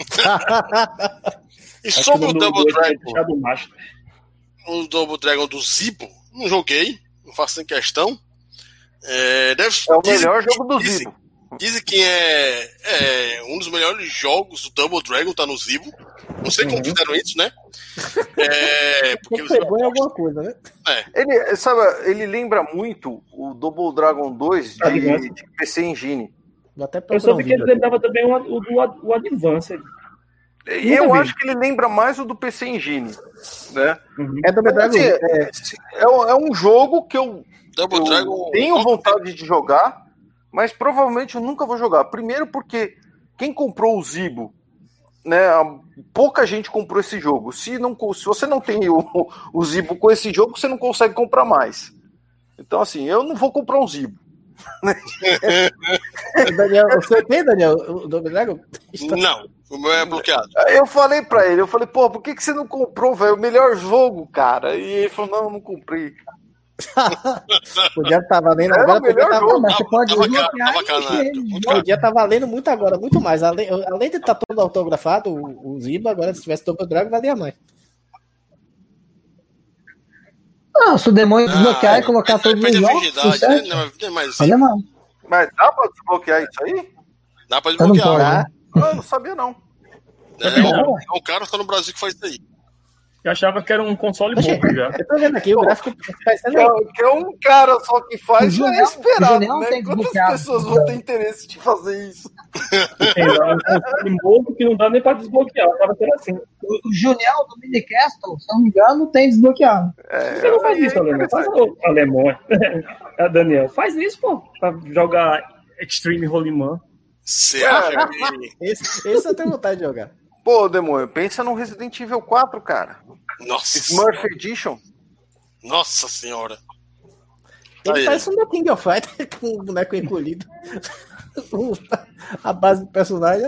E sobre o Double Dragon, Do macho. o Double Dragon do Zibo, não joguei, não faço nem questão. É, deve, É o dizem- melhor jogo do dizem- Zibo. Dizem que é, é um dos melhores jogos do Double Dragon, tá no Zibo. Não sei como Uhum. fizeram isso, né? É, porque Porque os pegou em alguma coisa, né? Ele, sabe, ele lembra muito o Double Dragon dois de, Advance. de P C Engine. Vou até Eu procurar um soube que ele vídeo aqui. lembrava também o, o, do- o Advance. Eu vi. acho que ele lembra mais o do P C Engine, né? Uhum. É Double Dragon. Assim, É, é, um- é um jogo que eu, Double eu Dragon tenho vontade de jogar, mas provavelmente eu nunca vou jogar. Primeiro porque quem comprou o Zibo, né? Pouca gente comprou esse jogo. Se, não, se você não tem o, o Zibo com esse jogo, você não consegue comprar mais. Então, assim, eu não vou comprar um Zibo. Daniel, você tem, Daniel, o Double Dragon? Não, o meu é bloqueado. Aí eu falei pra ele, eu falei, pô, por que, que você não comprou, velho? O melhor jogo, cara. E ele falou, não, eu não comprei. Podia estar valendo Era agora. o melhor Podia tá, jogo. Mas você pode Tava caro, desbloquear tava caro na e- época, muito caro. podia tá valendo muito agora, muito mais. Além, além de estar todo autografado, o, o Ziba, agora se tivesse Double Dragon, valia mais. Não, se o demônio desbloquear Ah, e colocar todos os perde a jogos, virgindade, sucesso. né? Não, não é mais Olha não. Mas dá pra desbloquear isso aí? Dá pra Você não desbloquear. pode. né? Tá? Ah, eu não sabia, não. É, um, é um cara só no Brasil que faz isso aí. Eu achava que era um console Oxe, bom já. eu tô vendo aqui, o gráfico tá Que parecendo. é, que é um cara só que faz, O já é Julião- o esperado, Julião né? tem Quantas desbloqueado. pessoas vão ter interesse de fazer isso? Tem lá um console novo que não dá nem pra desbloquear. Tava sendo assim. O Juniel do Minicastle, se não me engano, tem desbloqueado. É, Você não faz isso, Alemão. Faz o Alemão. É, Daniel, faz isso, pô. Pra jogar Extreme Holy Man. Você acha que. Esse, esse eu tenho vontade de jogar. Pô, demônio, pensa no Resident Evil quatro, cara. Nossa, Smurf Edition. nossa senhora. Ele Aí. parece um The King of Fighters com o boneco encolhido. A base do personagem.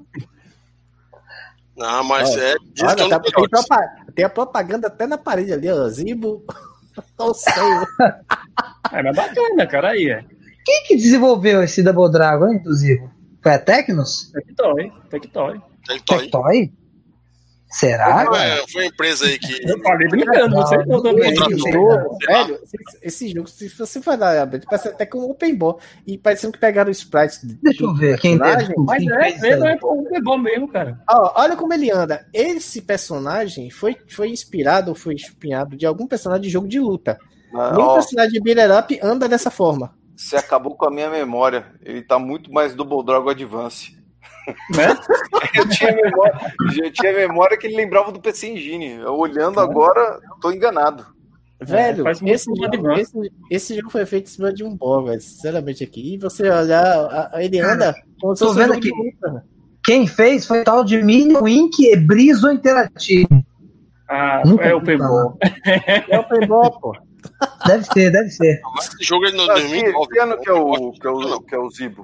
Não, mas Olha, é. Diz Olha, que é um tá- dos tem, melhores. propa- tem a propaganda até na parede ali, ó. Zibo. Não sei. É, mas bacana, cara. Aí, é. Quem que desenvolveu esse Double Dragon, hein, inclusive? Foi a Tecnos? Tectoy, Tectoy. Tectoy. Tectoy? Será? Foi, foi a empresa aí que. Eu falei brincando, você não também. Contratou. Esse Sei jogo, lá. velho, esse, esse jogo, se você for dar, parece até com um open ball. E parecendo que pegaram o sprite. Deixa eu ver quem personagem. teve. Mas quem é, fez isso mesmo, aí. é, é bom mesmo, cara. Ó, olha como ele anda. Esse personagem foi, foi inspirado ou foi chupinhado de algum personagem de jogo de luta. Ah, Nenhum ó, personagem de beat'em up anda dessa forma. você acabou com a minha memória. Ele tá muito mais Double Dragon Advance. Né? Eu tinha memória, eu tinha memória que ele lembrava do P C Engine. Eu, olhando agora, tô enganado. Velho, faz muito esse, sentido, jogo, né? esse, esse jogo foi feito em cima de um ball, velho. Sinceramente aqui. E você olhar, a- a- ele anda como se tô fosse um vendo jogo de aqui. luta, velho. Quem fez foi tal de Minion Inc e Brizo Interativo. Ah, Nunca é ouvi open falar. ball. É open ball, pô. Deve ser, deve ser. Mas esse jogo é no Ah, dois que, mil e nove. que ano que é o, que é o, Não. que é o Zibo?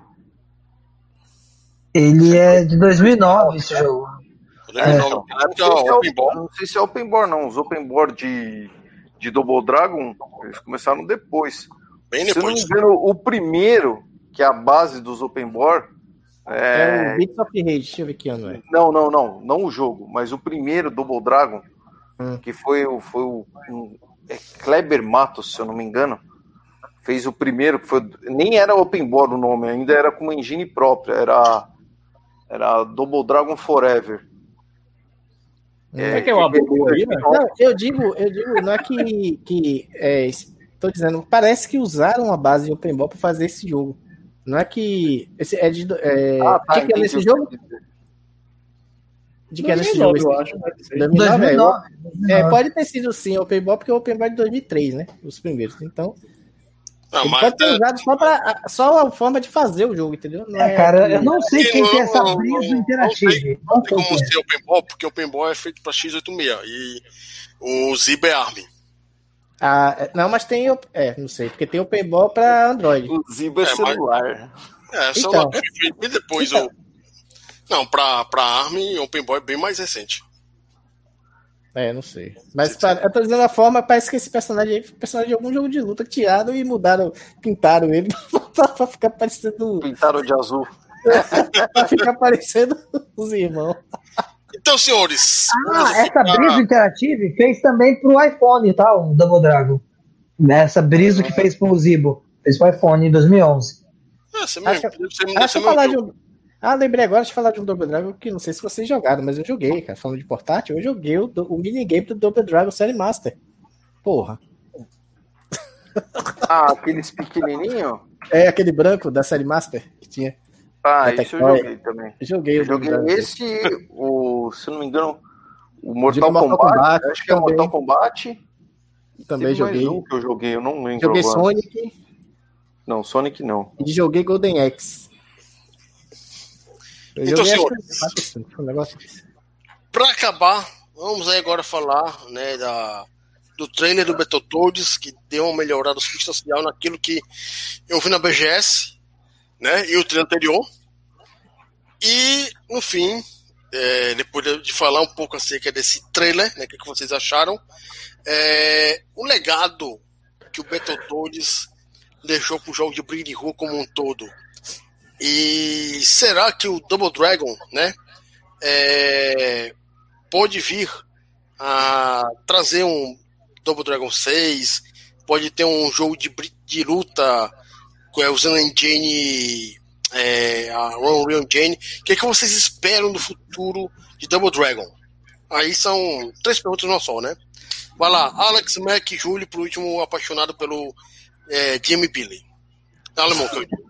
Ele é de dois mil e nove, esse jogo. dois mil e nove. Na época, Não sei se é Open o- Ball. Não sei se é Open Ball, não. Os Open Ball de, de Double Dragon, eles começaram depois. Bem Se eu não depois. me engano, o primeiro, que é a base dos Open Ball, É, é... o Beats of Rage. Deixa eu ver que ano é. Não, não, não. Não o jogo, mas o primeiro Double Dragon, Hum. que foi, o- foi o um, é Kleber Matos, se eu não me engano, fez o primeiro, que foi, nem era Open Ball o nome, ainda era com uma engine própria, era, era Double Dragon Forever. É que é uma boa aí, né? Não, eu digo, eu digo, não é que, que é, tô dizendo, parece que usaram a base de Open Ball pra fazer esse jogo. Não é que. Esse é de. É, Ah, tá, de que é nesse jogo? De que é nesse jogo? eu acho. dois mil e nove, dois mil e nove, é, é, pode ter sido sim Open Ball, porque o Open Ball é de dois mil e três, né? Os primeiros. Então. Não, ele mas pode ter é- usado só, pra, só a forma de fazer o jogo, entendeu? Não É, cara, que- eu não sei quem tem essa brisa Não interativa. tem, Não não tem sei como quem é. ser Open Ball, porque Open Ball é feito para x oitenta e seis e o Ziba é ARM. Ah, é, não, mas tem. o- É, não sei, porque tem Open Ball pra Android. O Ziba é, É, mas- celular. É, só Então. lá foi feito bem depois Então. o. Não, pra, pra ARM, Open Ball é bem mais recente. É, não sei. Mas pra- eu tô dizendo a forma, parece que esse personagem aí foi personagem de algum jogo de luta que tiraram e mudaram, pintaram ele pra, pra ficar parecendo. Pintaram de azul. Pra ficar parecendo os irmãos. Então, senhores. vamos Ah, essa ficar- brisa interativa fez também pro iPhone, tá? O Double Dragon. Essa brisa que fez pro Zibo. Fez pro iPhone em dois mil e onze. É, você mesmo, Acho- deve ser- deve Ah, ser deixa eu falar de mesmo. um. Ah, lembrei agora de falar de um Double Dragon que não sei se vocês jogaram, mas eu joguei, cara. Falando de portátil, eu joguei o, do- o minigame do Double Dragon Série Master. Porra. Ah, aqueles pequenininhos? É aquele branco da Série Master que tinha. Ah, Da isso eu Tectoy. joguei também. Eu joguei Eu o Double joguei Dragon. esse, o, se eu não me engano, o Mortal, Digo Mortal Kombat. Kombat Acho que é o também. Mortal Kombat. Também Teve mais joguei. um que eu joguei, eu não lembro Joguei agora. Sonic Não, Sonic não. e joguei Golden Axe. Eu Então, joguei, acho senhores. que quatro, cinco, um negócio desse. Pra acabar, vamos aí agora falar, né, da, do trailer do Battletoads, que deu uma melhorada substancial naquilo que eu vi na B G S, né, e o trailer anterior. E, no fim, é, depois de falar um pouco acerca desse trailer, né, o que, que vocês acharam, é, o legado que o Battletoads deixou pro jogo de briga de rua como um todo. E será que o Double Dragon, né, é, pode vir a trazer um Double Dragon seis, pode ter um jogo de, bri- de luta é, usando a engine, é, a Unreal Engine. O que, é que vocês esperam do futuro de Double Dragon? Aí são três perguntas não só, né? Vai lá, Alex, Mac e Júlio, por último, apaixonado pelo é, Jamie Billy. Alemão, que eu digo.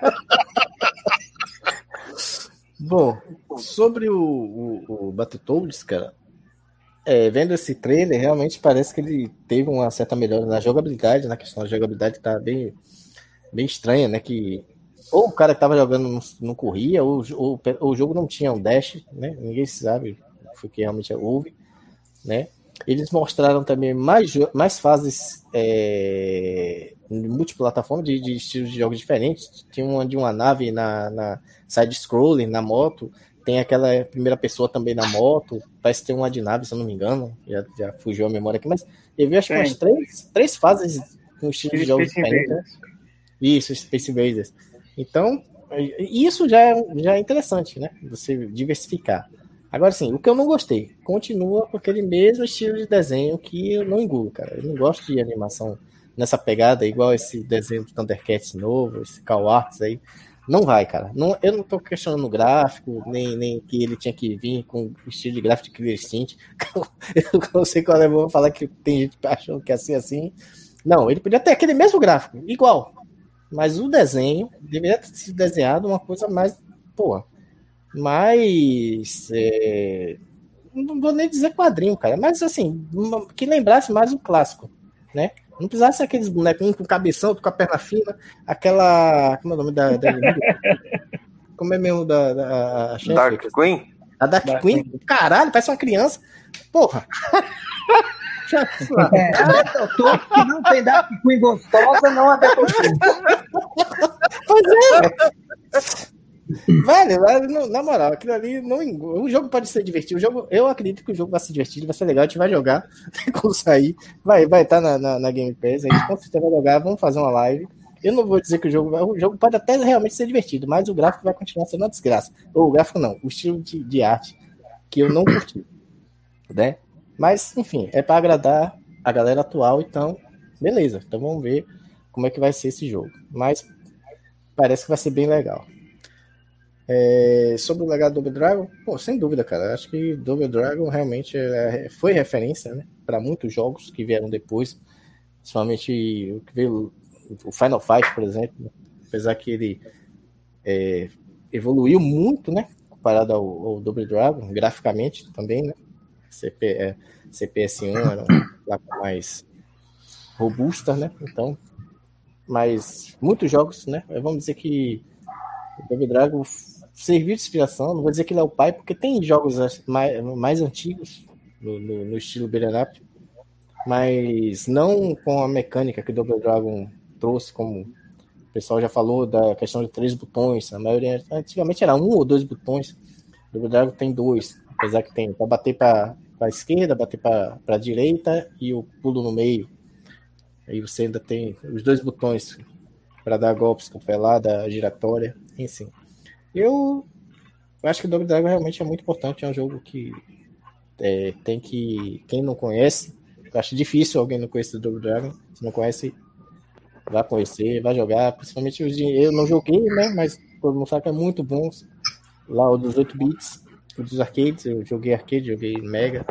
Bom, sobre o, o, o Battletoads, cara, é, vendo esse trailer, realmente parece que ele teve uma certa melhora na jogabilidade, na questão da jogabilidade tá bem, bem estranha, né? Que ou o cara que tava jogando não, não corria, ou, ou, ou o jogo não tinha um dash, né? Ninguém sabe o que realmente houve, né? Eles mostraram também mais, jo- mais fases é, multiplataforma de, de estilos de jogos diferentes. Tinha uma de uma nave na, na side-scrolling, na moto. Tem aquela primeira pessoa também na moto. Parece ter uma de nave, se eu não me engano. Já, já fugiu a memória aqui. Mas eu vi acho que Tem. umas três, três fases com estilos de jogos Space diferentes. Né? Invaders. Isso, Space Invaders. Então, isso já é, já é interessante, né? Você diversificar. Agora sim, o que eu não gostei, continua com aquele mesmo estilo de desenho que eu não engulo, cara. Eu não gosto de animação nessa pegada, igual esse desenho do Thundercats novo, esse Call Arts aí. Não vai, cara. Não, eu não tô questionando o gráfico, nem, nem que ele tinha que vir com o estilo de gráfico de Killer Instinct. Eu não sei qual é, vou falar que tem gente achando que é assim, assim. Não, ele podia ter aquele mesmo gráfico, igual. Mas o desenho deveria ter sido desenhado uma coisa mais, pô, mais é, não vou nem dizer quadrinho, cara, mas assim, uma, que lembrasse mais o clássico, né? Não precisasse aqueles bonequinhos com cabeção, com a perna fina, aquela, como é o nome da, da como é mesmo da, da a chefe? Dark Queen? A Dark, Dark Queen? Queen. Caralho, parece uma criança. Porra. É, a Battletoads que não tem Dark Queen gostosa, não a Battletoads. Pois é. Velho, velho, na moral, aquilo ali não engo- o jogo pode ser divertido. O jogo, eu acredito que o jogo vai ser divertido, vai ser legal, a gente vai jogar quando sair. Vai vai estar na, na, na Game Pass, a gente com certeza vai jogar, vamos fazer uma live. Eu não vou dizer que o jogo vai, o jogo pode até realmente ser divertido, mas o gráfico vai continuar sendo uma desgraça. Ou o gráfico não, o estilo de, de arte que eu não curti, né? Mas enfim, é para agradar a galera atual, então beleza. Então vamos ver como é que vai ser esse jogo. Mas parece que vai ser bem legal. É, sobre o legado do Double Dragon, pô, sem dúvida, cara. Acho que Double Dragon realmente é, foi referência, né, para muitos jogos que vieram depois. Principalmente o que veio o Final Fight, por exemplo, apesar que ele é, evoluiu muito, né? Comparado ao, ao Double Dragon, graficamente também, né? C P, é, C P S um era uma placa mais robusta, né? Então, mas muitos jogos, né? Vamos dizer que o Double Dragon serviu de inspiração, não vou dizer que ele é o pai, porque tem jogos mais, mais antigos no, no, no estilo beat'em up, mas não com a mecânica que o Double Dragon trouxe, como o pessoal já falou da questão de três botões. A maioria, antigamente era um ou dois botões, o Double Dragon tem dois, apesar que tem para bater para a esquerda, bater para a direita e o pulo no meio. Aí você ainda tem os dois botões para dar golpes com pelada, giratória, enfim. Eu acho que o Double Dragon realmente é muito importante, é um jogo que é, tem que, quem não conhece, eu acho difícil alguém não conhecer o Double Dragon, se não conhece, vai conhecer, vai jogar, principalmente os de, eu não joguei, né, mas todo mundo sabe que é muito bom, lá o dos oito bits, o dos arcades, eu joguei arcade, joguei Mega,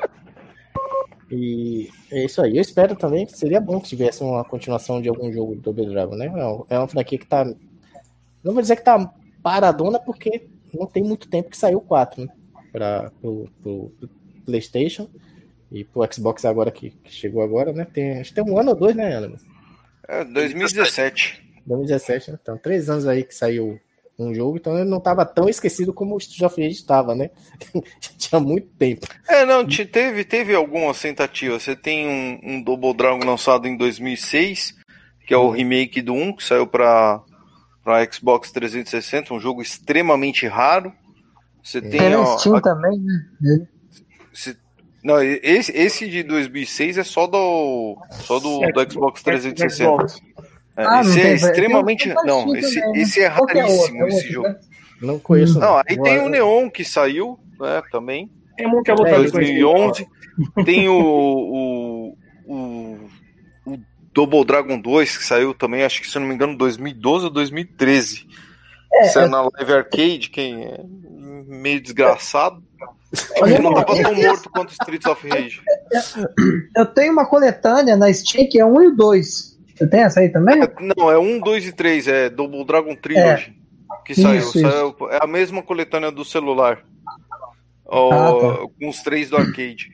e é isso aí. Eu espero também que seria bom que tivesse uma continuação de algum jogo do Double Dragon, né, é uma franquia que tá, não vou dizer que tá paradona, porque não tem muito tempo que saiu o quatro, né, para pro, pro PlayStation e pro Xbox agora que, que chegou agora, né? Tem, acho que tem um ano ou dois, né, Ana? É, dois mil e dezessete. dois mil e dezessete, né? Então, três anos aí que saiu um jogo, então ele não estava tão esquecido como o Street of Rage estava, né? Tinha muito tempo. É, não, teve, teve algumas tentativas. Você tem um, um Double Dragon lançado em dois mil e seis, que é o remake do um, que saiu para para Xbox trezentos e sessenta, um jogo extremamente raro. Você tem Tem ó, no Steam a, também, né? se, não, esse, esse de dois mil e seis é só do só do, do Xbox trezentos e sessenta. É, Ah, não esse tem, é extremamente tem um não, esse, também, né? esse é Qual que é raríssimo, outro? É esse outro, jogo. né? Não conheço. Não, aí Vou- tem o Neon que saiu, né, também. Tem um que eu vou É, trazer dois mil e onze. Tem o, o, o, o Double Dragon dois, que saiu também, acho que se eu não me engano, dois mil e doze ou dois mil e treze. É, Saiu é- na Live Arcade, quem é meio desgraçado. Olha, Ele não tava esse- tão morto quanto Streets of Rage. Eu tenho uma coletânea na Steam que é um e o dois. Você tem essa aí também? Não, é um, dois e três, é Double Dragon Trilogy. Que saiu, Isso, saiu. É a mesma coletânea do celular. Ó, Ah, tá. Com os três do arcade.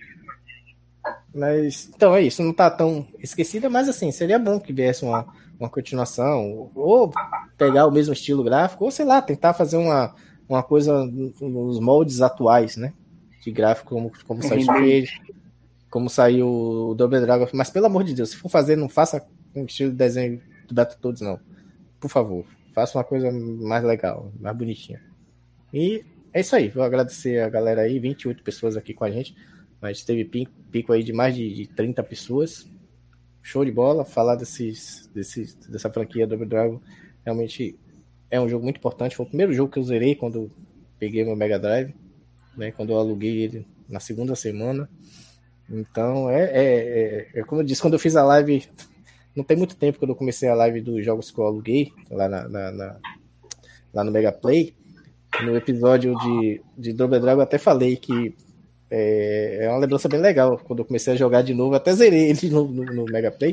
Mas, então é isso, não tá tão esquecida, mas assim, seria bom que viesse uma, uma continuação, ou pegar o mesmo estilo gráfico, ou sei lá, tentar fazer uma, uma coisa nos moldes atuais, né? De gráfico, como, como saiu o Rage, como saiu o Double Dragon. Mas pelo amor de Deus, se for fazer, não faça com o estilo de desenho do Battletoads, não. Por favor, faça uma coisa mais legal, mais bonitinha. E é isso aí, vou agradecer a galera aí, vinte e oito pessoas aqui com a gente. Mas teve pico, pico aí de mais de, de trinta pessoas. Show de bola. Falar desses, desses, dessa franquia Double Dragon realmente é um jogo muito importante. Foi o primeiro jogo que eu zerei quando eu peguei meu Mega Drive, né, quando eu aluguei ele na segunda semana. Então, é, é, é, é como eu disse, quando eu fiz a live, não tem muito tempo quando eu comecei a live dos jogos que eu aluguei, lá, na, na, na, lá no Mega Play. No episódio de, de Double Dragon eu até falei que É, é uma lembrança bem legal. Quando eu comecei a jogar de novo, eu até zerei ele de novo no, no Mega Play.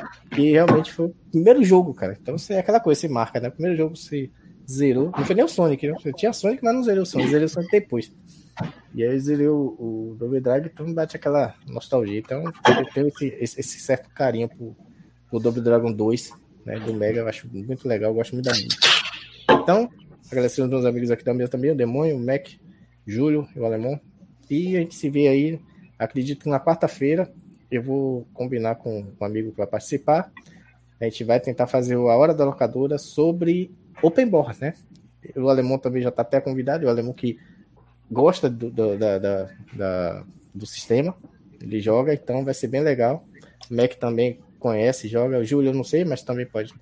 E realmente foi o primeiro jogo, cara. Então é aquela coisa, você marca, né? O primeiro jogo você zerou. Não foi nem o Sonic, né? Eu tinha Sonic, mas não zerei o Sonic. Zerei o Sonic depois. E aí eu zerei o, o Double Dragon, então bate aquela nostalgia. Então eu tenho esse, esse, esse certo carinho pro, pro Double Dragon dois, né? Do Mega. Eu acho muito legal, eu gosto muito da música. Então, agradecer aos meus amigos aqui da mesa também, o Demônio, o Mac, Júlio e o Alemão. E a gente se vê aí, acredito que na quarta-feira eu vou combinar com um amigo que vai participar. A gente vai tentar fazer a Hora da Locadora sobre Open Board, né? O Alemão também já está até convidado, o Alemão que gosta do, do, da, da, da, do sistema, ele joga, então vai ser bem legal. O Mac também conhece, joga. O Júlio eu não sei, mas também pode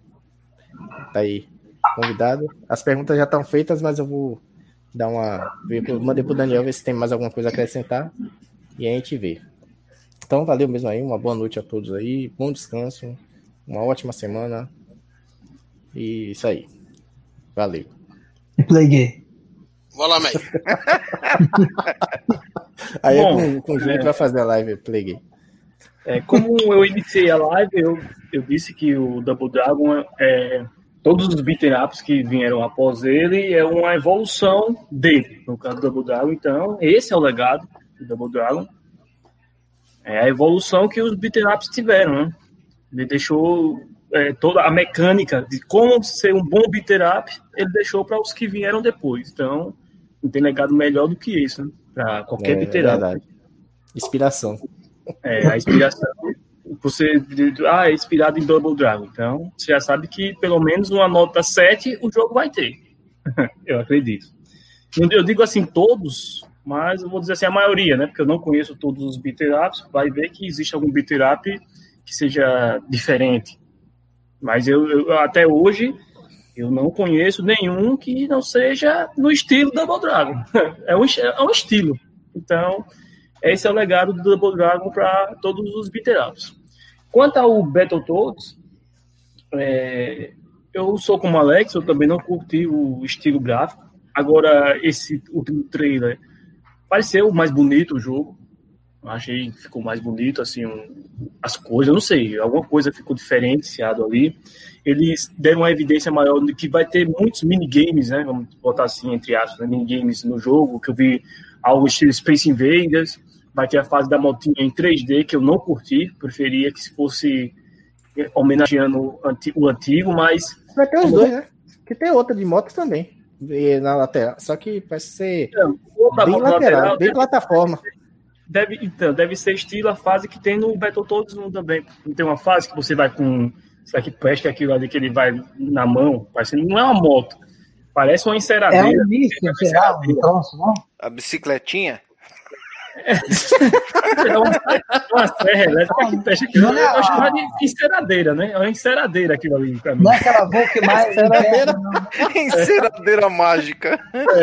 estar aí convidado. As perguntas já estão feitas, mas eu vou dar uma. Eu mandei pro Daniel ver se tem mais alguma coisa a acrescentar e a gente vê. Então, valeu mesmo aí. Uma boa noite a todos aí. Bom descanso. Uma ótima semana. E isso aí. Valeu. Play gay. Vai lá, Mac. Aí Bom, é com, com o Júlio que vai fazer a live Play Gay. É, como eu iniciei a live, eu, eu disse que o Double Dragon, é, todos os beat'em ups que vieram após ele, é uma evolução dele, no caso do Double Dragon. Então, esse é o legado do Double Dragon. É a evolução que os beat'em ups tiveram, né? Ele deixou é, toda a mecânica de como ser um bom beat'em up, ele deixou para os que vieram depois. Então, não tem legado melhor do que isso, né? Para qualquer É, beat'em é up. verdade. Inspiração. É, a inspiração. Você, ah, é inspirado em Double Dragon. Então, você já sabe que pelo menos uma nota sete o jogo vai ter. Eu acredito. Eu digo assim, todos, mas eu vou dizer assim, a maioria, né? Porque eu não conheço todos os beat'em ups. Vai ver que existe algum beat'em up que seja diferente. Mas eu, eu até hoje, eu não conheço nenhum que não seja no estilo Double Dragon. É um, é um estilo. Então, esse é o legado do Double Dragon para todos os beat'em ups. Quanto ao Battletoads, é, eu sou como o Alex, eu também não curti o estilo gráfico. Agora, esse último trailer pareceu mais bonito o jogo. Achei que ficou mais bonito, assim, um, as coisas, eu não sei, alguma coisa ficou diferenciado ali. Eles deram uma evidência maior de que vai ter muitos minigames, né? Vamos botar assim, entre aspas, né, minigames no jogo, que eu vi algo estilo Space Invaders. Vai ter a fase da motinha em três D, que eu não curti, preferia que se fosse homenageando o antigo, mas... Vai ter os dois, né? Que tem outra de moto também, na lateral, só que parece ser então, bem lateral, lateral, bem deve, plataforma. Deve, então, deve ser estilo a fase que tem no Battletoads também. Não tem uma fase que você vai com... Será que pesca aquilo ali que ele vai na mão? Parece, não é uma moto, parece uma enceradeira. É um míssil, será? Um troço, não? A bicicletinha? É uma, uma serra elétrica que fecha aquilo. Eu acho chamar de enceradeira, né? É uma enceradeira aquilo ali pra mim. Não é aquela Volk mais Enceradeira. Enceradeira mágica.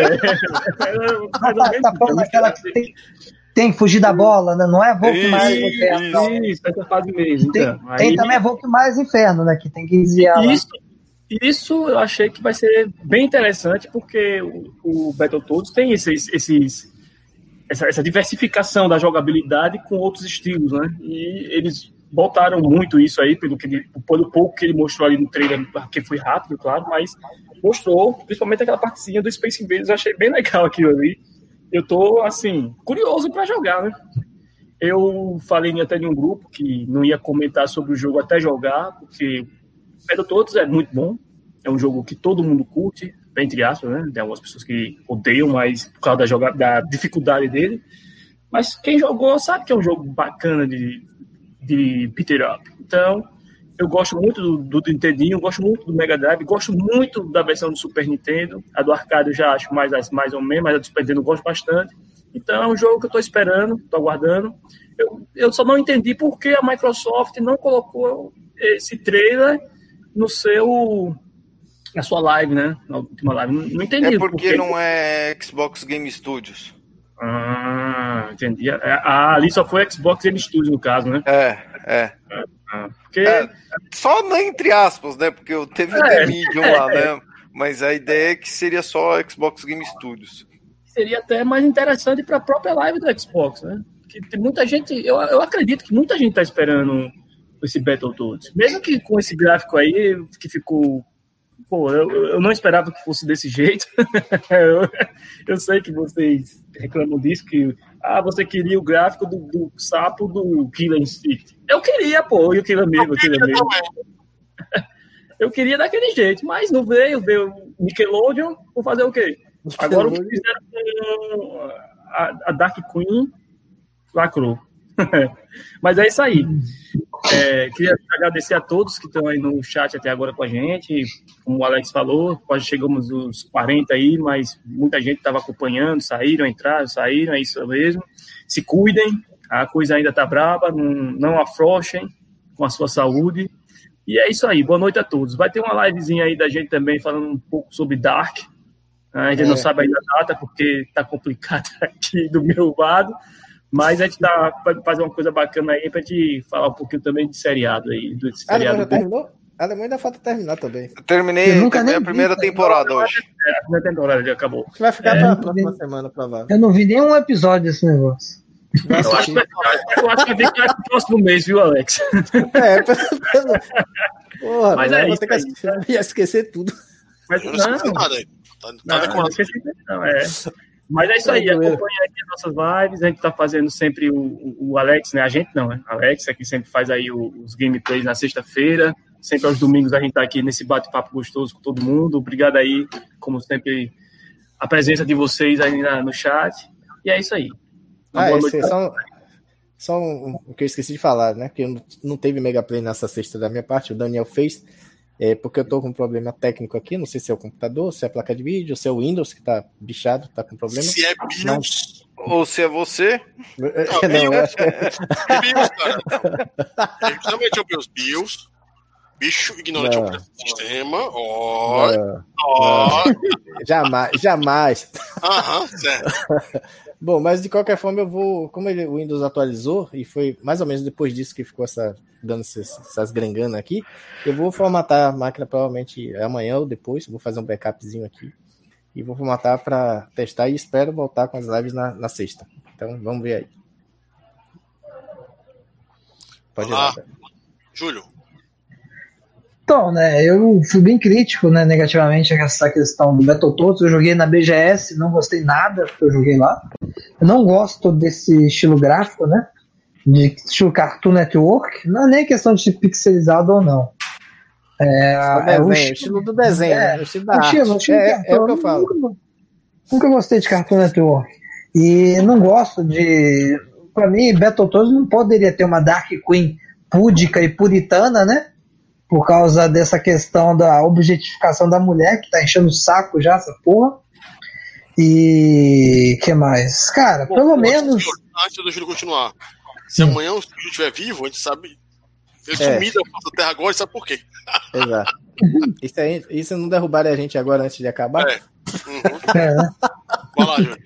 É, Tá, tá falando daquela que tem, tem que fugir da bola, né? Não é a Volk Isso, mais inferno. não. Isso, essa fase mesmo. Tem, Então. tem Aí, também a Volk mais inferno, né? Que tem que desviar. lá. isso, isso eu achei que vai ser bem interessante, porque o, o Battletoads tem esses, esses, essa, essa diversificação da jogabilidade com outros estilos, né? E eles botaram muito isso aí, pelo, que ele, pelo pouco que ele mostrou ali no trailer, que foi rápido, claro, mas mostrou, principalmente aquela partezinha do Space Invaders, eu achei bem legal aquilo ali. Eu tô, assim, curioso para jogar, né? Eu falei até de um grupo que não ia comentar sobre o jogo até jogar, porque Battletoads é muito bom, é um jogo que todo mundo curte, entre aspas, né? Tem algumas pessoas que odeiam, mas por causa da, joga- da dificuldade dele. Mas quem jogou sabe que é um jogo bacana de, de beat it up. Então, eu gosto muito do, do Nintendinho, gosto muito do Mega Drive, gosto muito da versão do Super Nintendo. A do arcade eu já acho mais, mais ou menos, mas a do Super Nintendo eu gosto bastante. Então, é um jogo que eu estou esperando, estou aguardando. Eu, eu só não entendi por que a Microsoft não colocou esse trailer no seu... na sua live, né? Na última live. Não, não entendi. É porque por quê. não é Xbox Game Studios. Ah, entendi. Ah, ali só foi Xbox Game Studios, no caso, né? É, é. Ah, porque... É, só entre aspas, né? Porque teve o É. The Medium lá, né? Mas a ideia é que seria só Xbox Game Studios. seria até mais interessante para a própria live do Xbox, né? Que tem muita gente, eu, eu acredito que muita gente está esperando esse Battletoads. Mesmo que com esse gráfico aí, que ficou... Pô, eu, eu não esperava que fosse desse jeito. eu, eu sei que vocês reclamam disso, que ah, você queria o gráfico do, do sapo do Killer Instinct. Eu queria, pô, e o Killer mesmo, o Killer mesmo. Eu queria daquele jeito, mas não veio, veio Nickelodeon, vou fazer o quê? Agora o que fizeram com a, a Dark Queen lacrou. Mas é isso aí. É, queria agradecer a todos que estão aí no chat até agora com a gente. Como o Alex falou, quase chegamos aos quarenta aí, mas muita gente estava acompanhando, saíram, entraram, saíram, é isso mesmo. Se cuidem, a coisa ainda está braba, não, não afrouxem com a sua saúde. E é isso aí, boa noite a todos. Vai ter uma livezinha aí da gente também falando um pouco sobre Dark. A gente é. não sabe ainda a data, porque está complicado aqui do meu lado. Mas a gente tá para fazer uma coisa bacana aí pra gente falar um pouquinho também de seriado aí. Do A Alemanha seriado já terminou? A Alemanha ainda falta terminar também. Eu terminei, Eu nunca terminei nem a primeira vi, temporada hoje. É, a primeira temporada já acabou. Vai ficar É, para a próxima semana, provável. Eu não vi nenhum episódio desse negócio. Eu acho, que, eu acho que vai ter no próximo mês, viu, Alex? É, pelo, pelo... Porra, mas é eu vou ter que aí, ia esquecer tudo. Mas Eu não, não esqueci nada aí. Tá, tá não, não, esqueci, não, é. Mas é isso aí, acompanha aí as nossas lives, a gente tá fazendo sempre o, o, o Alex, né? A gente não, né? Alex é que sempre faz aí os gameplays na sexta-feira, sempre aos domingos a gente tá aqui nesse bate-papo gostoso com todo mundo. Obrigado aí, como sempre, a presença de vocês aí na, no chat. E é isso aí. Uma ah, boa esse, noite. só, só um, um que eu esqueci de falar, né? Que não, não teve Mega Play nessa sexta da minha parte, o Daniel fez. É porque eu tô com um problema técnico aqui, não sei se é o computador, se é a placa de vídeo, se é o Windows que tá bichado, tá com problema. Se é BIOS. Mas... Ou se é você. Não, não, eu acho que é... BIOS, cara. Justamente é o BIOS. BIOS. Bicho ignorante ao sistema. Ó. Ó. Jamais, jamais. Aham, certo. Bom, mas de qualquer forma eu vou, como ele, o Windows atualizou, e foi mais ou menos depois disso que ficou essa, dando essas, essas grenganas aqui, eu vou formatar a máquina provavelmente amanhã ou depois, vou fazer um backupzinho aqui, e vou formatar para testar e espero voltar com as lives na, na sexta. Então vamos ver aí. Pode ir lá. Júlio. Então, né, eu fui bem crítico, né, negativamente a essa questão do Battletoads. Eu joguei na B G S, não gostei nada do que eu joguei lá. Eu não gosto desse estilo gráfico, né, de estilo Cartoon Network. Não é nem questão de ser pixelizado ou não. É, o, desenho, é o estilo, estilo do desenho, é, né, o estilo da o estilo, arte. Estilo é, é o que eu falo. Nunca, nunca gostei de Cartoon Network. E não gosto de... Pra mim, Battletoads não poderia ter uma Dark Queen púdica e puritana, né? Por causa dessa questão da objetificação da mulher, que tá enchendo o saco já, essa porra. E... que mais? Cara, Bom, pelo menos... Antes do Júlio continuar, se hum. amanhã o Júlio estiver vivo, a gente sabe... Ele é. sumiu da face da Terra agora, sabe por quê? Exato. Isso aí, isso não derrubarem a gente agora antes de acabar? É. Uhum. É, né? Vai lá, Júlio.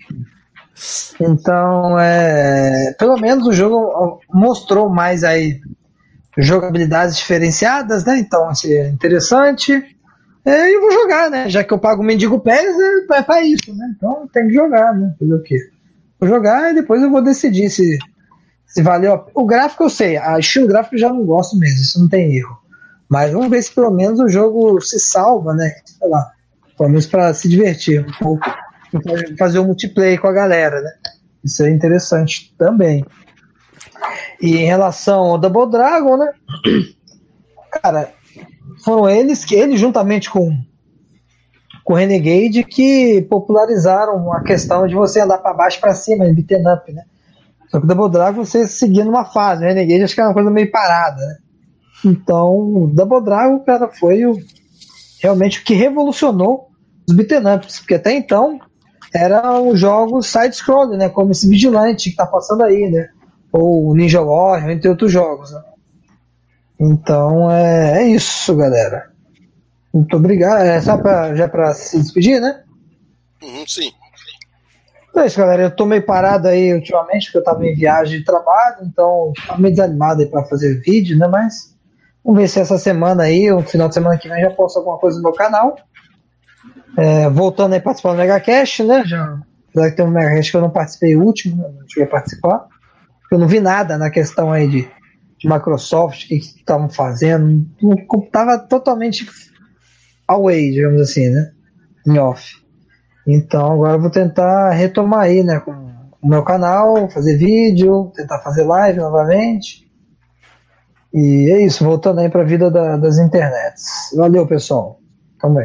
Então, é... pelo menos o jogo mostrou mais aí jogabilidades diferenciadas, né? Então, assim, é interessante. É, eu vou jogar, né? Já que eu pago o Mendigo Pés, é, é pra isso, né? Então tem que jogar, né? Fazer o quê? Vou jogar e depois eu vou decidir se, se valeu. O gráfico eu sei, a estilo gráfico eu já não gosto mesmo, isso não tem erro. Mas vamos ver se pelo menos o jogo se salva, né? Sei lá, pelo menos pra se divertir um pouco. Fazer um multiplayer com a galera, né? Isso é interessante também. E em relação ao Double Dragon, né? Cara, foram eles que, ele juntamente com com o Renegade, que popularizaram a questão de você andar para baixo e para cima em beat'em up, né? Só que o Double Dragon você seguia numa fase, o Renegade acho que era uma coisa meio parada, né? Então, o Double Dragon, cara, foi o, realmente o que revolucionou os beat'em ups, porque até então eram jogos side-scrolling, né? Como esse Vigilante que tá passando aí, né? Ou Ninja Warrior, entre outros jogos, né? Então é, é isso, galera. Muito obrigado. É só pra, já pra se despedir, né? Uhum, sim. É isso, galera. Eu tô meio parado aí ultimamente, porque eu tava em viagem de trabalho, então tô meio desanimado aí pra fazer vídeo, né? Mas vamos ver se essa semana aí, o final de semana que vem, já posto alguma coisa no meu canal. É, voltando aí a participar do MegaCast, né? Já, já que tem um MegaCast que eu não participei o último, né? Não cheguei a participar. Eu não vi nada na questão aí de, de Microsoft, o que estavam fazendo. Estava totalmente away, digamos assim, né? Em off. Então agora eu vou tentar retomar aí, né? Com o meu canal, fazer vídeo, tentar fazer live novamente. E é isso, voltando aí para a vida da, das internets. Valeu, pessoal. Também.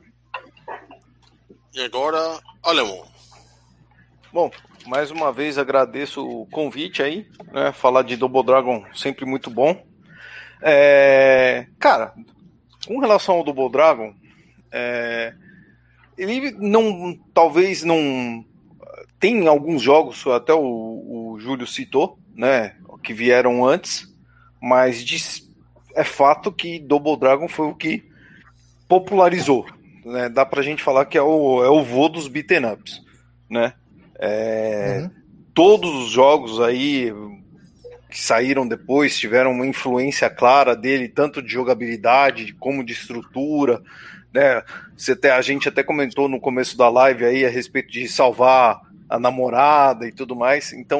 E agora, Alemão. Bom, mais uma vez agradeço o convite aí, né? Falar de Double Dragon sempre muito bom. É, cara, com relação ao Double Dragon, é, ele não, talvez não tem alguns jogos, até o, o Júlio citou, né? Que vieram antes, mas diz, é fato que Double Dragon foi o que popularizou, né? Dá pra gente falar que é o, é o vô dos beat'em ups, né? É, uhum. Todos os jogos aí que saíram depois tiveram uma influência clara dele, tanto de jogabilidade como de estrutura, né? Você até, a gente até comentou no começo da live aí a respeito de salvar a namorada e tudo mais. Então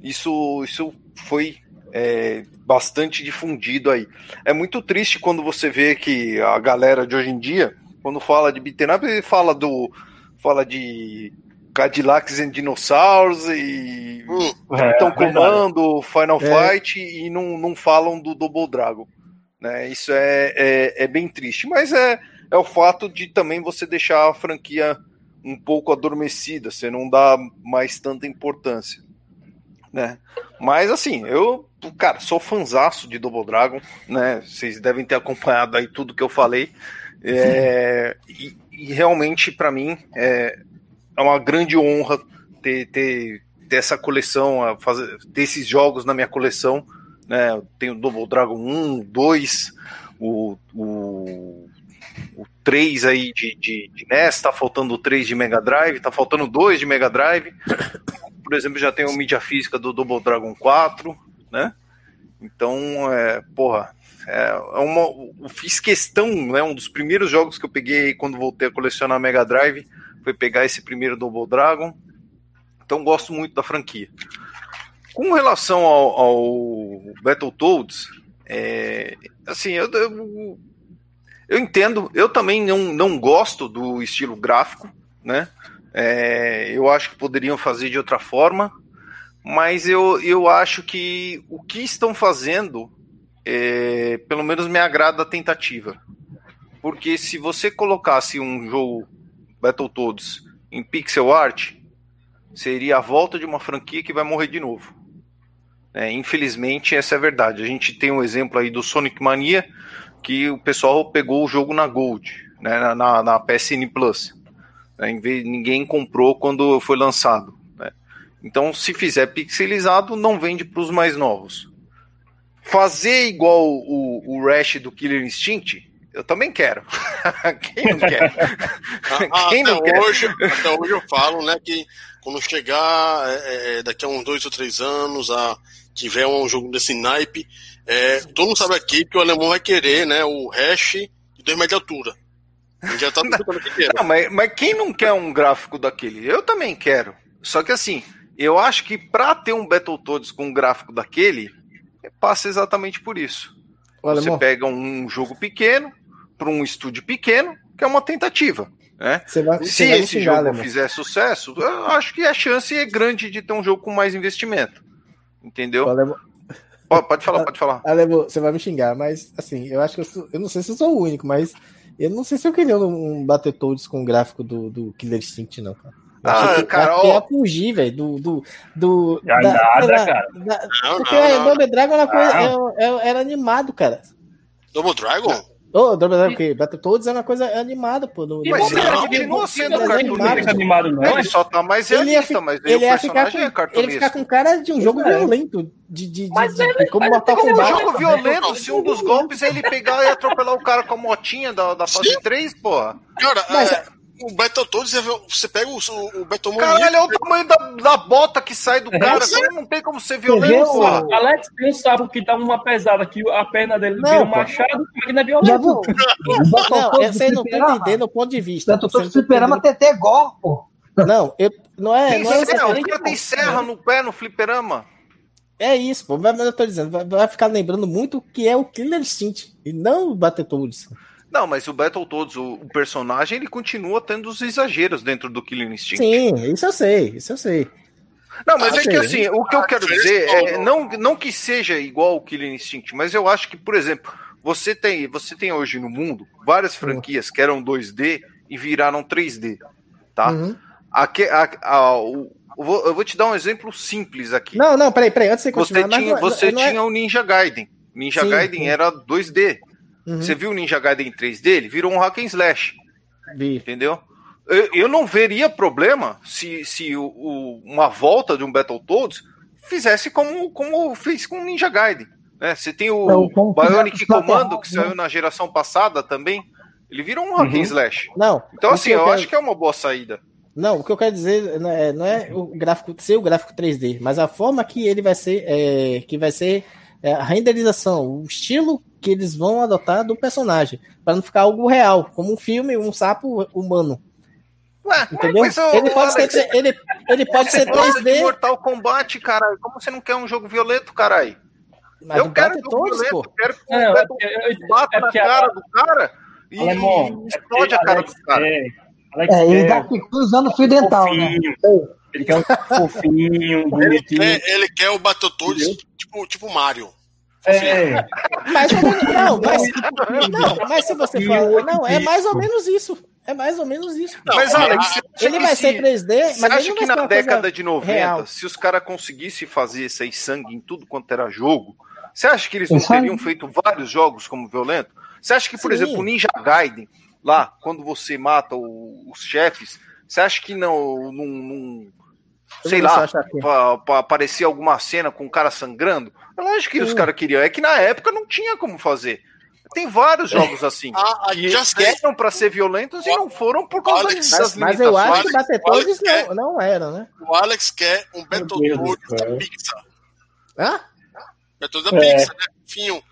Isso, isso foi é, bastante difundido aí. É muito triste quando você vê que a galera de hoje em dia, quando fala de beat'em up, ele fala do fala de Cadillacs and Dinosaurs e Capitão é, Comando, Final é. Fight e não, não falam do Double Dragon. Né? Isso é, é, é bem triste, mas é, é o fato de também você deixar a franquia um pouco adormecida, você não dá mais tanta importância. Né? Mas assim, eu, cara, sou fanzaço de Double Dragon, né? Vocês devem ter acompanhado aí tudo que eu falei. É, e, e realmente, para mim, é, é uma grande honra ter, ter, ter essa coleção, fazer, ter esses jogos na minha coleção. Né? Eu tenho Double Dragon um, dois, o, o, o três aí de, de, de N E S, tá faltando o três de Mega Drive, tá faltando dois de Mega Drive. Por exemplo, já tem a mídia física do Double Dragon quatro, né? Então, é, porra, é uma, eu fiz questão, né? Um dos primeiros jogos que eu peguei quando voltei a colecionar Mega Drive foi pegar esse primeiro Double Dragon. Então, gosto muito da franquia. Com relação ao, ao Battletoads, é, assim, eu, eu, eu entendo, eu também não, não gosto do estilo gráfico, né? É, eu acho que poderiam fazer de outra forma, mas eu, eu acho que o que estão fazendo, é, pelo menos me agrada a tentativa. Porque se você colocasse um jogo Battletoads em pixel art, seria a volta de uma franquia que vai morrer de novo. É, infelizmente, essa é a verdade. A gente tem um exemplo aí do Sonic Mania, que o pessoal pegou o jogo na Gold, né, na, na P S N Plus. Em vez, ninguém comprou quando foi lançado. Né? Então, se fizer pixelizado, não vende para os mais novos. Fazer igual o, o Rash do Killer Instinct, eu também quero. Quem não quer? Quem até, não quer? Hoje, até hoje eu falo, né, que quando chegar é, daqui a uns dois ou três anos, a tiver um jogo desse naipe, é, todo mundo sabe aqui que o alemão vai querer, né, o Rash de dois metros de altura. Já tá não, mas, mas quem não quer um gráfico daquele? Eu também quero. Só que assim, eu acho que pra ter um Battletoads com um gráfico daquele, passa exatamente por isso. Olha, você amor. pega um jogo pequeno para um estúdio pequeno, que é uma tentativa. Né? Vai, Se esse xingar, jogo amor. fizer sucesso, eu acho que a chance é grande de ter um jogo com mais investimento. Entendeu? Olha, pode, pode falar, pode falar. Alemão, você vai me xingar, mas assim, eu acho que eu, sou, eu não sei se eu sou o único, mas eu não sei se eu queria um Battletoads com o gráfico do, do Killer Instinct, não, cara. Eu ah, que, cara, ó. Ia fugir, velho, do. do, do da, nada, da, cara. Da, não, porque o Double Dragon era, coisa, era, era animado, cara. Double Dragon? Ô, oh, Double Dragon, o quê? Battletoads é uma coisa animada, pô. No, mas ele não continua sendo cartunista. Animado, não. Ele só tá mais realista, mas ele o personagem com, é cartunista. Ele fica com cara de um jogo é. violento. De, de, mas de, ele, de, como matar com um jogo violento, se um dos golpes é ele pegar e atropelar o cara com a motinha da, da fase três, porra. Cara, mas, é, o Battletoads, você pega o, o Battletoads. Caralho, é o tamanho da, da bota que sai do cara. Então não tem como ser violento, porra. Alex tem um sapo que dá uma pesada, que a perna dele não, vira um machado, que não é violento. Não, você não tá entendendo o ponto de vista. Eu tô fliperama T T Gol, pô. Não, eu, não é. Tem não é serra, o cara tem serra no pé no fliperama. É isso, pô. Mas eu tô dizendo, vai, vai ficar lembrando muito o que é o Killer Instinct e não o Battletoads. Não, mas o Battletoads, o, o personagem, ele continua tendo os exageros dentro do Killer Instinct. Sim, isso eu sei, isso eu sei. Não, mas ah, é sei. que assim, o que eu quero dizer é, não, não que seja igual o Killer Instinct, mas eu acho que, por exemplo, você tem, você tem hoje no mundo várias franquias que eram dois D e viraram três D, tá? Uhum. Aqui, a, a, o, eu, vou, eu vou te dar um exemplo simples aqui. Não, não, peraí, peraí, antes de você continuar. Você tinha, você tinha é... o Ninja Gaiden. Ninja sim, Gaiden sim. era dois D. Uhum. Você viu o Ninja Gaiden em três D? Ele virou um hack and slash. Vi. Entendeu? Eu, eu não veria problema se, se o, o, uma volta de um Battletoads fizesse como, como fez com o Ninja Gaiden. Né? Você tem o então, Bionic Commando, que saiu na geração passada também. Ele virou um hack and slash. Não, então, assim, eu, eu quero... acho que é uma boa saída. Não, o que eu quero dizer não é, não é o gráfico ser o gráfico três D, mas a forma que ele vai ser, é, que vai ser é, a renderização, o estilo que eles vão adotar do personagem, para não ficar algo real, como um filme, um sapo humano. Ué, entendeu? mas, ô, ele pode Alex, ser, ele, ele pode você ser gosta três D. de Mortal Kombat, caralho. Como você não quer um jogo violento, caralho? Mas Eu quero bate jogo todos, violento, pô. eu quero que o Não, é Beto porque- eu- bata é na porque cara a- do cara e Alemão, explode é a cara Alex do cara. quer- Alex É, ele quer já ficou usando fio dental, né? fofinho. Ele quer um fofinho, Ele bonitinho. quer, ele quer o Battletoads Entendeu? tipo, tipo Mario. É, Mais ou menos, não, mas, não, mas se você for. Não, é mais ou menos isso. É mais ou menos isso. Não, Mas, a- Alex, você acha Ele que vai se- ser três D, Você mas ele acha não que vai ser na uma coisa década de noventa, real. se os caras conseguissem fazer isso aí, sangue em tudo quanto era jogo, você acha que eles não Isso aí. teriam feito vários jogos como violento? Você acha que, por Sim. exemplo, o Ninja Gaiden, lá, quando você mata o- os chefes, você acha que não, não, não- sei Vamos lá, achar aqui. pra, pra aparecer alguma cena com o cara sangrando? É lógico que os Sim. caras queriam, é que na época não tinha como fazer. Tem vários jogos assim, A- a que Just eram pra ser violentos e não foram por causa Alex, das Mas, mas eu acho limitações. que Battletoads Alex não, não era, né? O Alex quer um Deus do Battletoads céu. da Pixar. Hã? Battletoads da É. Pixar, né? Finho.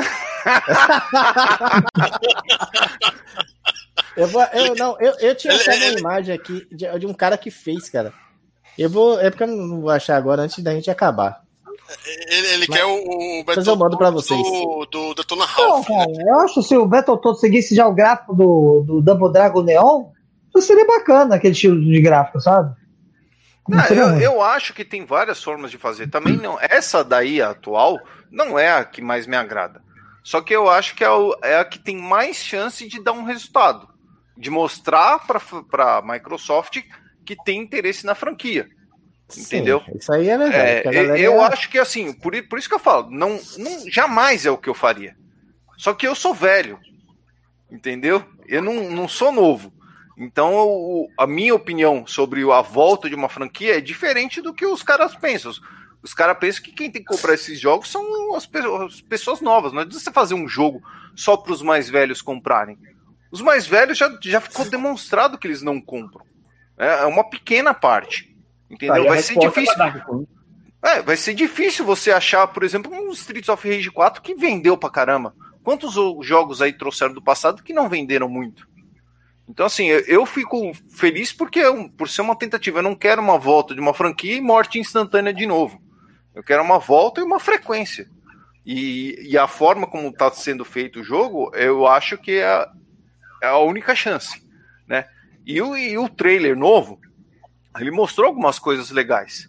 Eu vou, eu, não, eu, eu tinha Ele- achado uma ele- imagem aqui de, de um cara que fez, cara. Eu vou. É porque eu não vou achar agora antes da gente acabar. Ele, ele quer o, o Mas eu mando pra vocês. do, do Detona Não, Ralph. cara, eu acho que se o Battletoads seguisse já o gráfico do, do Double Dragon Neon, isso seria bacana, aquele estilo de gráfico, sabe? Não Ah, seria eu, ruim. eu acho que tem várias formas de fazer. Também não. Essa daí, a atual, não é a que mais me agrada. Só que eu acho que é, o- é a que tem mais chance de dar um resultado. De mostrar para a Microsoft que tem interesse na franquia. Entendeu? Sim, isso aí é verdade. É, porque a galera eu é- acho que assim, por, i- por isso que eu falo, não, não, jamais é o que eu faria. Só que eu sou velho, entendeu? Eu não, não sou novo. Então, o- a minha opinião sobre a volta de uma franquia é diferente do que os caras pensam. Os, os caras pensam que quem tem que comprar esses jogos são as, pe- as pessoas novas. Não adianta você fazer um jogo só para os mais velhos comprarem. Os mais velhos já, já ficou demonstrado que eles não compram. É, é uma pequena parte. Entendeu? Aí a Vai ser resposta difícil. é Dark Souls. É, vai ser difícil você achar, por exemplo, um Streets of Rage quatro que vendeu pra caramba. Quantos o- jogos aí trouxeram do passado que não venderam muito? Então, assim, eu, eu fico feliz porque, eu- por ser uma tentativa, eu não quero uma volta de uma franquia e morte instantânea de novo. Eu quero uma volta e uma frequência. E, e a forma como está sendo feito o jogo, eu acho que é a, é a única chance, né? E o, e o trailer novo, ele mostrou algumas coisas legais.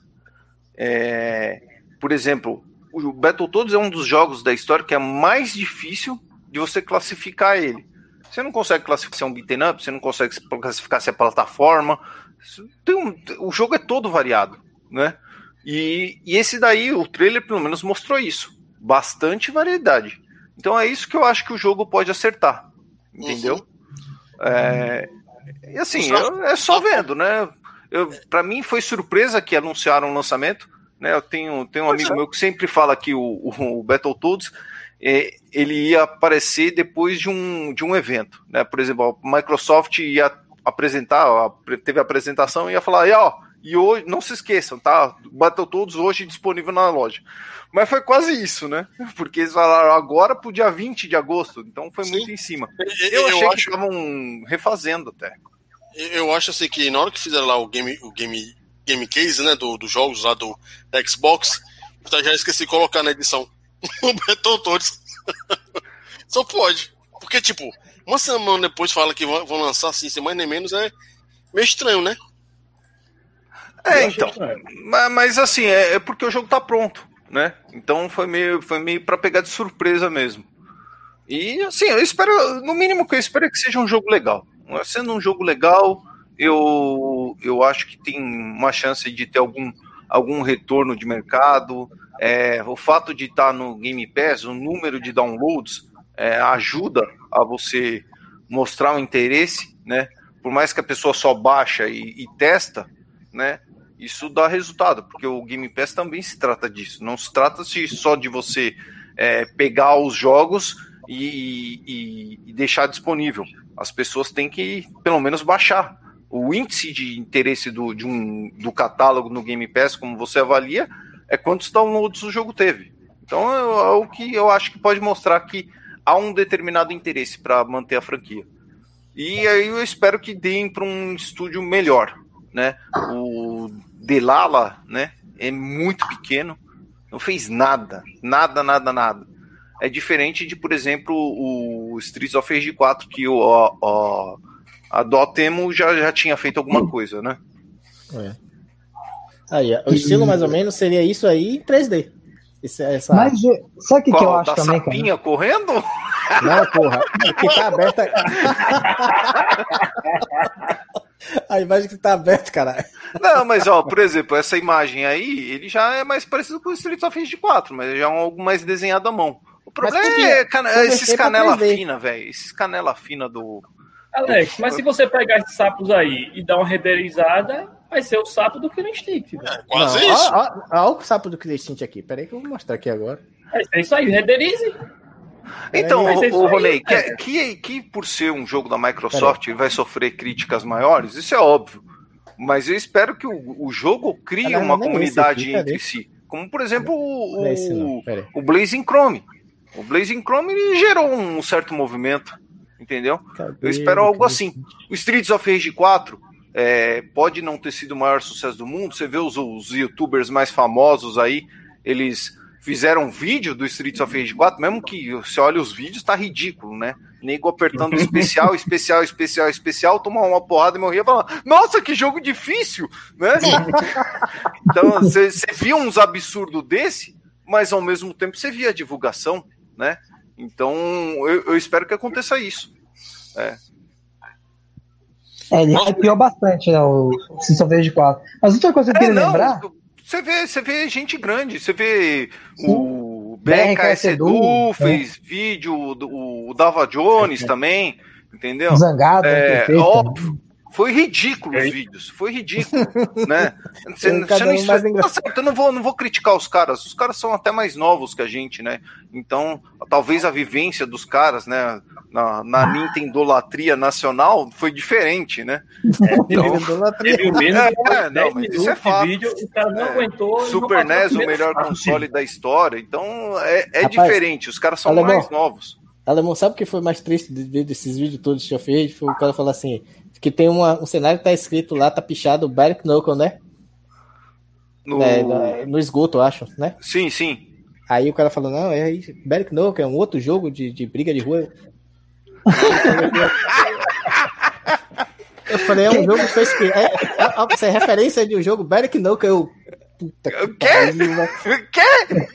É, por exemplo, o Battletoads é um dos jogos da história que é mais difícil de você classificar ele. Você não consegue classificar se é um beat'em up, você não consegue classificar se é plataforma. Tem um, o jogo é todo variado, né? E, e esse daí, o trailer pelo menos mostrou isso. Bastante variedade. Então é isso que eu acho que o jogo pode acertar. Entendeu? É, e assim, eu- é só vendo, né? Eu, pra mim foi surpresa que anunciaram o lançamento, né? Eu tenho, tenho um amigo meu que sempre fala que o, o, o Battletoads é, ele ia aparecer depois de um, de um evento, né? Por exemplo, a Microsoft ia apresentar, teve a apresentação e ia falar, e ó, e hoje, não se esqueçam, tá? Battletoads hoje disponível na loja. Mas foi quase isso, né? Porque eles falaram agora pro dia vinte de agosto, então foi Sim. muito em cima. Eu, Eu achei eu que acho, estavam refazendo até. eu acho assim que na hora que fizeram lá o game, o game, game case, né, do, dos jogos lá do da Xbox, eu já esqueci de colocar na edição o Battletoads. Só pode. Porque, tipo, uma semana depois fala que vão, vão lançar assim, sem mais nem menos, é meio estranho, né? É, Eu achei então. estranho. Mas, mas assim, é, é porque o jogo tá pronto, né? Então foi meio, foi meio pra pegar de surpresa mesmo. E assim, eu espero, no mínimo que eu espero é que seja um jogo legal. Sendo um jogo legal, eu, eu acho que tem uma chance de ter algum, algum retorno de mercado. É, o fato de estar no Game Pass, o número de downloads é, ajuda a você mostrar um interesse, né? Por mais que a pessoa só baixa e, e testa, né? Isso dá resultado, porque o Game Pass também se trata disso. Não se trata só de você é, pegar os jogos e, e, e deixar disponível. As pessoas têm que, pelo menos, baixar. O índice de interesse do, de um, do catálogo no Game Pass, como você avalia, é quantos downloads o jogo teve. Então é, é o que eu acho que pode mostrar que há um determinado interesse para manter a franquia. E aí eu espero que deem para um estúdio melhor, né? O Delala, né, é muito pequeno, não fez nada, nada, nada, nada. É diferente de, por exemplo, o Streets of Rage quatro, que o, o, a Dotemu já, já tinha feito alguma coisa, né? É. Aí, o estilo mais ou menos seria isso aí em três D. Esse, essa... Mas sabe o que, que eu acho da também, sapinha cara? correndo? Não, porra. Que tá aberta. A imagem que tá aberta, caralho. Não, mas ó, por exemplo, essa imagem aí, ele já é mais parecido com o Streets of Rage quatro, mas já é algo mais desenhado à mão. O problema podia, é cana- esses canela três D. fina, velho. Esses canela fina do. Alex, mas se você pegar esses sapos aí e dar uma renderizada, vai ser o sapo do Killer Instinct. velho. É quase Não, isso. ó, ó, ó o sapo do Killer Instinct aqui. Pera aí que eu vou mostrar aqui agora. É isso aí, renderize. Então, Vai ser isso o aí, Ronei, que, velho. que, que por ser um jogo da Microsoft ele vai sofrer críticas maiores, isso é óbvio. Mas eu espero que o, o jogo crie Caralho, uma nem comunidade esse aqui, cadê? entre si. Como, por exemplo, o, Não é esse não, o, pera aí. o Blazing Chrome. O Blazing Chrome ele gerou um certo movimento, entendeu? Cadê Eu espero o algo Killer assim. Instinct? O Streets of Rage quatro é, pode não ter sido o maior sucesso do mundo. Você vê os, os youtubers mais famosos aí, eles fizeram um vídeo do Streets of Rage quatro, mesmo que você olha os vídeos, tá ridículo, né? Nego apertando especial, especial, especial, especial, tomar uma porrada e morria falando, nossa, que jogo difícil, né? Então, você via uns absurdos desse, mas ao mesmo tempo você via a divulgação, né? Então, eu, eu espero que aconteça isso. É. É, ele hypeou bastante, né, o Streets of Rage quatro. Mas outra coisa que eu É, queria não, lembrar... Você vê, você vê gente grande, você vê Sim. o B R K S Edu Edu, fez vídeo, o, o Dava Jones É. também, entendeu? Zangado, É, perfeito. óbvio. Foi ridículo os vídeos, foi ridículo, né? Você, Tem você cada não, um mais tá engraçado. certo, eu não vou, não vou criticar os caras, os caras são até mais novos que a gente, né? Então, talvez a vivência dos caras, né, na, na Nintendolatria nacional foi diferente, né? Então, Teve o mesmo É, não, mas isso é fato. vídeo, o cara não É. aguentou. e Super não passou N E S, o primeiro melhor passo. console da história. Então é, é Rapaz, diferente. Os caras são alemão. mais novos. Alemão, sabe o que foi mais triste de ver desses vídeos todos de Streets of Rage? Foi o cara falar assim, que tem uma, um cenário que tá escrito lá, tá pichado, Barrack Knuckle, né? No... É, no, no esgoto, eu acho, né? Sim, sim. Aí o cara falou, não, é Barrack Knuckle, é um outro jogo de, de briga de rua. Eu falei, é um jogo que fez que. É, é, é, essa é referência de um jogo Barrack Knuckle, eu. Puta que O quê? pariu, né? O quê?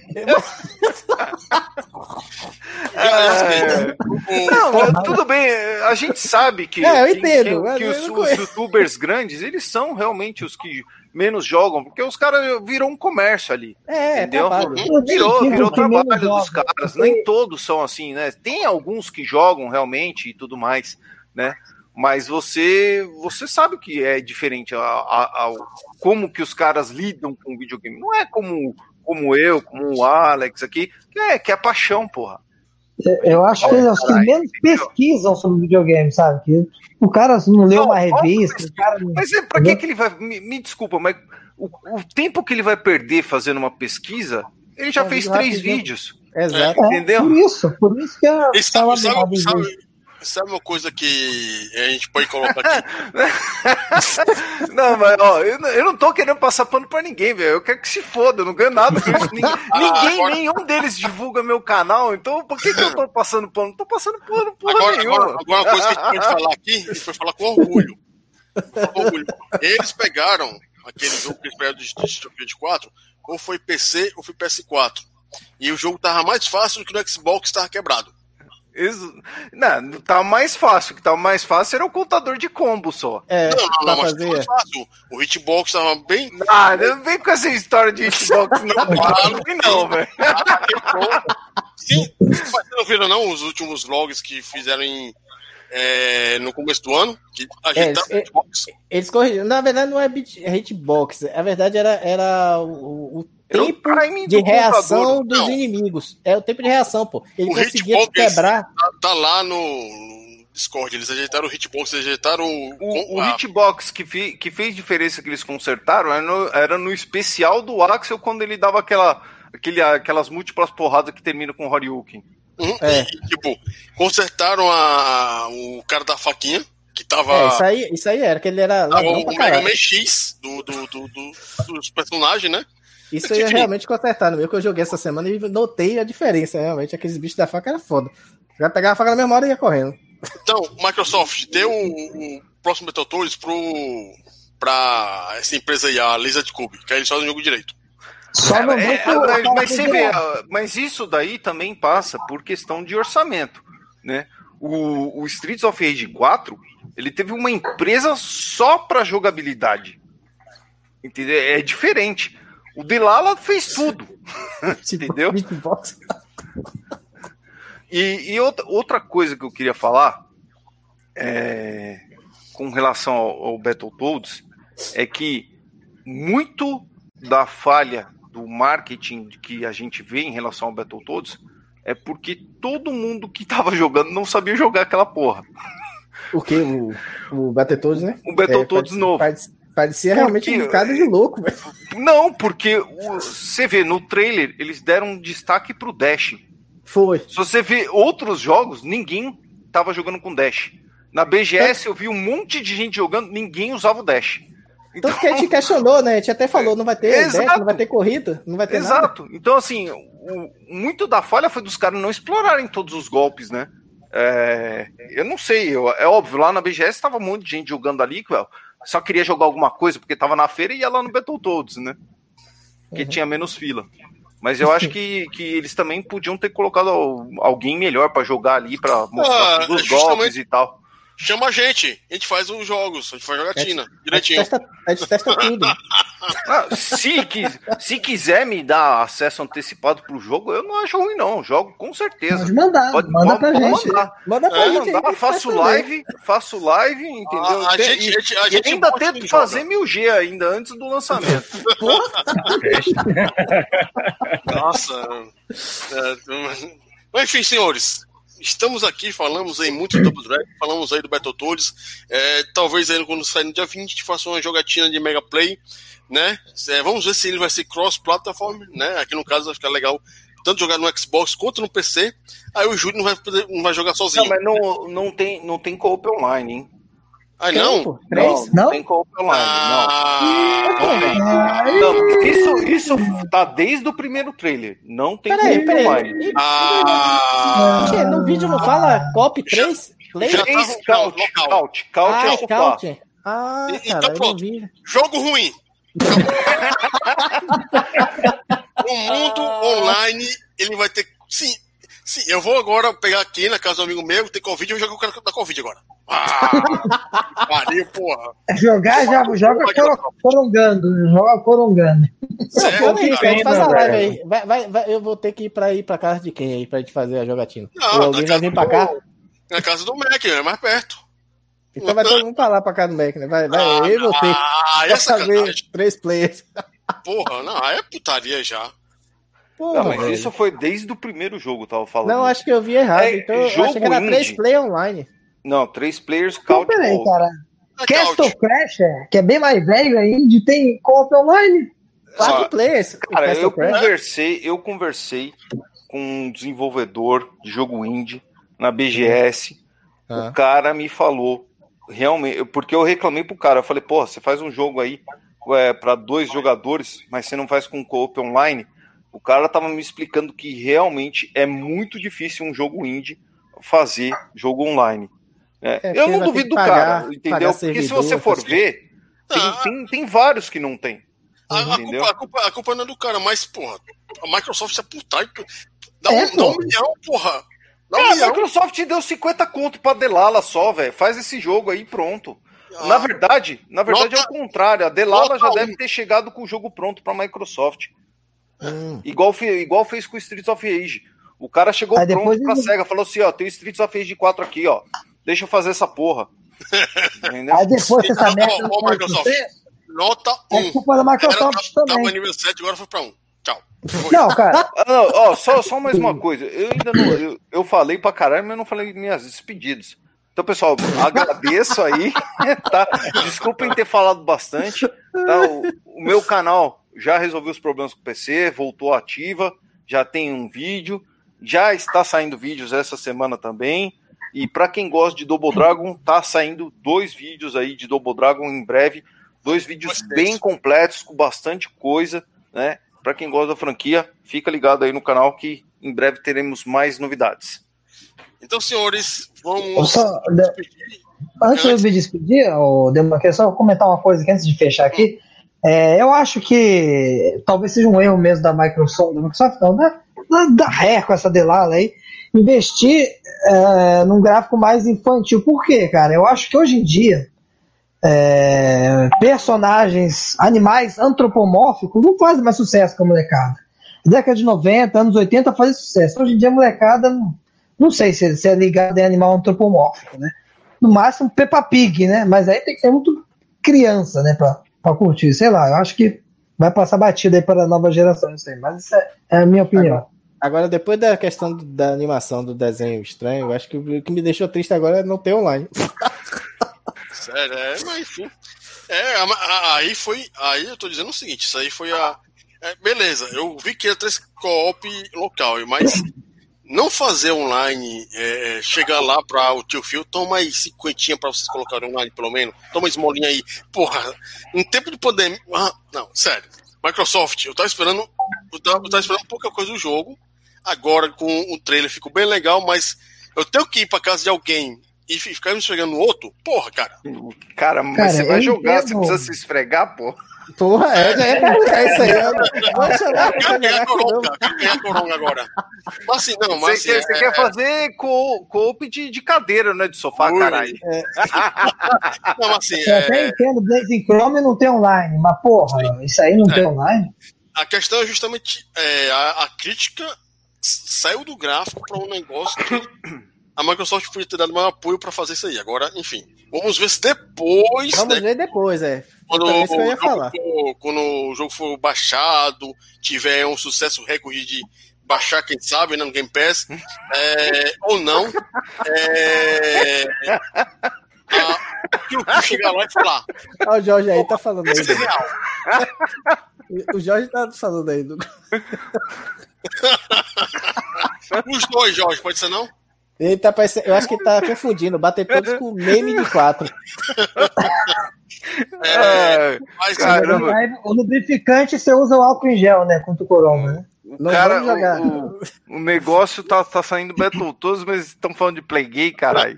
É... Não, mas tudo bem. A gente sabe que, É, eu que- entendo, que, mas que eu os, não os conheço. youtubers grandes, eles são realmente os que menos jogam, porque os caras viram um comércio ali. É, Entendeu? trabalho. Virou, Sim, virou os que menos trabalho dos jogam, caras. porque- Nem todos são assim, né? Tem alguns que jogam realmente e tudo mais, né? Mas você, você sabe que é diferente a, a, a- como que os caras lidam com o videogame. Não é como, como eu, como o Alex aqui, que é, que é paixão, porra. Eu acho que os que Caralho, menos entendeu? pesquisam sobre videogame, sabe? Que o cara não leu uma revista, o cara não... Mas é, pra que, que ele vai. Me, me desculpa, mas o, o tempo que ele vai perder fazendo uma pesquisa, ele já É um fez vídeo três rapidinho. vídeos. Exato. É, entendeu? por isso, por isso que a E sabe, fala sabe, do sabe, vídeo. sabe uma coisa que a gente pode colocar aqui? Não, mas ó, eu, não- eu não tô querendo passar pano pra ninguém, velho. Eu quero que se foda, eu não ganho nada com isso. Ninguém, ninguém, agora- nenhum deles divulga meu canal, então por que, que eu tô passando pano? Não tô passando pano porra Agora, nenhuma. agora, agora uma coisa que a gente pode falar aqui, a gente pode falar com orgulho. Com orgulho. Eles pegaram aquele jogo que eles pegaram do Street of Rage quatro, ou foi P C ou foi P S quatro. E o jogo tava mais fácil do que no Xbox tava quebrado. Isso, não, tá mais fácil. O que tá mais fácil era o contador de combo só. É, Não, não, pra não, mas fazer. tava mais fácil. O hitbox tava bem. Ah, não vem com essa história de Xbox, não. Não, vem não, velho. Sim, vocês não viram não os últimos vlogs que fizeram em, é, no começo do ano? Que ajeitaram É, o hitbox. Eles corrigiram. Na verdade, não é bit- é hitbox. Na verdade, era, era o, o Era o tempo timing de do reação computador. dos Não. inimigos. É o tempo de reação, pô. Ele O conseguia te hitbox quebrar. tá, tá lá no, no Discord. Eles ajeitaram o hitbox, eles ajeitaram o. O, o a- hitbox que, fi, que fez diferença que eles consertaram era no, era no especial do Axel quando ele dava aquela, aquele, aquelas múltiplas porradas que terminam com o Horyuken. Uhum. É. E, tipo, consertaram a, o cara da faquinha, que tava. É, isso aí, isso aí era, que ele era tava ladrão o pra Mega caralho. Man X do, do, do, do- dos personagens, né? Isso aí é realmente consertar no meu, que eu joguei essa semana e notei a diferença, realmente. Aqueles bichos da faca era foda. Já pegava a faca na mesma hora e ia correndo. Então, Microsoft deu o, o próximo Battletoads pro pra essa empresa aí, a Lizard Cube, que aí eles fazem o jogo direito. Só não É, deu é, pro- mas, mas você vê, pro- mas isso daí também passa por questão de orçamento, né? O, o Streets of Rage quatro, ele teve uma empresa só para jogabilidade, entendeu? É diferente. O Delilah fez tudo, entendeu? Beatbox. E, e outra, outra coisa que eu queria falar é, com relação ao, ao Battletoads é que muito da falha do marketing que a gente vê em relação ao Battletoads é porque todo mundo que tava jogando não sabia jogar aquela porra. O que? O, o Battletoads, né? O Battletoads É, novo. Parecia, parecia realmente Porque- um bocado de louco, velho. Não, porque o- você vê no trailer, eles deram um destaque pro Dash. Foi. Se você vê outros jogos, ninguém tava jogando com Dash. Na B G S eu vi um monte de gente jogando, ninguém usava o Dash. Então, Tanto que a gente questionou, né? A gente até falou, não vai ter Exato. dash, não vai ter corrida, não vai ter nada. exato. Então, assim, o- muito da falha foi dos caras não explorarem todos os golpes, né? É, eu não sei, eu- é óbvio, lá na B G S tava um monte de gente jogando ali, que, ó, só queria jogar alguma coisa porque tava na feira e ia lá no Battletoads, né? Porque Uhum. tinha menos fila. Mas eu acho que, que eles também podiam ter colocado al- alguém melhor pra jogar ali, pra mostrar Ah, todos os justamente- golpes e tal. Chama a gente, a gente faz os jogos, a gente faz jogatina, A gente, direitinho. testa, a gente testa tudo. Ah, se, quis- se quiser me dar acesso antecipado pro jogo, eu não acho ruim, não. Jogo com certeza. Pode mandar, Pode- manda pode- pra pode gente. mandar. Manda pra É, gente. aí, Mandar, a gente faço faz também. live, faço live, entendeu? A- a E- gente- e, a gente- a e gente ainda mostra tento quem fazer joga. mil G ainda antes do lançamento. Nossa. É, mas, enfim, senhores, estamos aqui, falamos aí muito do Double Dragon, falamos aí do Battletoads. É, talvez aí quando sair no dia vinte a gente faça uma jogatina de Mega Play, né? É, vamos ver se ele vai ser cross-platform, né? Aqui no caso vai ficar legal tanto jogar no Xbox quanto no P C. Aí o Júlio não vai, poder, não vai jogar sozinho. Não, mas não, não, tem, não tem co-op online, hein? Aí Tem, não? pô, três? Não, Não? tem co-op online, Ah, não. Não tem. Ai, Não, isso, isso tá desde o primeiro trailer. Não tem Peraí, co-op peraí. online. E- ah, Tchê, no vídeo não fala cop três? Play? já- Três tá couch, local. couch, couch Ah, é é sofá. couch. Ah, E- então cara, eu não pronto. vi. jogo ruim. O mundo online, ele vai ter. Sim, sim, eu vou agora pegar aqui na casa do amigo meu, tem Covid, eu vou jogar o cara da Covid agora. Ah, pariu, porra. jogar, já, joga coro- corongando. Joga corongando. Certo, Pô, aí, cara. a gente faz a Pena, live velho. aí. Vai, vai, vai, eu vou ter que ir pra ir pra casa de quem aí, pra gente fazer a jogatina? Não, Ou alguém na vai casa vir pra do- cá? Na casa do Mac, é mais perto. Então vai todo mundo pra lá, pra casa do Mac, né? Vai, vai, Ah, eu e você. Ah, Pra essa fazer sacanagem. três players. Porra, não, aí é putaria já. Porra, Não, mas velho. isso foi desde o primeiro jogo, tava falando. Não, acho que eu vi errado. É, então eu jogo achei que era indie. três play online. Não, três players, Então, couch peraí, co-op. cara. É Castle couch. Crasher, que é bem mais velho ainda, tem co-op online. Quatro Só- players. o Cara, Castle eu Crash. conversei, eu conversei com um desenvolvedor de jogo indie na B G S. Ah. O cara me falou, realmente, porque eu reclamei pro cara, eu falei, pô, você faz um jogo aí é, para dois jogadores, mas você não faz com co-op online. O cara tava me explicando que realmente é muito difícil um jogo indie fazer jogo online. É, É, eu porque não vai ter duvido que do pagar- cara, pagar entendeu? Porque se servidor, você for essas ver, tem, Ah. tem, tem vários que não tem. A, a Entendeu? culpa, a, culpa, a culpa não é do cara, mas, porra, a Microsoft é putar. Dá, É, um, dá um pô. milhão, porra. Dá um Cara, a milhão. Microsoft deu cinquenta conto pra Delala só, velho. Faz esse jogo aí pronto. Ah. Na verdade, na verdade Nota- é o contrário. A Delala Nota já um. deve ter chegado com o jogo pronto pra Microsoft. Hum. Igual, fe- igual fez com o Streets of Rage. O cara chegou Aí pronto depois pra ele- SEGA, falou assim, ó, tem o Streets of Rage quatro aqui, ó. Deixa eu fazer essa porra. Entendeu? Aí depois essa Então, merda ó, não ó, vai Microsoft. acontecer, Nota é um. culpa da Microsoft Era, tava também. nível sete, agora foi pra um. Tchau. Não, cara, Ah, não, ó, só, só mais uma coisa. Eu ainda não. Eu, eu falei pra caralho, mas eu não falei minhas despedidas. Então, pessoal, agradeço aí, tá? Desculpem ter falado bastante. Tá? O, o meu canal já resolveu os problemas com o P C, voltou ativa, já tem um vídeo. Já está saindo vídeos essa semana também. E para quem gosta de Double Dragon, tá saindo dois vídeos aí de Double Dragon em breve. Dois vídeos bem completos, com bastante coisa, né? Para quem gosta da franquia, fica ligado aí no canal que em breve teremos mais novidades. Então, senhores, vamos... Só, antes de eu me despedir, eu queria só comentar uma coisa aqui antes de fechar aqui. É, eu acho que talvez seja um erro mesmo da Microsoft, da Microsoft não, da, da Rare com essa Delilah aí, investir é, num gráfico mais infantil. Por quê, cara? Eu acho que hoje em dia é, personagens, animais antropomórficos não fazem mais sucesso com a molecada. Década de noventa, anos oitenta fazia sucesso. Hoje em dia a molecada não, não sei se, se é ligada em animal antropomórfico, né? No máximo Peppa Pig, né? Mas aí tem que ser muito criança, né? Pra, pra curtir, sei lá. Eu acho que vai passar batida aí para a nova geração, não sei. Mas isso é, é a minha opinião. Agora, agora, depois da questão da animação do desenho estranho, eu acho que o que me deixou triste agora é não ter online. Sério, é, mas enfim. É, a, a, aí foi. Aí eu tô dizendo o seguinte: isso aí foi a. É, beleza, eu vi que era três co-op local, mas não fazer online, é, chegar lá para o tio Phil, toma aí cinquentinha para vocês colocarem online, pelo menos. Toma esmolinha aí. Porra, em tempo de pandemia. Ah, não, sério. Microsoft, eu tava esperando. Eu tava, eu tava esperando pouca coisa do jogo. Agora com o trailer ficou bem legal, mas eu tenho que ir pra casa de alguém e ficar me esfregando no outro? Porra, cara. Cara, mas Cara, você vai jogar, entendo. você precisa se esfregar, pô. Porra, é, é, é isso aí. Pode chorar, Eu quero ganhar coronga, quero ganhar coronga agora. Mas assim, não, mas Você, assim, quer, você é, quer fazer co- co-op de, de cadeira, não é de sofá, Ui. caralho. não, mas assim, Eu até é, entendo, Blazing Chrome não tem online, mas porra, isso aí não É. tem online? a questão é justamente é, a, a crítica saiu do gráfico para um negócio que a Microsoft podia ter dado mais apoio para fazer isso aí. Agora, enfim, vamos ver se depois, Vamos né, ver depois, é. quando, Então, o isso que eu ia jogo falar. for, quando o jogo for baixado, tiver um sucesso recorde de baixar, quem sabe, né, no Game Pass, é, ou não, é, a, que o chegar lá e falar, Olha o Jorge aí, tá falando aí. isso é real. O Jorge tá falando aí. Do... Os dois, Jorge, pode ser não? Ele tá parecendo... Eu acho que ele tá confundindo. Bater todos com meme de quatro. É, mas, Caramba. Aí, o lubrificante você usa o álcool em gel, né? Contra o corona, né? O Não cara, vamos jogar. o, o, o negócio tá, tá saindo Battletoads, mas estão falando de Play Gay, caralho.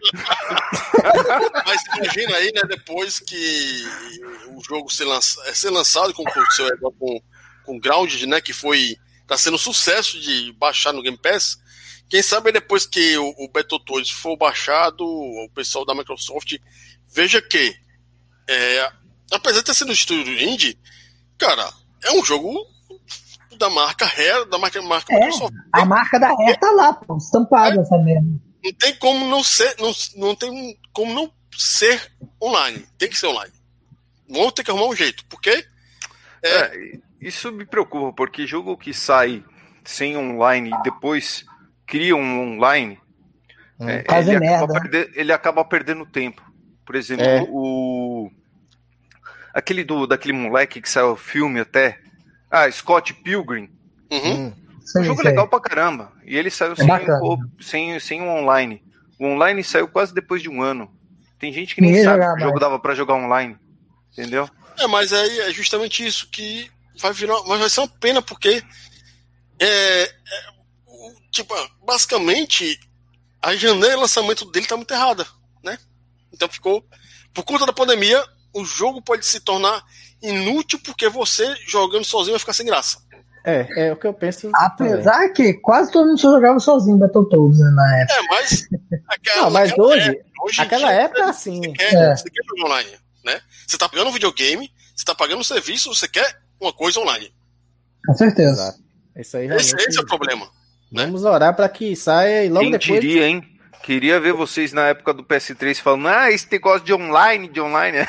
mas imagina aí, né, depois que o jogo ser, lança, ser lançado com o seu com, com Grounded, né, que foi tá sendo um sucesso de baixar no Game Pass. Quem sabe depois que o, o Battletoads for baixado, o pessoal da Microsoft veja que é, apesar de ter sido um estúdio indie, cara, é um jogo da marca Rare, da marca, marca É, Microsoft. a marca da Rare tá lá, pô, estampada essa merda. Não tem como não ser, não, não tem como não ser online. Tem que ser online. Vão ter que arrumar um jeito, porque é, É, isso me preocupa, porque jogo que sai sem online e depois cria um online, Hum, é, quase ele, merda. acaba perder, ele acaba perdendo tempo. Por exemplo, É. o aquele do, daquele moleque que saiu o filme até, ah, Scott Pilgrim. uhum. Hum. O Sei, jogo é sei. legal pra caramba. E ele saiu sem, bacana. co- sem, sem um online. O online saiu quase depois de um ano. Tem gente que nem Ninguém sabe jogava que o jogo mais. dava pra jogar online. Entendeu? É, mas aí é justamente isso que vai virar, mas vai ser uma pena, porque é, é, o- tipo, basicamente a janela de lançamento dele tá muito errada, né? Então ficou, por conta da pandemia, o jogo pode se tornar inútil porque você jogando sozinho vai ficar sem graça. É, é o que eu penso. Apesar que quase todo mundo só jogava sozinho Battletoads, né, na época. É, mas aquela, Não, mas naquela hoje, época, hoje em aquela dia, época, assim. Você quer, É. você quer jogar online, né? Você tá pagando um videogame, você tá pagando um serviço, você quer uma coisa online. Com certeza. Exato. Isso aí Esse, realmente. esse é o problema. né? Vamos orar pra que saia e logo Quem depois. diria, hein? Queria ver vocês na época do P S três falando, ah, esse negócio de online, de online.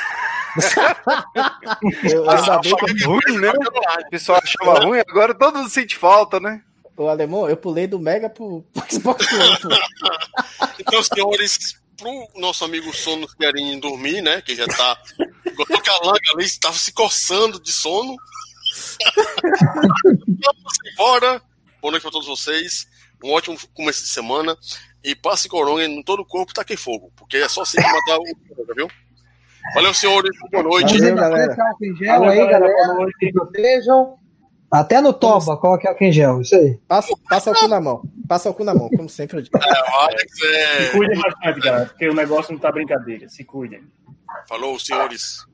Eu, ainda bem que Achava ruim, né? O pessoal achava ruim, agora todo mundo sente falta, né? o alemão, eu pulei do Mega pro, pro Xbox One. pô. Então, senhores, pro nosso amigo sono querem dormir, né? Que já tá. Enquanto que a Langa ali estava se coçando de sono. Vamos embora. Boa noite para todos vocês. um ótimo começo de semana e passe coronga em todo o corpo, taque fogo, porque é só assim que matar o coronga, viu? Valeu, senhores, boa noite. Valeu, galera. Álcool em gel aí, galera. Se protejam. Até no toba, coloque álcool em gel, isso aí. Passa, passa o cu na mão. Passa o cu na mão, como sempre eu digo. É, o Alex é... Se cuidem bastante, galera, porque o negócio não tá brincadeira. Se cuidem. Falou, senhores.